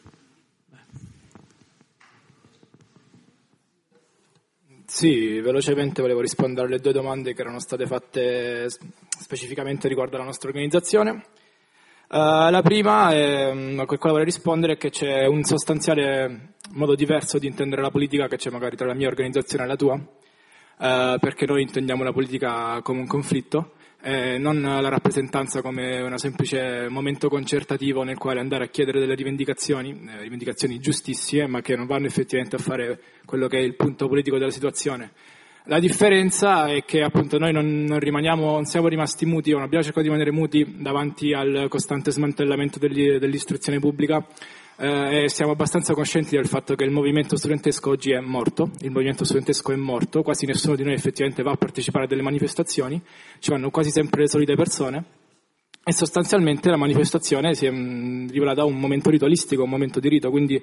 Sì, velocemente volevo rispondere alle due domande che erano state fatte specificamente riguardo alla nostra organizzazione. La prima, a quella vorrei rispondere, è che c'è un sostanziale modo diverso di intendere la politica che c'è magari tra la mia organizzazione e la tua, perché noi intendiamo la politica come un conflitto, non la rappresentanza come un semplice momento concertativo nel quale andare a chiedere delle rivendicazioni giustissime, ma che non vanno effettivamente a fare quello che è il punto politico della situazione. La differenza è che appunto noi non siamo rimasti muti, o non abbiamo cercato di rimanere muti davanti al costante smantellamento dell'istruzione pubblica, e siamo abbastanza coscienti del fatto che il movimento studentesco oggi è morto, quasi nessuno di noi effettivamente va a partecipare a delle manifestazioni, ci vanno quasi sempre le solite persone, e sostanzialmente la manifestazione si è rivelata un momento ritualistico, un momento di rito, quindi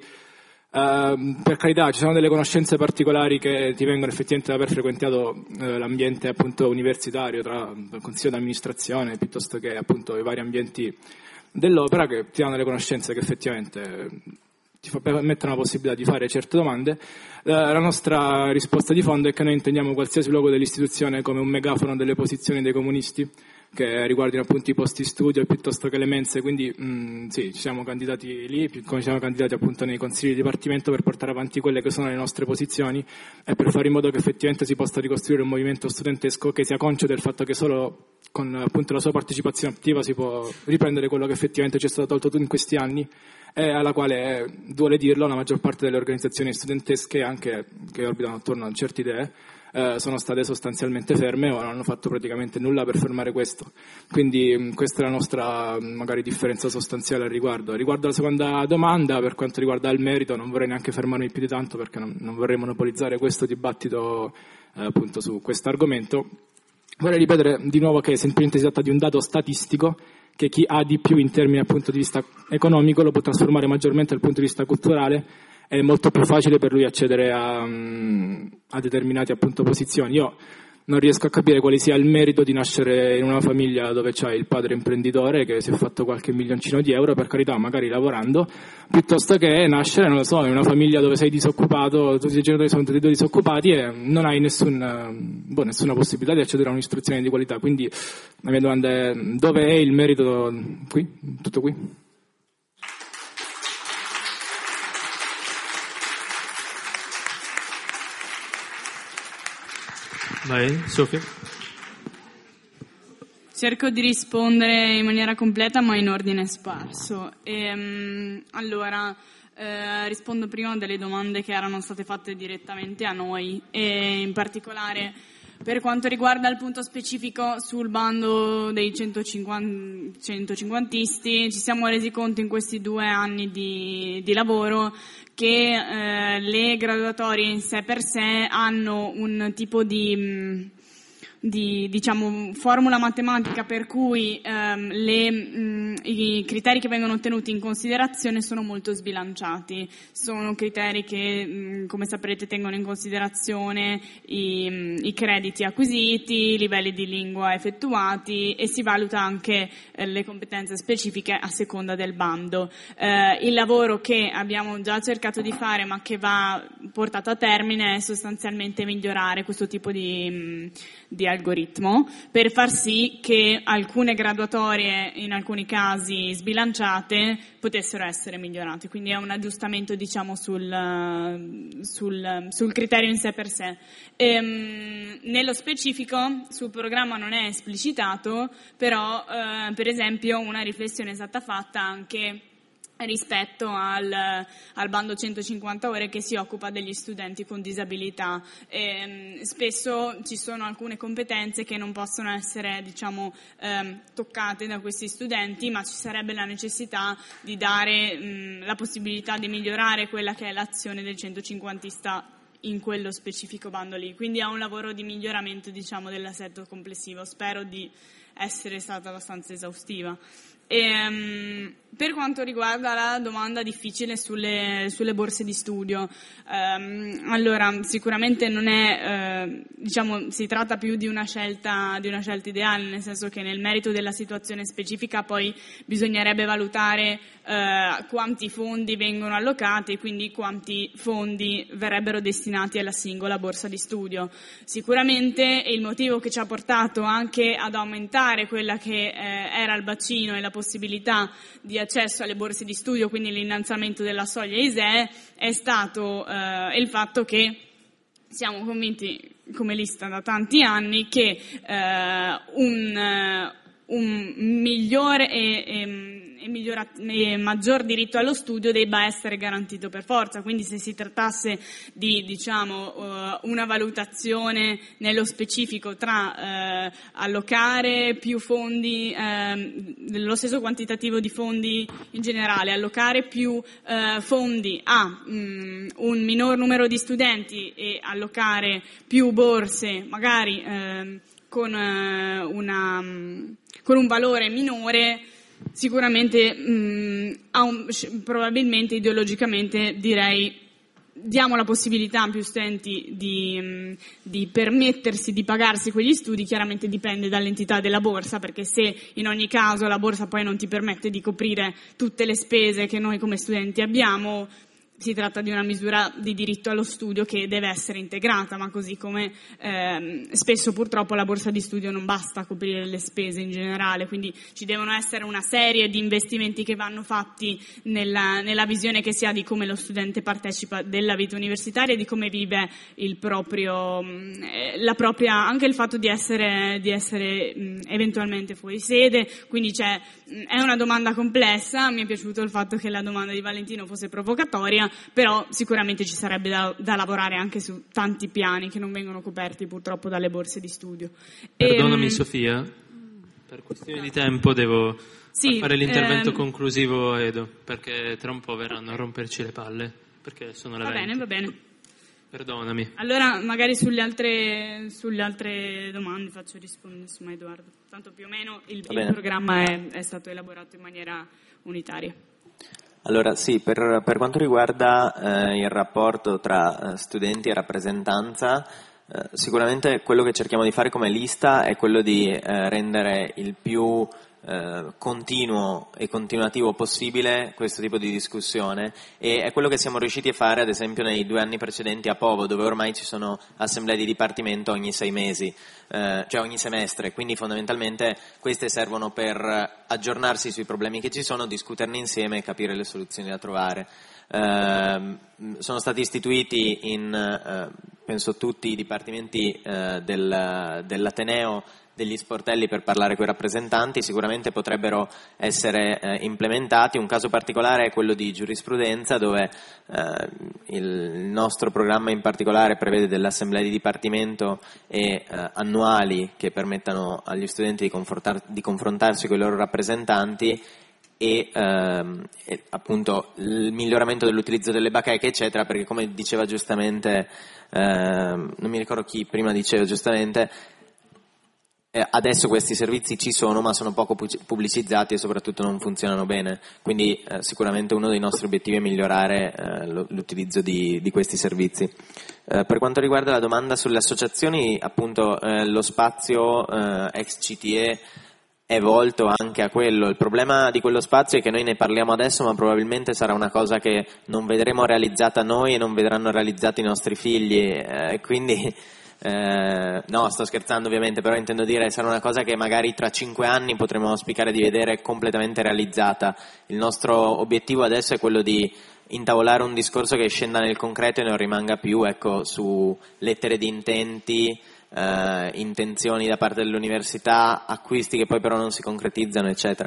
per carità ci sono delle conoscenze particolari che ti vengono effettivamente da aver frequentato l'ambiente appunto universitario, tra il consiglio d'amministrazione piuttosto che appunto i vari ambienti dell'opera, che ti danno delle conoscenze che effettivamente ti permettono la possibilità di fare certe domande. La nostra risposta di fondo è che noi intendiamo qualsiasi luogo dell'istituzione come un megafono delle posizioni dei comunisti che riguardino appunto i posti studio piuttosto che le mense, quindi sì, ci siamo candidati lì, come ci siamo candidati appunto nei consigli di dipartimento per portare avanti quelle che sono le nostre posizioni e per fare in modo che effettivamente si possa ricostruire un movimento studentesco che sia conscio del fatto che solo con appunto la sua partecipazione attiva si può riprendere quello che effettivamente ci è stato tolto in questi anni, e alla quale, duole dirlo, la maggior parte delle organizzazioni studentesche anche che orbitano attorno a certe idee sono state sostanzialmente ferme o non hanno fatto praticamente nulla per fermare questo. Quindi questa è la nostra magari differenza sostanziale al riguardo. Riguardo alla seconda domanda, per quanto riguarda il merito, non vorrei neanche fermarmi più di tanto perché non vorrei monopolizzare questo dibattito appunto su questo argomento. Vorrei ripetere di nuovo che semplicemente si tratta di un dato statistico che chi ha di più in termini dal punto di vista economico lo può trasformare maggiormente dal punto di vista culturale, ed è molto più facile per lui accedere a determinate appunto posizioni. Io non riesco a capire quale sia il merito di nascere in una famiglia dove c'è il padre imprenditore che si è fatto qualche milioncino di euro, per carità, magari lavorando, piuttosto che nascere, non lo so, in una famiglia dove sei disoccupato, tutti i genitori sono tutti e due disoccupati e non hai nessuna possibilità di accedere a un'istruzione di qualità. Quindi la mia domanda è: dove è il merito qui? Tutto qui? Vai, Sofia. Cerco di rispondere in maniera completa ma in ordine sparso. Allora, rispondo prima delle domande che erano state fatte direttamente a noi, e in particolare per quanto riguarda il punto specifico sul bando dei 150isti. Ci siamo resi conto in questi 2 anni di lavoro che le graduatorie in sé per sé hanno un tipo di diciamo formula matematica per cui i criteri che vengono tenuti in considerazione sono molto sbilanciati. Sono criteri che, come saprete, tengono in considerazione i crediti acquisiti, i livelli di lingua effettuati, e si valuta anche le competenze specifiche a seconda del bando. Il lavoro che abbiamo già cercato di fare ma che va portato a termine è sostanzialmente migliorare questo tipo di algoritmo per far sì che alcune graduatorie, in alcuni casi sbilanciate, potessero essere migliorate. Quindi è un aggiustamento, diciamo, sul criterio in sé per sé. Nello specifico sul programma non è esplicitato, però per esempio una riflessione è stata fatta anche rispetto al bando 150 ore che si occupa degli studenti con disabilità. Spesso ci sono alcune competenze che non possono essere, diciamo, toccate da questi studenti, ma ci sarebbe la necessità di dare la possibilità di migliorare quella che è l'azione del 150ista in quello specifico bando lì. Quindi è un lavoro di miglioramento, diciamo, dell'assetto complessivo. Spero di essere stata abbastanza esaustiva. Per quanto riguarda la domanda difficile sulle borse di studio, allora sicuramente non è, diciamo, si tratta più di una scelta ideale, nel senso che nel merito della situazione specifica poi bisognerebbe valutare quanti fondi vengono allocati e quindi quanti fondi verrebbero destinati alla singola borsa di studio. Sicuramente il motivo che ci ha portato anche ad aumentare quella che era il bacino e la possibilità di accesso alle borse di studio, quindi l'innalzamento della soglia ISEE, è stato il fatto che siamo convinti come lista da tanti anni che un migliore e maggior diritto allo studio debba essere garantito per forza. Quindi se si trattasse di, diciamo, una valutazione nello specifico tra allocare più fondi, lo stesso quantitativo di fondi in generale, allocare più fondi a un minor numero di studenti e allocare più borse magari con un valore minore, sicuramente probabilmente ideologicamente direi diamo la possibilità a più studenti di permettersi di pagarsi quegli studi. Chiaramente dipende dall'entità della borsa, perché se in ogni caso la borsa poi non ti permette di coprire tutte le spese che noi come studenti abbiamo, si tratta di una misura di diritto allo studio che deve essere integrata, ma così come spesso purtroppo la borsa di studio non basta a coprire le spese in generale, quindi ci devono essere una serie di investimenti che vanno fatti nella visione che si ha di come lo studente partecipa della vita universitaria e di come vive il proprio, anche il fatto di essere eventualmente fuori sede. Quindi è una domanda complessa. Mi è piaciuto il fatto che la domanda di Valentino fosse provocatoria, però sicuramente ci sarebbe da lavorare anche su tanti piani che non vengono coperti purtroppo dalle borse di studio. Perdonami Sofia, per questione di tempo devo fare l'intervento conclusivo a Edo, perché tra un po' verranno a romperci le palle, perché sono le 20. Va bene. Perdonami. Allora magari sulle altre domande faccio rispondere insomma Edoardo. Tanto più o meno il programma è stato elaborato in maniera unitaria. Allora sì, per quanto riguarda il rapporto tra studenti e rappresentanza, sicuramente quello che cerchiamo di fare come lista è quello di rendere il più continuo e continuativo possibile questo tipo di discussione, e è quello che siamo riusciti a fare ad esempio nei 2 anni precedenti a Povo, dove ormai ci sono assemblee di dipartimento ogni 6 mesi, cioè ogni semestre, quindi fondamentalmente queste servono per aggiornarsi sui problemi che ci sono, discuterne insieme e capire le soluzioni da trovare. Sono stati istituiti in penso tutti i dipartimenti dell'Ateneo degli sportelli per parlare con i rappresentanti, sicuramente potrebbero essere implementati. Un caso particolare è quello di giurisprudenza, dove il nostro programma in particolare prevede delle assemblee di dipartimento e annuali che permettano agli studenti di confrontarsi con i loro rappresentanti, e appunto il miglioramento dell'utilizzo delle bacheche eccetera, perché come diceva giustamente non mi ricordo chi prima diceva giustamente, adesso questi servizi ci sono ma sono poco pubblicizzati e soprattutto non funzionano bene, quindi sicuramente uno dei nostri obiettivi è migliorare l'utilizzo di questi servizi. Per quanto riguarda la domanda sulle associazioni, appunto lo spazio ex CTE è volto anche a quello. Il problema di quello spazio è che noi ne parliamo adesso, ma probabilmente sarà una cosa che non vedremo realizzata noi e non vedranno realizzati i nostri figli, quindi no, sto scherzando ovviamente, però intendo dire sarà una cosa che magari tra 5 anni potremo auspicare di vedere completamente realizzata. Il nostro obiettivo adesso è quello di intavolare un discorso che scenda nel concreto e non rimanga più su lettere di intenti, intenzioni da parte dell'università, acquisti che poi però non si concretizzano eccetera.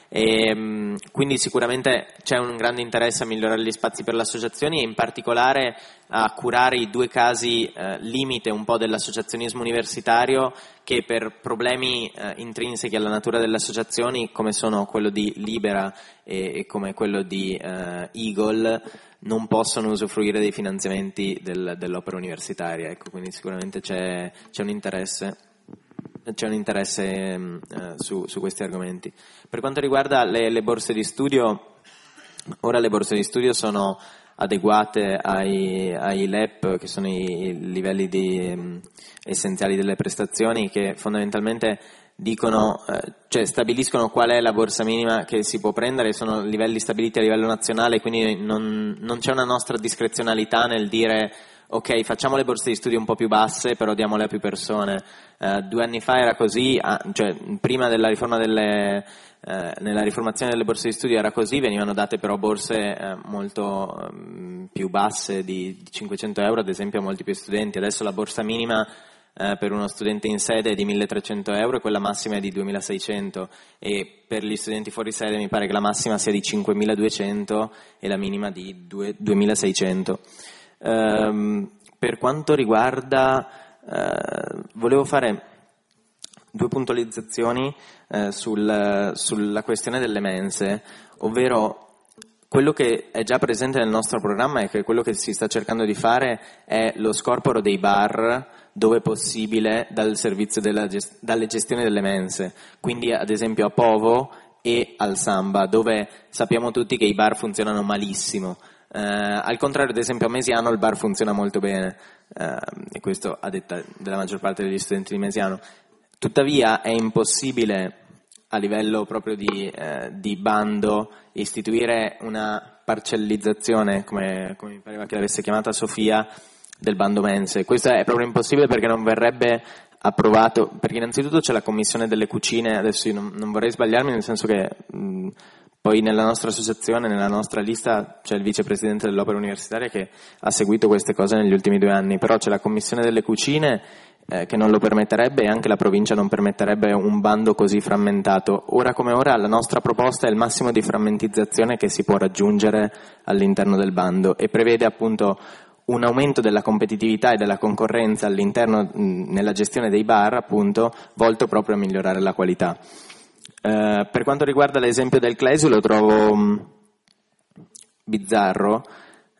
E quindi sicuramente c'è un grande interesse a migliorare gli spazi per le associazioni e in particolare a curare i 2 casi limite un po' dell'associazionismo universitario, che per problemi intrinseci alla natura delle associazioni, come sono quello di Libera e come quello di Eagle, non possono usufruire dei finanziamenti dell'opera universitaria. Ecco, quindi sicuramente c'è un interesse su questi argomenti. Per quanto riguarda le borse di studio, ora le borse di studio sono adeguate ai LEP, che sono i livelli essenziali delle prestazioni, che fondamentalmente dicono, cioè stabiliscono qual è la borsa minima che si può prendere, sono livelli stabiliti a livello nazionale, quindi non c'è una nostra discrezionalità nel dire ok, facciamo le borse di studio un po' più basse, però diamole a più persone. 2 anni fa era così, cioè prima della riforma nella riformazione delle borse di studio era così, venivano date però borse molto più basse di 500 euro ad esempio a molti più studenti. Adesso la borsa minima per uno studente in sede è di 1.300 euro e quella massima è di 2.600, e per gli studenti fuori sede mi pare che la massima sia di 5.200 e la minima di 2.600. Per quanto riguarda, volevo fare 2 puntualizzazioni sulla questione delle mense, ovvero quello che è già presente nel nostro programma e che quello che si sta cercando di fare è lo scorporo dei bar dove possibile dal servizio dalle gestioni delle mense, quindi ad esempio a Povo e al Samba, dove sappiamo tutti che i bar funzionano malissimo. Al contrario, ad esempio a Mesiano il bar funziona molto bene, e questo a detta della maggior parte degli studenti di Mesiano. Tuttavia è impossibile a livello proprio di bando istituire una parcellizzazione, come mi pareva che l'avesse chiamata Sofia, del bando mense. Questo è proprio impossibile perché non verrebbe approvato, perché innanzitutto c'è la commissione delle cucine, adesso io non vorrei sbagliarmi, nel senso che poi nella nostra associazione, nella nostra lista c'è il vicepresidente dell'opera universitaria che ha seguito queste cose negli ultimi 2 anni, però c'è la commissione delle cucine che non lo permetterebbe, e anche la provincia non permetterebbe un bando così frammentato. Ora come ora la nostra proposta è il massimo di frammentizzazione che si può raggiungere all'interno del bando e prevede appunto un aumento della competitività e della concorrenza all'interno nella gestione dei bar, appunto volto proprio a migliorare la qualità. Per quanto riguarda l'esempio del CLESU lo trovo bizzarro,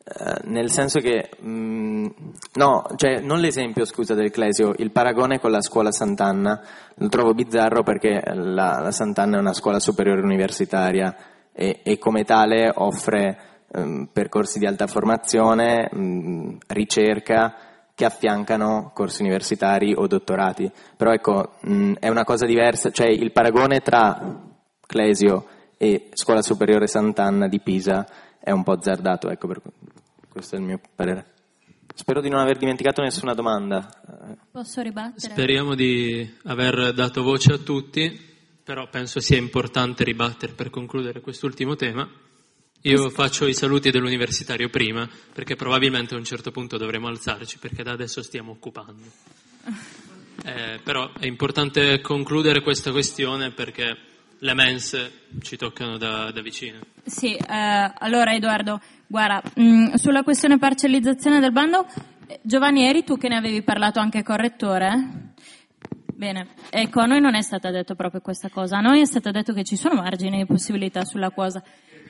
Nel senso che, no, cioè non l'esempio, scusa, del Clesio, il paragone con la scuola Sant'Anna lo trovo bizzarro perché la Sant'Anna è una scuola superiore universitaria e come tale offre percorsi di alta formazione, ricerca che affiancano corsi universitari o dottorati. Però ecco, è una cosa diversa, cioè il paragone tra Clesio e Scuola Superiore Sant'Anna di Pisa è un po' azzardato, ecco, questo è il mio parere. Spero di non aver dimenticato nessuna domanda. Posso ribattere? Speriamo di aver dato voce a tutti, però penso sia importante ribattere per concludere quest'ultimo tema. Io faccio i saluti dell'universitario prima, perché probabilmente a un certo punto dovremo alzarci, perché da adesso stiamo occupando. Però è importante concludere questa questione perché le mense ci toccano da vicino. Sì, allora Edoardo, guarda, sulla questione parcellizzazione del bando, Giovanni, eri tu che ne avevi parlato anche col rettore? Bene, ecco, a noi non è stata detto proprio questa cosa, a noi è stato detto che ci sono margini di possibilità sulla cosa.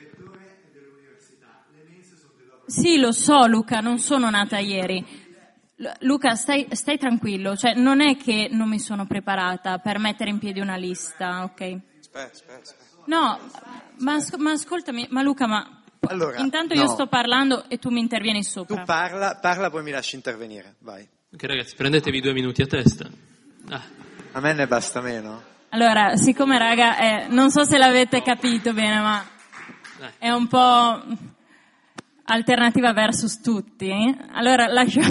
Sì, lo so Luca, non sono nata ieri. Luca, stai tranquillo, cioè non è che non mi sono preparata per mettere in piedi una lista, ok? Aspetta. No, ma ascoltami, ma Luca, allora, intanto io sto parlando e tu mi intervieni sopra. Tu parla, poi mi lasci intervenire, vai. Ok ragazzi, prendetevi 2 minuti a testa. A me ne basta meno. Allora, siccome raga, non so se l'avete capito bene, ma è un po' alternativa versus tutti. Allora lascio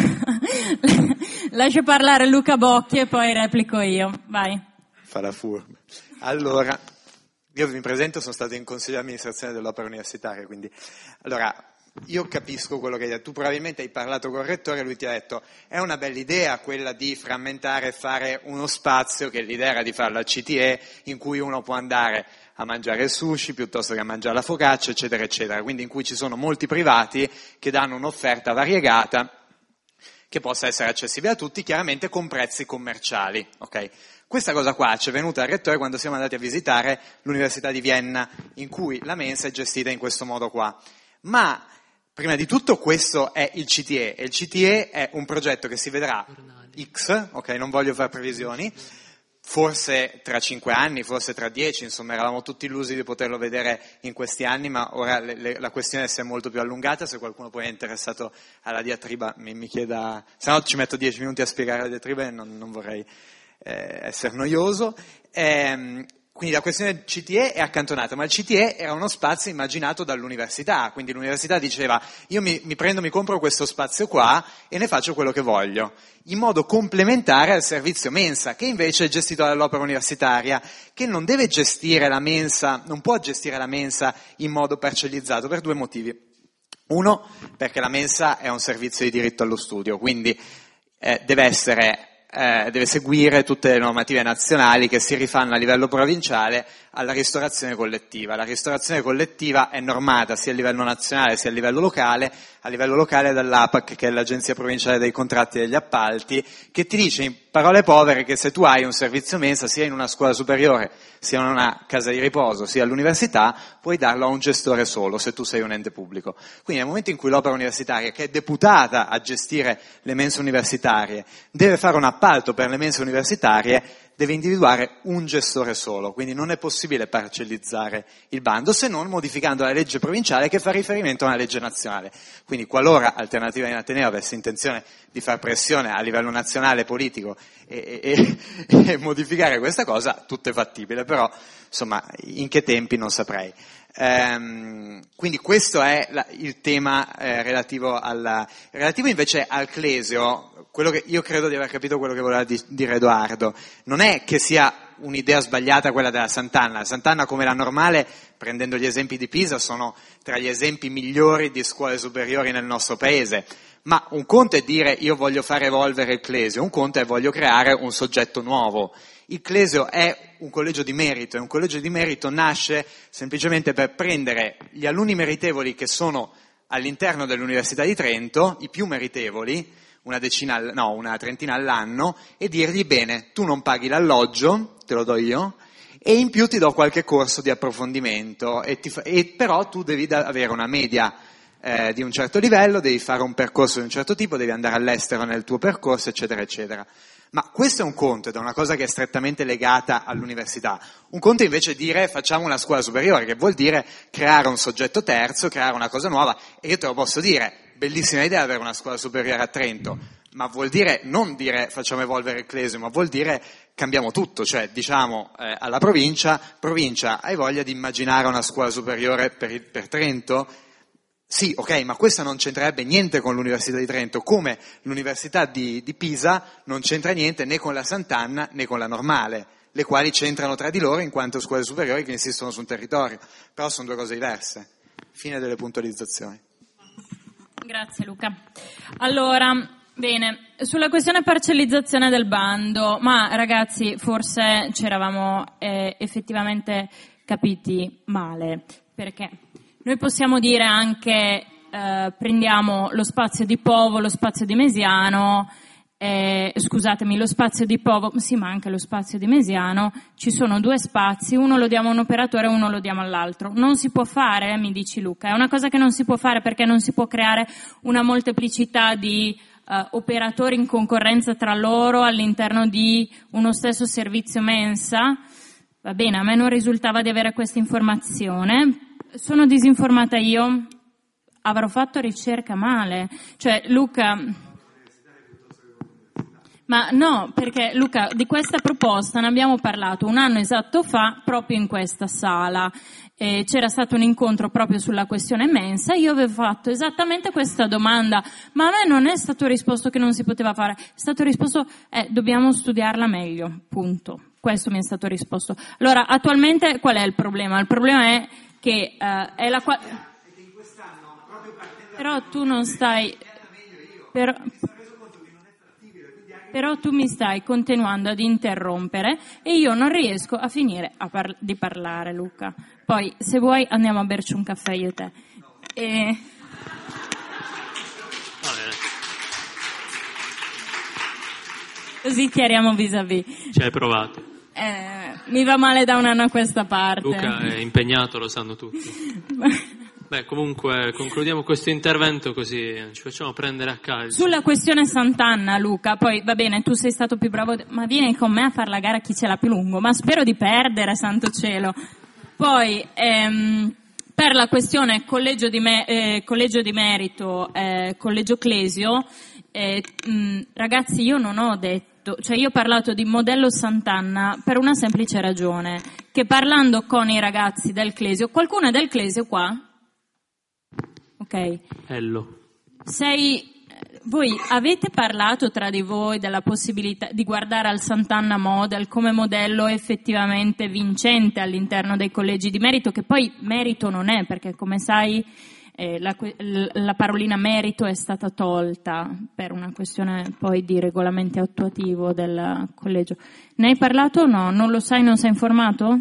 parlare Luca Bocchi e poi replico io. Vai. Fa la furba. Allora, io vi presento, sono stato in consiglio di amministrazione dell'opera universitaria, quindi allora io capisco quello che hai detto. Tu probabilmente hai parlato col rettore e lui ti ha detto è una bella idea quella di frammentare e fare uno spazio, che l'idea era di fare la CTE in cui uno può andare a mangiare il sushi piuttosto che a mangiare la focaccia, eccetera, eccetera, quindi in cui ci sono molti privati che danno un'offerta variegata che possa essere accessibile a tutti, chiaramente con prezzi commerciali, ok? Questa cosa qua ci è venuta al rettore quando siamo andati a visitare l'Università di Vienna, in cui la mensa è gestita in questo modo qua. Ma prima di tutto questo è il CTE, e il CTE è un progetto che si vedrà X, ok? Non voglio fare previsioni, forse tra 5 anni, forse tra 10, insomma eravamo tutti illusi di poterlo vedere in questi anni, ma ora la questione si è molto più allungata. Se qualcuno poi è interessato alla diatriba mi chieda, se no ci metto 10 minuti a spiegare la diatriba e non vorrei essere noioso. Quindi la questione del CTE è accantonata, ma il CTE era uno spazio immaginato dall'università, quindi l'università diceva io mi compro questo spazio qua e ne faccio quello che voglio, in modo complementare al servizio mensa, che invece è gestito dall'opera universitaria, che non deve gestire la mensa, non può gestire la mensa in modo parcellizzato per 2 motivi. Uno, perché la mensa è un servizio di diritto allo studio, quindi deve seguire tutte le normative nazionali che si rifanno a livello provinciale alla ristorazione collettiva. La ristorazione collettiva è normata sia a livello nazionale sia a livello locale dall'APAC, che è l'Agenzia Provinciale dei Contratti e degli Appalti, che ti dice in parole povere che se tu hai un servizio mensa sia in una scuola superiore, sia in una casa di riposo, sia all'università, puoi darlo a un gestore solo se tu sei un ente pubblico. Quindi nel momento in cui l'opera universitaria, che è deputata a gestire le mense universitarie, deve fare un appalto per le mense universitarie, deve individuare un gestore solo, quindi non è possibile parcellizzare il bando se non modificando la legge provinciale che fa riferimento a una legge nazionale. Quindi qualora Alternativa in Ateneo avesse intenzione di far pressione a livello nazionale politico e modificare questa cosa, tutto è fattibile, però insomma in che tempi non saprei. Quindi questo è il tema relativo invece al Clesio. Quello che io credo di aver capito quello che voleva dire Edoardo, non è che sia un'idea sbagliata quella della Sant'Anna. La Sant'Anna, come la normale, prendendo gli esempi di Pisa, sono tra gli esempi migliori di scuole superiori nel nostro paese. Ma un conto è dire io voglio far evolvere il Clesio, un conto è voglio creare un soggetto nuovo. Il Clesio è un collegio di merito, e un collegio di merito nasce semplicemente per prendere gli alunni meritevoli che sono all'interno dell'Università di Trento, i più meritevoli, una trentina all'anno, e dirgli bene, tu non paghi l'alloggio, te lo do io, e in più ti do qualche corso di approfondimento, e però tu devi avere una media di un certo livello, devi fare un percorso di un certo tipo, devi andare all'estero nel tuo percorso, eccetera, eccetera. Ma questo è un conto, ed è una cosa che è strettamente legata all'università. Un conto invece è dire facciamo una scuola superiore, che vuol dire creare un soggetto terzo, creare una cosa nuova, e io te lo posso dire, bellissima idea avere una scuola superiore a Trento, ma vuol dire non dire facciamo evolvere il Clesio, ma vuol dire cambiamo tutto, cioè diciamo alla provincia, hai voglia di immaginare una scuola superiore per Trento? Sì, ok, ma questo non c'entrerebbe niente con l'Università di Trento, come l'Università di Pisa non c'entra niente né con la Sant'Anna né con la Normale, le quali c'entrano tra di loro in quanto scuole superiori che insistono su un territorio, però sono due cose diverse. Fine delle puntualizzazioni. Grazie Luca. Allora, bene, sulla questione parcellizzazione del bando, ma ragazzi forse ci eravamo effettivamente capiti male, perché noi possiamo dire anche prendiamo lo spazio di Povo, lo spazio di Mesiano, lo spazio di Povo, sì, ma anche lo spazio di Mesiano, ci sono due spazi, uno lo diamo a un operatore e uno lo diamo all'altro. Non si può fare, mi dici Luca, è una cosa che non si può fare perché non si può creare una molteplicità di operatori in concorrenza tra loro all'interno di uno stesso servizio mensa. Va bene, a me non risultava di avere questa informazione. Sono disinformata io? Avrò fatto ricerca male. Cioè, Luca... Ma no, perché Luca, di questa proposta ne abbiamo parlato un anno esatto fa proprio in questa sala. C'era stato un incontro proprio sulla questione mensa, io avevo fatto esattamente questa domanda, ma a me non è stato risposto che non si poteva fare, è stato risposto dobbiamo studiarla meglio, punto. Questo mi è stato risposto. Allora, attualmente qual è il problema? Il problema è che è la però tu non stai però tu mi stai continuando ad interrompere e io non riesco a finire di parlare, Luca. Poi, se vuoi, andiamo a berci un caffè io e te. Così chiariamo vis-à-vis. Ci hai provato. Mi va male da un anno a questa parte. Luca è impegnato, lo sanno tutti. Beh, comunque concludiamo questo intervento così ci facciamo prendere a calcio. Sulla questione Sant'Anna, Luca, poi va bene, tu sei stato più bravo, ma vieni con me a far la gara a chi ce l'ha più lungo, ma spero di perdere, santo cielo. Poi, per la questione collegio di merito, collegio Clesio, ragazzi, io non ho detto, cioè io ho parlato di modello Sant'Anna per una semplice ragione, che parlando con i ragazzi del Clesio, qualcuno è del Clesio qua? Ok. Hello. Voi avete parlato tra di voi della possibilità di guardare al Sant'Anna Model come modello effettivamente vincente all'interno dei collegi di merito, che poi merito non è, perché come sai la parolina merito è stata tolta per una questione poi di regolamento attuativo del collegio. Ne hai parlato o no? Non lo sai, non sei informato?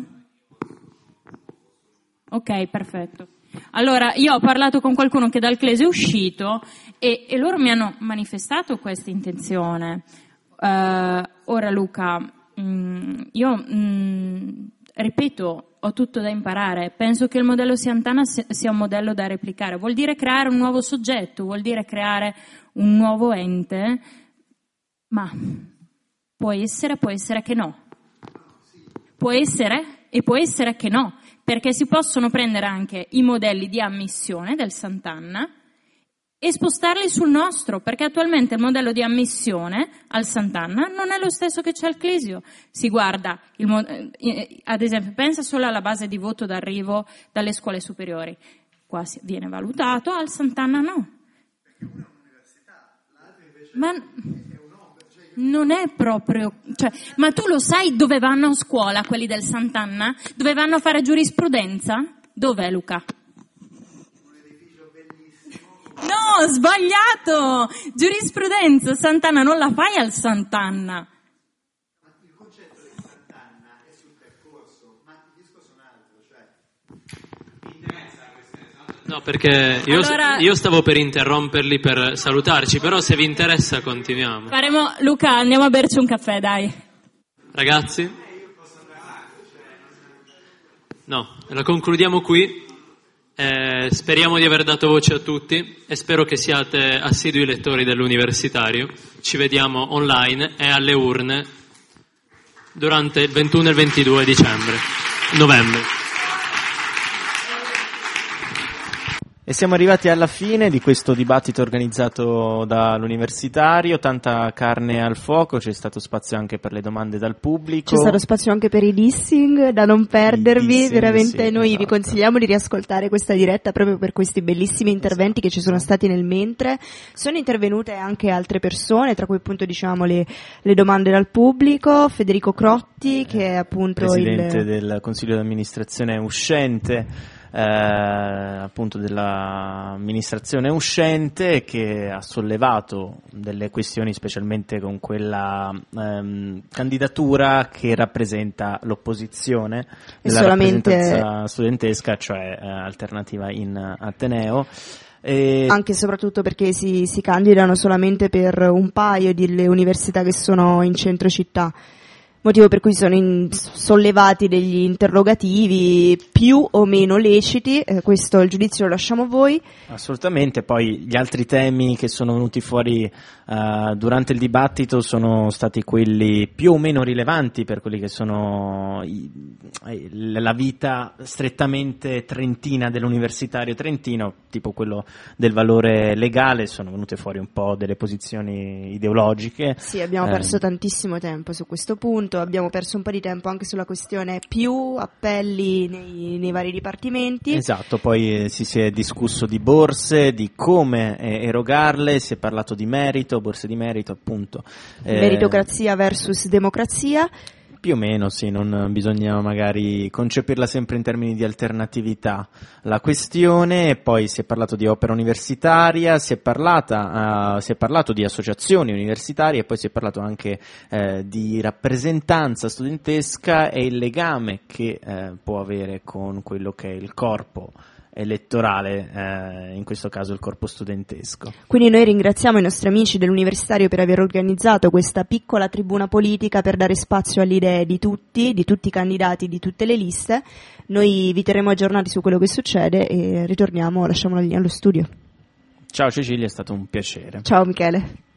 Ok, perfetto. Allora, io ho parlato con qualcuno che dal Clesio è uscito e loro mi hanno manifestato questa intenzione. Ora Luca, io ripeto, ho tutto da imparare. Penso che il modello Sant'Anna sia un modello da replicare. Vuol dire creare un nuovo soggetto, vuol dire creare un nuovo ente, ma può essere che no. Può essere e può essere che no. Perché si possono prendere anche i modelli di ammissione del Sant'Anna e spostarli sul nostro, perché attualmente il modello di ammissione al Sant'Anna non è lo stesso che c'è al Clesio. Si guarda, ad esempio, pensa solo alla base di voto d'arrivo dalle scuole superiori. Qua viene valutato, al Sant'Anna no. Ma non è proprio, cioè, ma tu lo sai dove vanno a scuola quelli del Sant'Anna? Dove vanno a fare giurisprudenza? Dov'è Luca? No, sbagliato! Giurisprudenza, Sant'Anna non la fai al Sant'Anna. Il concetto del Sant'Anna è sul percorso, ma il discorso è un altro, cioè mi interessa la questione. No, perché io stavo per interromperli per salutarci, però se vi interessa continuiamo. Luca, andiamo a berci un caffè, dai. Ragazzi? No, la concludiamo qui. Speriamo di aver dato voce a tutti e spero che siate assidui lettori dell'Universitario. Ci vediamo online e alle urne durante il 21 e il 22 novembre. E siamo arrivati alla fine di questo dibattito organizzato dall'Universitario, tanta carne al fuoco, c'è stato spazio anche per le domande dal pubblico. C'è stato spazio anche per i dissing, da non perdervi, veramente sì, noi esatto. Vi consigliamo di riascoltare questa diretta proprio per questi bellissimi interventi che ci sono stati nel mentre. Sono intervenute anche altre persone, tra cui appunto diciamo le domande dal pubblico, Federico Crotti che è appunto Presidente del Consiglio di amministrazione uscente. Appunto dell'amministrazione uscente, che ha sollevato delle questioni specialmente con quella candidatura che rappresenta l'opposizione della rappresentanza studentesca, cioè Alternativa in Ateneo. Anche e soprattutto perché si candidano solamente per un paio delle università che sono in centro città. Motivo per cui sono sollevati degli interrogativi più o meno leciti, questo il giudizio lo lasciamo a voi. Assolutamente, poi gli altri temi che sono venuti fuori durante il dibattito sono stati quelli più o meno rilevanti per quelli che sono la vita strettamente trentina dell'Universitario trentino, tipo quello del valore legale. Sono venute fuori un po' delle posizioni ideologiche. Sì, abbiamo perso tantissimo tempo su questo punto. Abbiamo perso un po' di tempo anche sulla questione più appelli nei vari dipartimenti. Esatto, poi si è discusso di borse, di come erogarle, si è parlato di merito, borse di merito appunto. Meritocrazia versus democrazia. Più o meno, sì, non bisogna magari concepirla sempre in termini di alternatività la questione. Poi si è parlato di opera universitaria, si è parlato di associazioni universitarie e poi si è parlato anche di rappresentanza studentesca e il legame che può avere con quello che è il corpo elettorale, in questo caso il corpo studentesco. Quindi noi ringraziamo i nostri amici dell'Universitario per aver organizzato questa piccola tribuna politica per dare spazio alle idee di tutti i candidati di tutte le liste. Noi vi terremo aggiornati su quello che succede e lasciamo la linea allo studio. Ciao Cecilia, è stato un piacere. Ciao Michele.